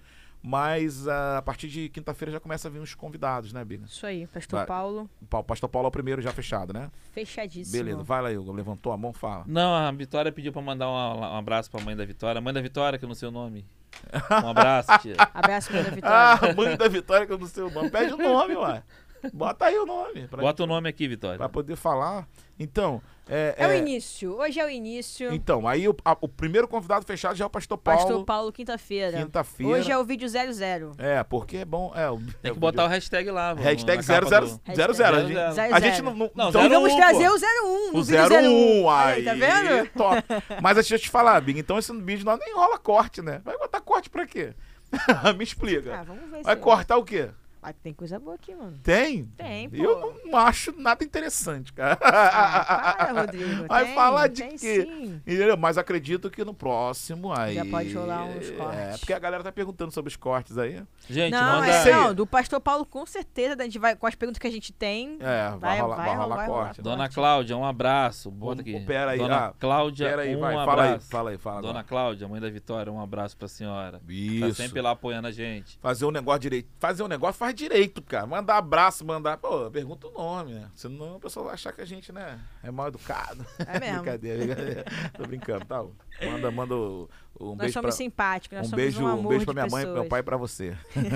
Mas a partir de quinta-feira já começa a vir uns convidados, né, Biga? Isso aí, Pastor Vai. Paulo, O Pastor Paulo é o primeiro já fechado, né? fechadíssimo. Beleza, vai lá, Hugo. Levantou a mão, fala. Não, a Vitória pediu pra mandar um abraço pra mãe da Vitória. Mãe da Vitória, que eu não sei o nome. Um abraço, tia. Abraço, mãe da Ah, Vitória. mãe da Vitória, que eu não sei o nome. Pede o nome, ué. Bota aí o nome. Bota o nome aqui, Vitória. Pra poder falar. Então, É o início, hoje é o início. Então, aí o primeiro convidado fechado já é o Pastor Paulo. Pastor Paulo, quinta-feira. Quinta-feira. Hoje é o vídeo 00. Porque é bom. Tem que botar o hashtag lá. hashtag na capa 00. do- 00. A gente não. Não, então, E vamos 01, trazer pô. o 01 no o vídeo 01. Olha Aí, tá vendo? top. Mas deixa eu te falar, Big. Então esse vídeo não nem rola corte, né? Vai botar corte pra quê? Me explica. Ah, vamos ver Vai se... cortar o quê? Ah, tem coisa boa aqui, mano. Tem? Tem, pô. Eu não acho nada interessante, cara. Para, Rodrigo. Vai tem, falar de tem quê? Sim. Entendeu? Mas acredito que no próximo aí. Já pode rolar uns cortes. Porque a galera tá perguntando sobre os cortes aí. Gente, Não, manda... Sei. não, do Pastor Paulo com certeza, a gente vai, com as perguntas que a gente tem, Vai rolar corte. Dona Cláudia, um abraço. Bota aqui. Pera aí, Dona Cláudia, Pera aí, um vai. abraço. Fala aí. Fala Dona agora. Cláudia, mãe da Vitória, um abraço pra senhora. Tá Isso. sempre lá apoiando a gente. Fazer um negócio direito. Fazer um negócio faz direito, cara. Mandar abraço, Pô, pergunta o nome, né? Senão o pessoal vai achar que a gente, né, é mal educado. É mesmo. Brincadeira. Tô brincando, tá? Manda um Nós beijo somos pra... simpáticos, nós Um somos beijo, um amor beijo pra de minha mãe e pro meu pessoas. pai e pra você.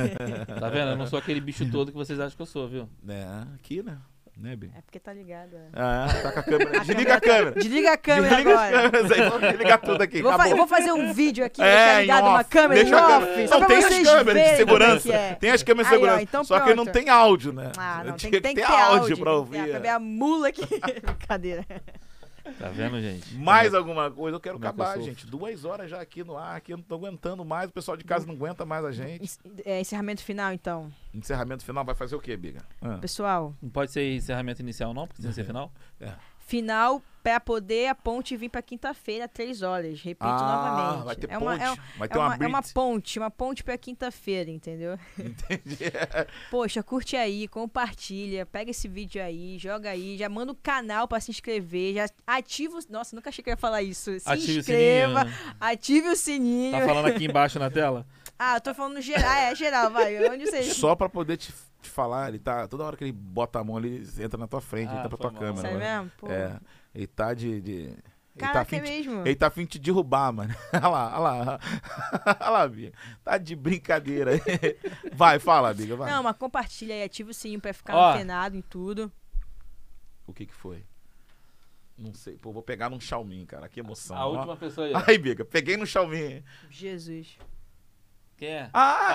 Tá vendo? Eu não sou aquele bicho todo que vocês acham que eu sou, viu? Aqui, né? Né, Bi? É porque tá ligado. É. Tá com a câmera. Desliga a câmera. Desliga a câmera Desliga as agora. câmeras aí, vamos desligar tudo aqui. Eu acabou. vou fazer um vídeo aqui, deixar em ligado off. uma câmera Deixa em a off, câmera. só Não, pra tem as vocês câmeras de verem como é segurança. que é. Tem as câmeras de Aí, ó, segurança. então só que não pronto. tem áudio, né? Ah, não, Tinha tem que ter áudio pra ouvir. Cadê a mula aqui? Brincadeira. Tá vendo, gente? Mais alguma coisa? Eu quero Como é que eu acabar, sou? gente. 2 horas já aqui no ar, aqui eu não tô aguentando mais. O pessoal de casa não aguenta mais a gente. Encerramento final, então. Encerramento final vai fazer o quê, Biga? Pessoal, Não pode ser encerramento inicial, não? Porque tem que ser final? final pra poder a ponte vir pra quinta-feira, 3 horas. Repito novamente. Vai ter é ponte. uma, Vai ter uma é uma blitz. ponte pra quinta-feira, entendeu? Entendi. Poxa, curte aí, compartilha, pega esse vídeo aí, joga aí, já manda o canal pra se inscrever, já ativa o... Nossa, nunca achei que eu ia falar isso. Se Ative o inscreva, sininho. ative o sininho. Tá falando aqui embaixo na tela? Ah, eu tô falando geral, geral, vai. Onde você... Só pra poder te falar, ele tá. Toda hora que ele bota a mão ali, ele entra na tua frente, Ah, entra pra foi tua mal. câmera. Sério né? mesmo? Pô. Ele tá ele tá Caraca, afim é mesmo? Ele tá afim de te derrubar, mano. Olha lá. Olha lá, Biga. Tá de brincadeira. Vai, fala, Biga, vai. Não, mas compartilha aí, ativa o sininho pra ficar Ó. antenado em tudo. O que foi? Não sei. Pô, vou pegar num Xiaomi, cara. Que emoção. A ó. última pessoa aí. Ai, Biga, peguei no Xiaomi. Jesus. Quem é?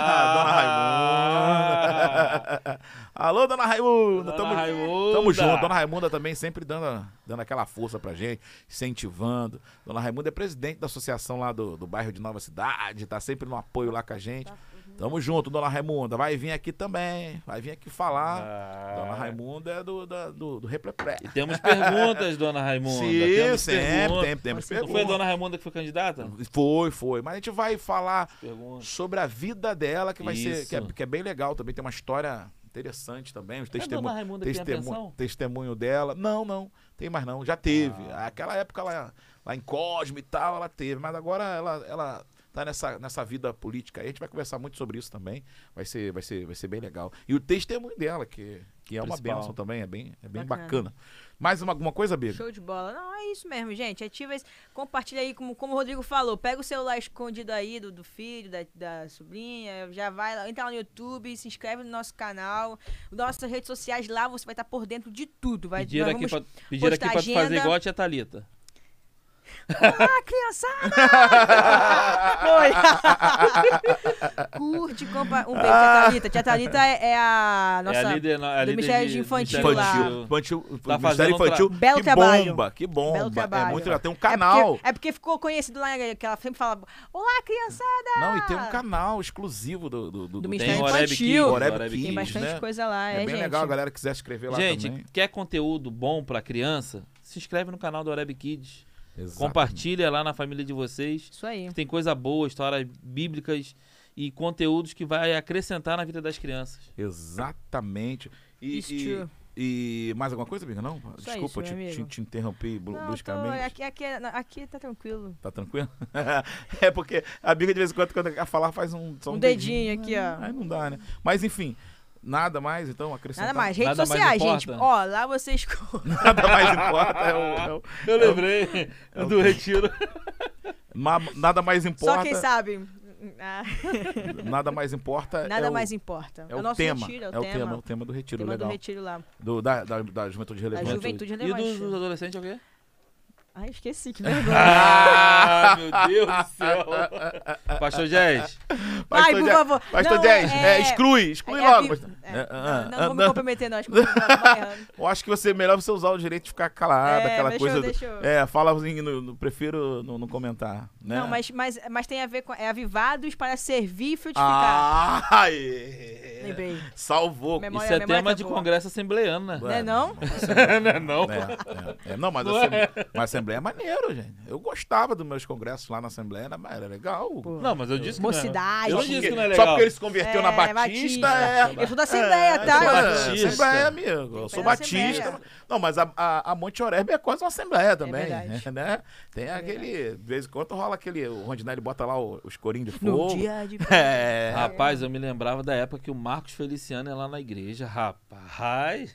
Dona Raimunda. Alô, Dona Raimunda. Dona Raimunda. Tamo junto. Dona Raimunda também sempre dando aquela força pra gente, incentivando. Dona Raimunda é presidente da associação lá do bairro de Nova Cidade, tá sempre no apoio lá com a gente. Tamo junto, Dona Raimunda. Vai vir aqui também. Vai vir aqui falar. Dona Raimunda é do Replepré. E temos perguntas, Dona Raimunda. Sim, temos temos Não perguntas. foi a Dona Raimunda que foi candidata? Foi. Mas a gente vai falar Pergunta. sobre a vida dela, que vai ser. Isso. Que é bem legal também. Tem uma história interessante também. Os É a Dona Raimunda que tem a pensão? testemunho dela. Não. Tem mais não. Já teve. Aquela época lá em Cosme e tal, ela teve. Mas agora ela tá nessa vida política aí. A gente vai conversar muito sobre isso também. Vai ser bem legal. E o testemunho dela, que é uma Principal. bênção também. É bem Bacana. bacana. Mais alguma coisa, Biga? Show de bola. Não, é isso mesmo, gente. Ativa esse, compartilha aí, como o Rodrigo falou. Pega o celular escondido aí do filho, da sobrinha. Já vai lá, entra lá no YouTube, se inscreve no nosso canal. Nossas redes sociais lá, você vai estar por dentro de tudo. Pediram nós aqui vamos pra postar tu fazer agenda. igual a tia Thalita. Olá, criançada! Oi! Curte, compa... Um beijo, tia Thalita. Tia Thalita é a nossa... É a líder, do Ministério de Infantil Ministério lá. Infantil, Tá Ministério fazendo Infantil, Belo que trabalho. bomba, que bomba. Belo trabalho. É muito legal. Tem um canal. É porque ficou conhecido lá, que ela sempre fala, olá, criançada! Não, e tem um canal exclusivo do Ministério Tem o Oreb Infantil. Kids, Oreb Oreb Kids, Tem Kids. bastante né? coisa lá, É bem gente. legal, a galera quiser se inscrever lá Gente, também. quer conteúdo bom pra criança? Se inscreve no canal do Oreb Kids. Exatamente. Compartilha lá na família de vocês. Isso aí. Tem coisa boa, histórias bíblicas e conteúdos que vai acrescentar na vida das crianças. Exatamente. It's true. E mais alguma coisa, amiga? Não? Só Desculpa, isso, meu amigo. te interrompi Não, bruscamente. aqui tá tranquilo. Tá tranquilo? É porque a Biga de vez em quando quer falar, faz só Um dedinho aqui, ó. Aí não dá, né? Mas enfim, nada mais, então, acrescentar. Nada mais. Redes Nada mais sociais, gente. importa? Ó, lá vocês... Nada mais importa. Eu lembrei do retiro. Nada mais importa. Só quem sabe. Ah, Nada mais importa. nada é o, mais importa. É o nosso tema. retiro, É o tema do retiro, tema legal. do retiro lá. Da juventude relevante. Juventude E relevante. dos adolescentes é o quê? Ai, esqueci, que vergonha. Ah, meu Deus do céu. Pastor Jés. Ai, por favor. Pastor Não, Jés, exclui logo. pastor. Não vou me comprometer, não. Acho que eu vou errando. Eu acho que melhor você usar o direito de ficar calado, aquela coisa. Deixa eu... Fala assim, prefiro não comentar. Né? Não, mas tem a ver com... É avivados para servir e frutificar. Lembrei. Salvou. Memória- Isso é memória tema tá de boa. congresso assembleiano, né? Não é não? Não. Não, mas a Assembleia é maneiro, gente. Eu gostava dos meus congressos lá na Assembleia, era legal. Pô. Não, mas eu disse que não é. Mocidade. Eu não disse que não é Só legal. porque ele se converteu na Batista. Eu sou da Assembleia, tá? sou Eu- batista. Assembleia, amigo. Eu sou pé da batista. Assembleia. Não, mas a Monte Oreb é quase uma Assembleia também. verdade. Né? Tem aquele. De vez em quando rola aquele. O Rondinelli bota lá os corinhos de No fogo. dia de... É. Rapaz, eu me lembrava da época que o Marcos Feliciano ia lá na igreja. Rapaz.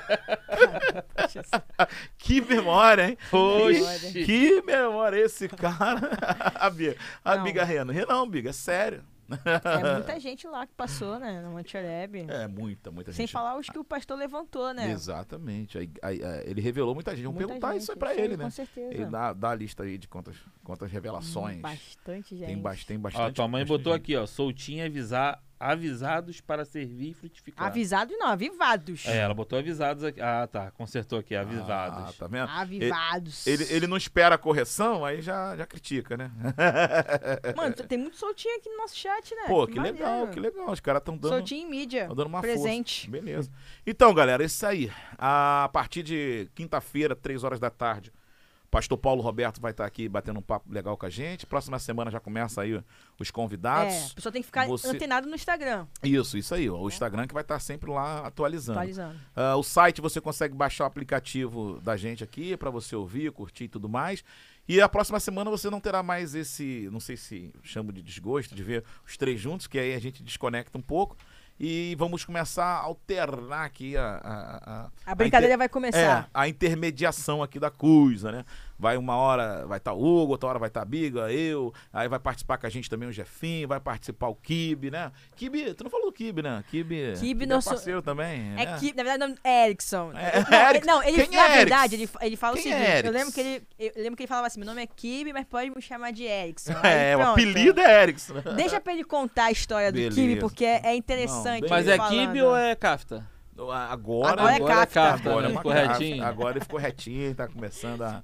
Que memória, hein? Oxi. Que memória esse cara. A Não. Biga Reno. Não, Biga, é sério. É muita gente lá que passou, né? No Monte Oreb. É, muita Sem gente. falar os que o pastor levantou, né? Exatamente. Ele revelou muita gente. Vamos Muita perguntar gente, isso aí pra isso aí, ele, né? Com certeza. Ele dá a lista aí de quantas revelações. Bastante gente. Tem bastante. Ó, tua mãe bastante botou gente. aqui, ó. Soltinha avisados para servir e frutificar. Avisados não, avivados. É, ela botou avisados aqui. Ah, tá. Consertou aqui, avisados. Ah, tá vendo? Avivados. Ele não espera a correção, aí já critica, né? Mano, tem muito soltinho aqui no nosso chat, né? Pô, que maneiro. legal, que legal. Os caras estão dando. Soltinho em mídia. Tá dando uma presente. força. Beleza. Então, galera, isso aí. A partir de quinta-feira, 3 horas da tarde, pastor Paulo Roberto vai estar aqui batendo um papo legal com a gente. Próxima semana já começa aí os convidados. É, a pessoa tem que ficar Você- antenado no Instagram. Isso aí. O Instagram que vai estar sempre lá atualizando. Atualizando. O site você consegue baixar o aplicativo da gente aqui para você ouvir, curtir e tudo mais. E a próxima semana você não terá mais esse, não sei se chamo de desgosto, de ver os três juntos, que aí a gente desconecta um pouco. E vamos começar a alternar aqui A brincadeira vai começar. a intermediação aqui da coisa, né? Vai uma hora, vai estar o Hugo, outra hora vai estar a Biga, eu, aí vai participar com a gente também o Jefinho, vai participar o Kibe, né? Kibe, tu não falou do Kibe, né? Kibe nosso- é parceiro também, É né? que, na verdade, o nome é Erickson. Erickson. Não, ele, Quem na é verdade, Erickson? ele fala o Quem seguinte. é eu Erickson? lembro que ele falava assim: meu nome é Kibe, mas pode me chamar de Erickson. Aí É, o pronto. apelido é Erickson. Deixa pra ele contar a história do Beleza. Kibe, porque é interessante. Não, Mas ele é falando. Kibe ou é Kafta? Agora Agora é Kafta. agora né? é uma Ficou Kafta. retinho. Agora ele ficou retinho, tá começando a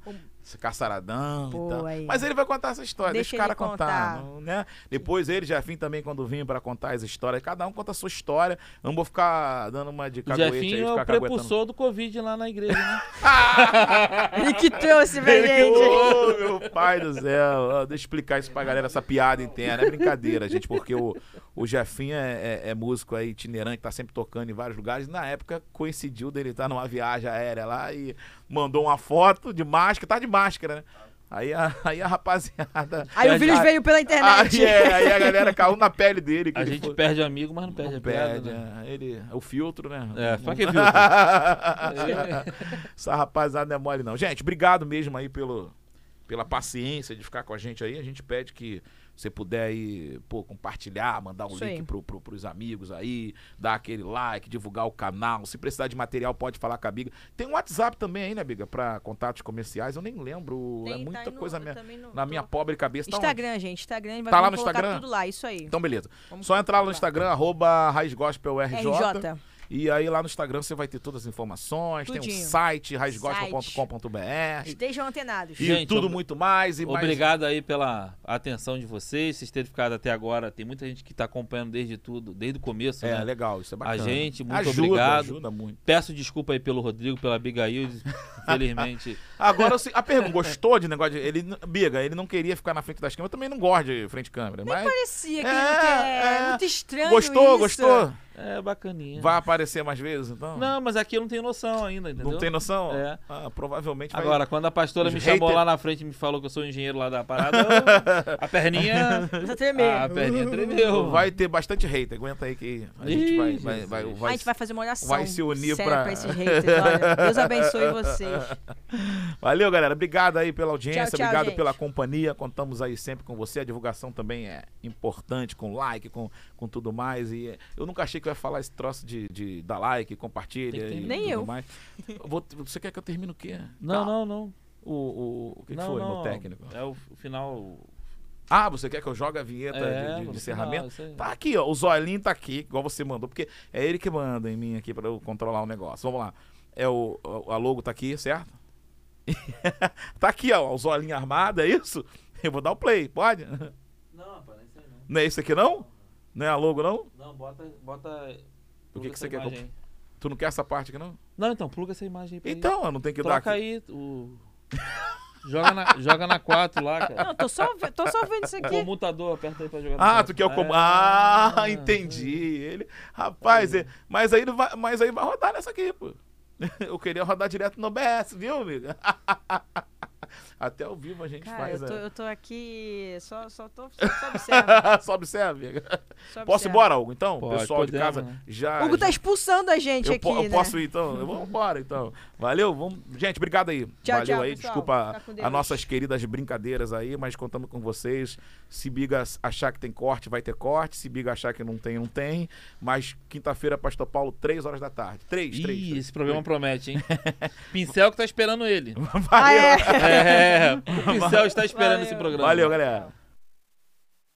caçaradão Pô, e tal. aí. Mas ele vai contar essa história, deixa o Deixa cara ele contar, contar. né? Depois ele, Jefinho, também, quando vinha pra contar as histórias, cada um conta a sua história. Eu não vou ficar dando uma de O caguete aí, Jefinho é ficar o caguetando. prepulsor do Covid lá na igreja, né? Ele que trouxe pra gente. Ô, meu pai do céu. Ó, deixa eu explicar isso pra galera, essa piada interna. É brincadeira, gente, porque o Jefinho é músico aí itinerante, tá sempre tocando em vários lugares. Na época, coincidiu dele estar numa viagem aérea lá e mandou uma foto de máscara. Tá de máscara, né? Aí a rapaziada... Aí o vírus veio pela internet. Aí a galera caiu na pele dele. que A ele gente foi- perde amigo, mas não perde não a piada, perde, né? o filtro, né? É, pra que filtro? Essa rapaziada não é mole, não. Gente, obrigado mesmo aí pela paciência de ficar com a gente aí. A gente pede que você puder aí, pô, compartilhar, mandar um Isso link aí. pros amigos aí, dar aquele like, divulgar o canal. Se precisar de material, pode falar com a Biga. Tem um WhatsApp também aí, né, Biga? Pra contatos comerciais. Eu nem lembro. É Tem, muita tá aí no- coisa eu também não na tô- minha pobre cabeça. Tá onde? Instagram, gente. Instagram, Tá lá vamos no colocar Instagram? tudo lá, isso aí. Então, beleza. Vamos Só entrar lá no colocar Instagram, @RaizGospelRJ. RJ. E aí lá no Instagram você vai ter todas as informações. Tem um Tudinho. site, raizgospel.com.br. Estejam antenados. E Gente, tudo muito mais. E mais... Obrigado aí pela atenção de vocês terem ficado até agora. Tem muita gente que tá acompanhando desde o começo, É, né? legal, isso é bacana. gente, muito ajuda, obrigado. Ajuda muito. Peço desculpa aí pelo Rodrigo, pela Abigail, infelizmente. Agora, a pergunta, gostou de negócio de... Biga, ele não queria ficar na frente das câmeras, eu também não gosto de frente de câmera. Mas Parecia que É, ele não quer. é. Muito estranho gostou, isso. gostou? É bacaninha. Vai aparecer mais vezes, então? Não, mas aqui eu não tenho noção ainda, entendeu? Não tem noção? É. Ah, provavelmente vai... Agora, quando a pastora Os me chamou hater- lá na frente e me falou que eu sou engenheiro lá da parada, a perninha... Precisa tremer. A perninha tremeu. Vai ter bastante hater, aguenta aí que a gente Ih, vai Jesus. A gente vai fazer uma oração vai se unir séria pra- pra esses haters. Olha, Deus abençoe vocês. Valeu, galera. Obrigado aí pela audiência, Tchau, tchau, obrigado gente. pela companhia. Contamos aí sempre com você. A divulgação também é importante, com like, com tudo mais. E eu nunca achei que eu ia falar esse troço de dar like, compartilha Tem que ter- e Nem tudo eu. mais. Você quer que eu termine o quê? Não. O que Não, foi não. no técnico? É o final... Ah, você quer que eu jogue a vinheta de no encerramento? final, isso aí. Tá aqui, ó. O Zolinho tá aqui, igual você mandou, porque é ele que manda em mim aqui pra eu controlar o negócio. Vamos lá. A logo tá aqui, certo? Tá aqui, ó. O Zolinho armado, é isso? Eu vou dar o play, pode? Não, rapaz, não é isso aí não. Não é isso aqui, não? Não é a logo, não? Não, bota O que pluga você essa quer que eu- imagem aí. Tu não quer essa parte aqui, não? Não, então, pluga essa imagem aí pra Então, eu não tenho que ele. dar Troca aqui. aí o... joga na 4 lá, cara. Não, tô só vendo isso O aqui. comutador, aperta aí pra jogar na Ah, 4. tu quer o comando. Ah, entendi. Ele... Rapaz, mas aí vai rodar nessa aqui, pô. Eu queria rodar direto no OBS, viu, amigo? Até ao vivo a gente Cara, faz. eu tô aqui, só observa. Só observa, amiga. Só Posso ir observa. embora, Hugo? Então, Pode, pessoal de podemos, casa né? já. Hugo tá expulsando a gente aqui, eu né? posso ir, então? Vamos embora, então. Valeu, vamos. Gente, obrigado aí. Tchau, Valeu tchau, aí. pessoal. Desculpa Fica com as Deus. nossas queridas brincadeiras aí, mas contamos com vocês. Se Biga achar que tem corte, vai ter corte. Se Biga achar que não tem, não tem. Mas quinta-feira, Pastor Paulo, 3 horas da tarde. 3. Ih, esse programa promete, hein? Pincel que tá esperando ele. Ah, é? É, o Pincel está esperando Valeu. esse programa. Valeu, galera.